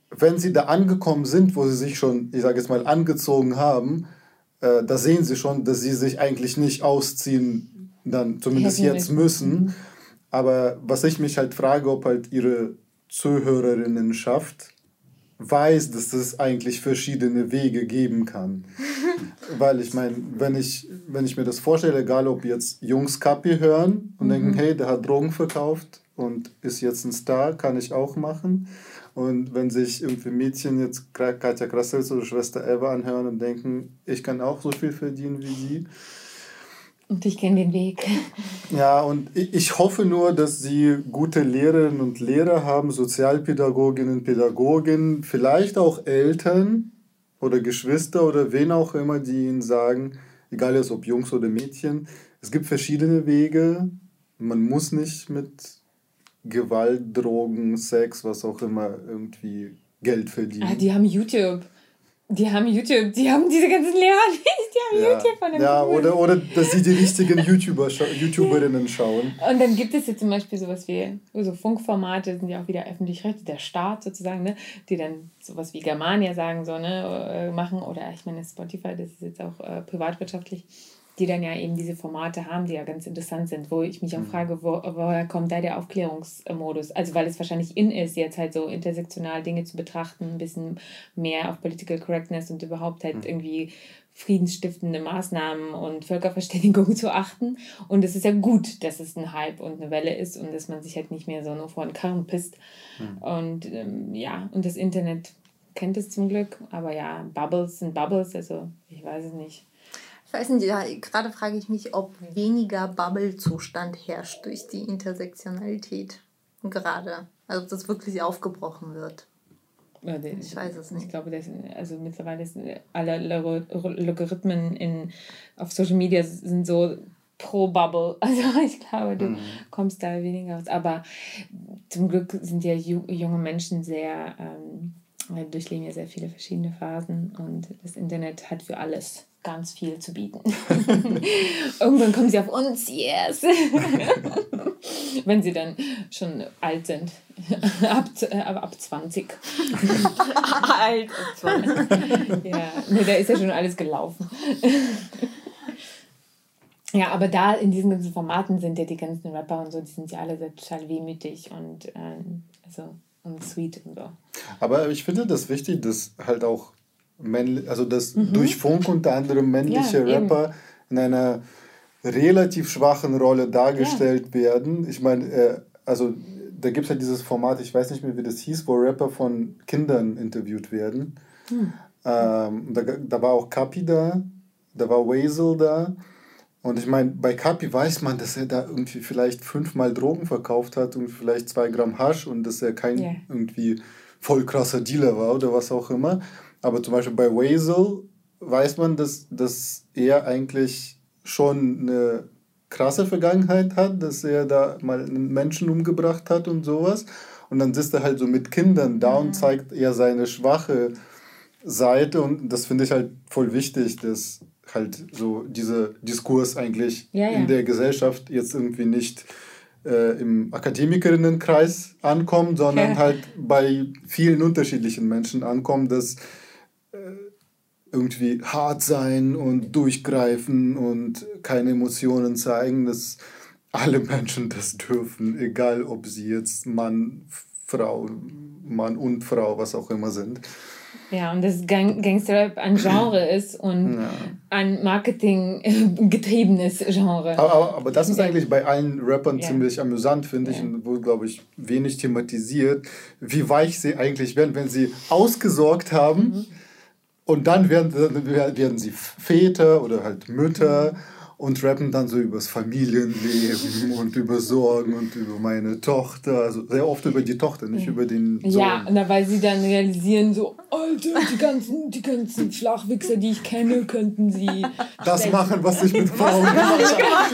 wenn sie da angekommen sind, wo sie sich schon, ich sage jetzt mal, angezogen haben, äh, da sehen sie schon, dass sie sich eigentlich nicht ausziehen, dann zumindest
Hätten
jetzt
wir-
müssen.
Mhm.
Aber was ich mich halt frage, ob halt ihre Zuhörerinnenschaft weiß, dass es eigentlich verschiedene Wege geben kann. Weil ich meine, wenn ich, wenn ich mir das vorstelle, egal ob jetzt Jungs Kapi hören und denken, hey, der hat Drogen verkauft und ist jetzt ein Star, kann ich auch machen. Und wenn sich irgendwie Mädchen jetzt Katja Krasavice oder Schwester Eva anhören und denken, ich kann auch so viel verdienen wie sie.
Und ich kenne den Weg.
Ja, und ich ich hoffe nur, dass sie gute Lehrerinnen und Lehrer haben, Sozialpädagoginnen, Pädagogen, vielleicht auch Eltern oder Geschwister oder wen auch immer, die ihnen sagen, egal jetzt ob Jungs oder Mädchen, es gibt verschiedene Wege. Man muss nicht mit Gewalt, Drogen, Sex, was auch immer, irgendwie Geld verdienen.
Ah, die haben YouTube. Die haben YouTube. Die haben diese ganzen Lehrer nicht. Die haben
ja,
YouTube von dem
ja
Pool.
oder, oder dass sie die richtigen YouTuber, scha- YouTuberinnen schauen.
Und dann gibt es jetzt zum Beispiel sowas wie, so Funkformate, sind ja auch wieder öffentlich-rechtlich, der Staat sozusagen, ne, die dann sowas wie Germania sagen, so, ne, äh, machen. Oder ich meine, Spotify, das ist jetzt auch äh, privatwirtschaftlich, die dann ja eben diese Formate haben, die ja ganz interessant sind, wo ich mich auch frage, wo, woher kommt da der Aufklärungsmodus? Also weil es wahrscheinlich in ist, jetzt halt so intersektional Dinge zu betrachten, ein bisschen mehr auf Political Correctness und überhaupt halt irgendwie friedensstiftende Maßnahmen und Völkerverständigung zu achten. Und es ist ja gut, dass es ein Hype und eine Welle ist und dass man sich halt nicht mehr so nur vor den Karren pisst. Mhm. Und ähm, ja, und das Internet kennt es zum Glück, aber ja, Bubbles sind Bubbles, also ich weiß es nicht.
Ich weiß nicht, ja, gerade frage ich mich, ob weniger Bubble-Zustand herrscht durch die Intersektionalität gerade. Also ob das wirklich aufgebrochen wird.
Ja, der,
ich weiß es nicht.
Ich glaube, das, also mittlerweile sind alle Logarithmen in, auf Social Media sind so pro Bubble. Also ich glaube, du mhm. kommst da weniger raus. Aber zum Glück sind ja ju- junge Menschen sehr, ähm, durchleben ja sehr viele verschiedene Phasen und das Internet hat für alles ganz viel zu bieten. Irgendwann kommen sie auf uns, yes! Wenn sie dann schon alt sind. ab, äh, ab zwanzig. alt ab zwanzig. Ja, ne, da ist ja schon alles gelaufen. Ja, aber da in diesen ganzen Formaten sind ja die ganzen Rapper und so, die sind ja alle sehr total wehmütig und, ähm, also, und sweet und so.
Aber ich finde das wichtig, dass halt auch männlich, also dass mhm. durch Funk unter anderem männliche ja, Rapper eben. in einer relativ schwachen Rolle dargestellt ja. werden. Ich meine, äh, also da gibt es halt dieses Format, ich weiß nicht mehr, wie das hieß, wo Rapper von Kindern interviewt werden. Hm. Ähm, da, da war auch Kapi da, da war Wazel da. Und ich meine, bei Kapi weiß man, dass er da irgendwie vielleicht fünfmal Drogen verkauft hat und vielleicht zwei Gramm Hasch und dass er kein yeah. irgendwie voll krasser Dealer war oder was auch immer. Aber zum Beispiel bei Wazel weiß man, dass, dass er eigentlich schon eine krasse Vergangenheit hat, dass er da mal einen Menschen umgebracht hat und sowas. Und dann sitzt er halt so mit Kindern da mhm. und zeigt eher seine schwache Seite. Und das finde ich halt voll wichtig, dass halt so dieser Diskurs eigentlich ja, ja. in der Gesellschaft jetzt irgendwie nicht äh, im Akademikerinnenkreis ankommt, sondern ja. halt bei vielen unterschiedlichen Menschen ankommt, dass äh, irgendwie hart sein und durchgreifen und keine Emotionen zeigen, dass alle Menschen das dürfen, egal ob sie jetzt Mann, Frau, Mann und Frau, was auch immer sind.
Ja, und dass Gang- Gangsterrap ein Genre ist und ja. ein Marketing-getriebenes Genre.
Aber, aber, aber das ist eigentlich bei allen Rappern ja. ziemlich amüsant, finde ich, ja. und wurde, glaube ich, wenig thematisiert, wie weich sie eigentlich werden, wenn sie ausgesorgt haben. Mhm. Und dann werden, werden sie Väter oder halt Mütter und rappen dann so über das Familienleben und über Sorgen und über meine Tochter. Also sehr oft über die Tochter, nicht über den Sohn.
Ja, und weil sie dann realisieren so, Alter, die ganzen, die ganzen Flachwichser, die ich kenne, könnten sie...
Das stechen. machen, was ich mit Frauen gemacht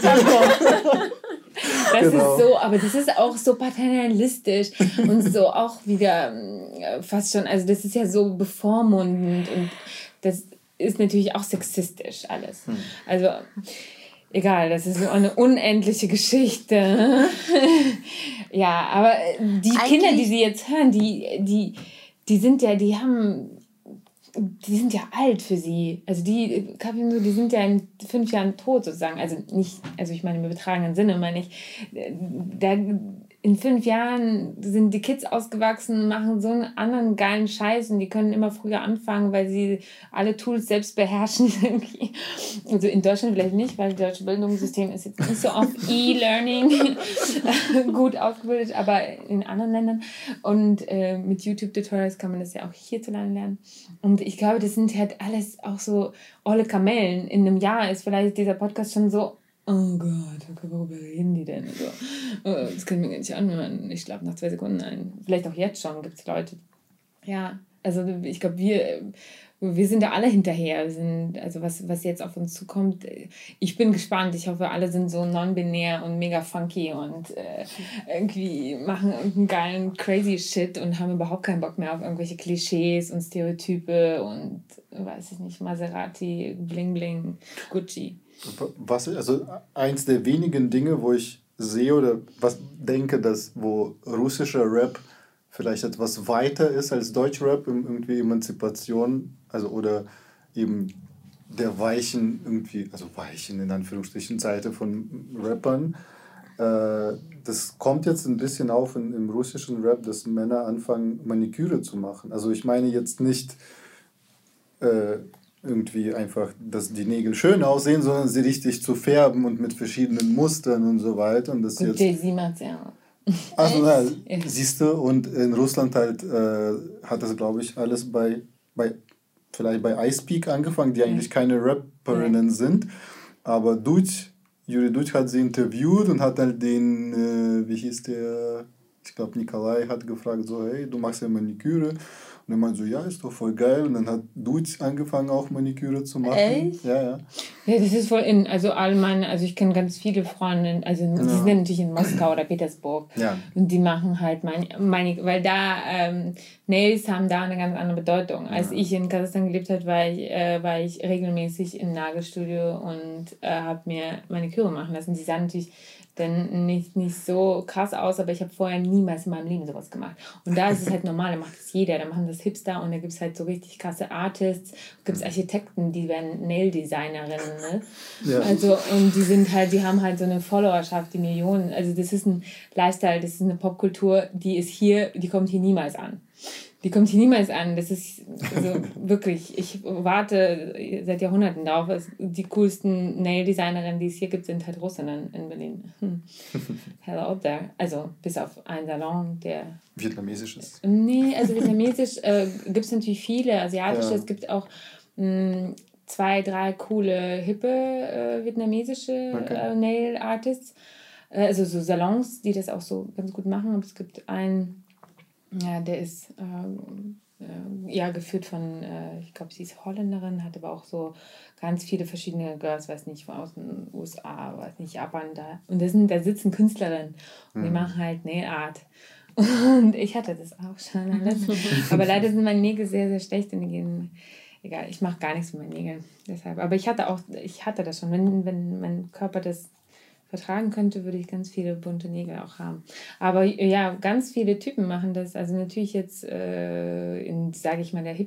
habe.
Das genau. ist so, aber das ist auch so paternalistisch und so auch wieder fast schon, also das ist ja so bevormundend und das ist natürlich auch sexistisch alles. Hm. Also egal, das ist so eine unendliche Geschichte. Ja, aber die Eigentlich Kinder, die sie jetzt hören, die, die, die sind ja, die haben, die sind ja alt für sie. Also die Kaffee und so, die sind ja in fünf Jahren tot sozusagen. Also nicht, also ich meine im übertragenen Sinne, meine ich, da, in fünf Jahren sind die Kids ausgewachsen, machen so einen anderen geilen Scheiß und die können immer früher anfangen, weil sie alle Tools selbst beherrschen. Also in Deutschland vielleicht nicht, weil das deutsche Bildungssystem ist jetzt nicht so auf E-Learning gut ausgebildet, aber in anderen Ländern. Und äh, mit YouTube-Tutorials kann man das ja auch hierzulande lernen. Und ich glaube, das sind halt alles auch so olle Kamellen. In einem Jahr ist vielleicht dieser Podcast schon so, oh Gott, worüber reden die denn? So, oh, das können wir gar nicht anhören. Ich schlafe nach zwei Sekunden ein. Vielleicht auch jetzt schon gibt es Leute. Ja, also ich glaube, wir, wir sind da alle hinterher. Wir sind, also was, was jetzt auf uns zukommt, ich bin gespannt. Ich hoffe, alle sind so non-binär und mega funky und äh, irgendwie machen irgendeinen geilen crazy Shit und haben überhaupt keinen Bock mehr auf irgendwelche Klischees und Stereotype und, weiß ich nicht, Maserati, Bling Bling, Gucci.
Was, also eins der wenigen Dinge, wo ich sehe oder was denke, dass wo russischer Rap vielleicht etwas weiter ist als Deutschrap, irgendwie Emanzipation, also oder eben der weichen, irgendwie, also weichen in Anführungsstrichen Seite von Rappern. Äh, das kommt jetzt ein bisschen auf in, im russischen Rap, dass Männer anfangen, Maniküre zu machen. Also ich meine jetzt nicht äh, irgendwie einfach, dass die Nägel schön aussehen, sondern sie richtig zu färben und mit verschiedenen Mustern und so weiter. Und das jetzt
Jay-Z macht's ja.
Also, na, siehst du, und in Russland halt äh, hat das, glaube ich, alles bei, bei vielleicht bei Ice Peak angefangen, die eigentlich keine Rapperinnen ja. sind, aber Dutch, Juri Dutch hat sie interviewt und hat halt den, äh, wie hieß der, ich glaube Nikolai hat gefragt, so, hey, du machst ja Maniküre. Und er meinte so, ja, ist doch voll geil. Und dann hat Dutch angefangen, auch Maniküre zu machen.
Echt?
Ja, ja.
Ja, das ist voll in, also all meine, also ich kenne ganz viele Freundinnen, also ja. die sind natürlich in Moskau oder Petersburg. Ja. Und die machen halt meine, meine weil da ähm, Nails haben da eine ganz andere Bedeutung. Als ja. ich in Kasachstan gelebt habe, war ich, äh, war ich regelmäßig im Nagelstudio und äh, habe mir Maniküre machen lassen. Die sahen natürlich dann nicht, nicht so krass aus, aber ich habe vorher niemals in meinem Leben sowas gemacht. Und da ist es halt normal, da macht es jeder, da machen das Hipster und da gibt es halt so richtig krasse Artists, gibt es Architekten, die werden Nail-Designerinnen, ne? Ja. Also, und die sind halt, die haben halt so eine Followerschaft, die Millionen, also das ist ein Lifestyle, das ist eine Popkultur, die ist hier, die kommt hier niemals an. Die kommt hier niemals an. Das ist also wirklich, ich warte seit Jahrhunderten darauf. Die coolsten Nail-Designerinnen, die es hier gibt, sind halt Russinnen in Berlin. Hm. Hello out there. Also bis auf einen Salon, der...
Vietnamesisch ist?
Nee, also vietnamesisch äh, gibt es natürlich viele, asiatische. Ja. Es gibt auch mh, zwei, drei coole, hippe äh, vietnamesische okay. äh, Nail-Artists. Äh, also so Salons, die das auch so ganz gut machen. Aber es gibt einen... Ja, der ist äh, äh, ja geführt von, äh, ich glaube, sie ist Holländerin, hat aber auch so ganz viele verschiedene Girls, weiß nicht, aus den U S A, weiß nicht, Japan da. Und da, sind, da sitzen Künstlerinnen und die mhm. machen halt Nail Art. Und ich hatte das auch schon alles. Aber leider sind meine Nägel sehr, sehr schlecht und die gehen, egal, ich mache gar nichts mit meinen Nägeln. Deshalb. Aber ich hatte auch, ich hatte das schon, wenn, wenn mein Körper das vertragen könnte, würde ich ganz viele bunte Nägel auch haben. Aber ja, ganz viele Typen machen das. Also natürlich jetzt äh, in, sage ich mal, der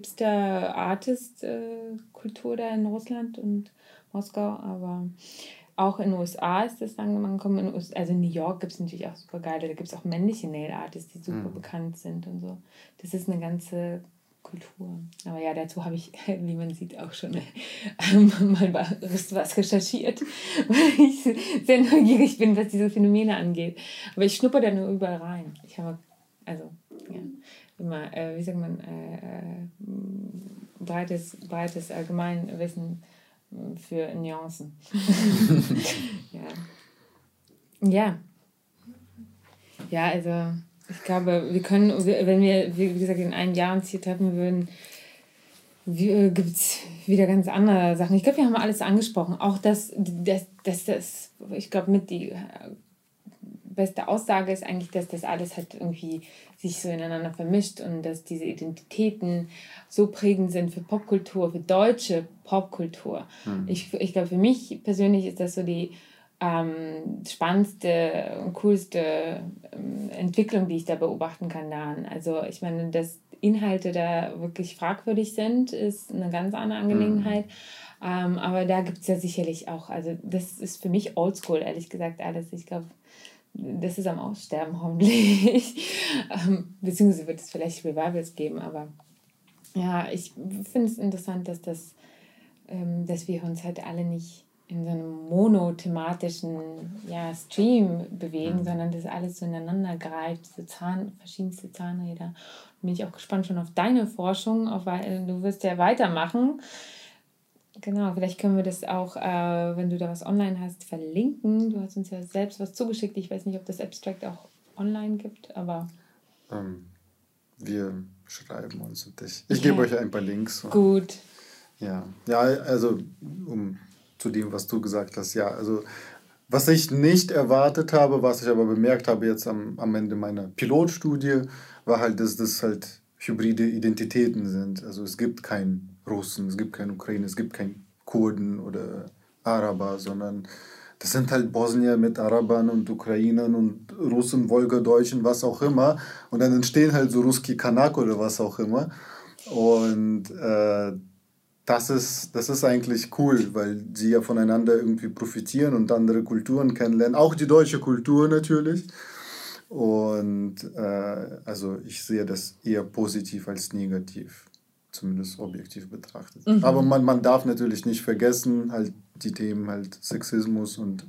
Hipster-Artist-Kultur da in Russland und Moskau, aber auch in den U S A ist das langsam gekommen. In U S A, also in New York gibt es natürlich auch super geile, da gibt es auch männliche Nail-Artists, die super mhm. bekannt sind und so. Das ist eine ganze Kultur. Aber ja, dazu habe ich, wie man sieht, auch schon ähm, mal was, was recherchiert, weil ich sehr neugierig bin, was diese Phänomene angeht. Aber ich schnupper da nur überall rein. Ich habe, also, ja, immer, äh, wie sagt man, äh, äh, breites, breites Allgemeinwissen für Nuancen. ja. Ja. Ja, also... Ich glaube, wir können, wenn wir, wie gesagt, in einem Jahr uns hier treffen würden, gibt es wieder ganz andere Sachen. Ich glaube, wir haben alles angesprochen. Auch das, das, das, das ich glaube, mit die beste Aussage ist eigentlich, dass das alles halt irgendwie sich so ineinander vermischt und dass diese Identitäten so prägend sind für Popkultur, für deutsche Popkultur. Mhm. Ich, ich glaube, für mich persönlich ist das so die Ähm, spannendste und coolste ähm, Entwicklung, die ich da beobachten kann daran. Also ich meine, dass Inhalte da wirklich fragwürdig sind, ist eine ganz andere Angelegenheit. Mhm. Ähm, aber da gibt es ja sicherlich auch, also das ist für mich oldschool, ehrlich gesagt, alles. Ich glaube, das ist am Aussterben hoffentlich. ähm, beziehungsweise wird es vielleicht Revivals geben, aber ja, ich finde es interessant, dass, das, ähm, dass wir uns halt alle nicht in so einem monothematischen ja, Stream bewegen, mhm. sondern dass alles so ineinander greift, diese Zahn, verschiedenste Zahnräder. Bin ich auch gespannt schon auf deine Forschung, auf, du wirst ja weitermachen. Genau, vielleicht können wir das auch, äh, wenn du da was online hast, verlinken. Du hast uns ja selbst was zugeschickt. Ich weiß nicht, ob das Abstract auch online gibt, aber...
Ähm, wir schreiben uns und ich. Ich ja. gebe euch ein paar Links. Und,
Gut.
Ja, ja, also um zu dem, was du gesagt hast, ja, also was ich nicht erwartet habe, was ich aber bemerkt habe jetzt am, am Ende meiner Pilotstudie, war halt, dass das halt hybride Identitäten sind. Also es gibt keinen Russen, es gibt keinen Ukrainer, es gibt keinen Kurden oder Araber, sondern das sind halt Bosnier mit Arabern und Ukrainern und Russen, Wolgadeutschen, was auch immer. Und dann entstehen halt so Ruski Kanak oder was auch immer. Und äh, das ist, das ist eigentlich cool, weil sie ja voneinander irgendwie profitieren und andere Kulturen kennenlernen. Auch die deutsche Kultur natürlich. Und äh, also ich sehe das eher positiv als negativ, zumindest objektiv betrachtet. Mhm. Aber man, man darf natürlich nicht vergessen, halt die Themen halt Sexismus und,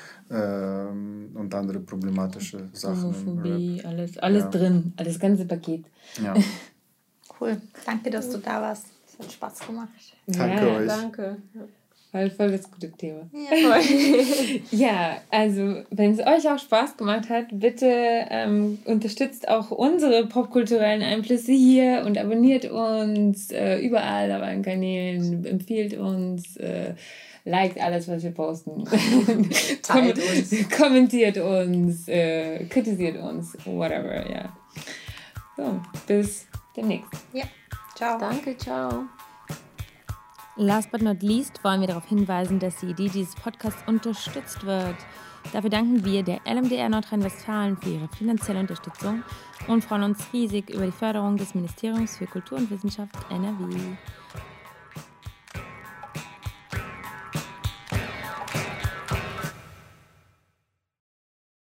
ähm, und andere problematische Sachen.
Homophobie, alles, alles ja. drin, das ganze Paket.
Ja.
Cool, danke, dass du da warst. Es hat Spaß gemacht.
Danke
ja,
euch.
Danke. Voll, voll das gute Thema. Ja, ja, also wenn es euch auch Spaß gemacht hat, bitte ähm, unterstützt auch unsere popkulturellen Einflüsse hier und abonniert uns äh, überall auf allen Kanälen, empfiehlt uns, äh, liked alles, was wir posten, Teilt uns. kommentiert uns, äh, kritisiert uns, whatever, ja. So, bis demnächst.
Ja, ciao.
Danke, ciao.
Last but not least wollen wir darauf hinweisen, dass die Idee dieses Podcasts unterstützt wird. Dafür danken wir der L M D R Nordrhein-Westfalen für ihre finanzielle Unterstützung und freuen uns riesig über die Förderung des Ministeriums für Kultur und Wissenschaft N R W.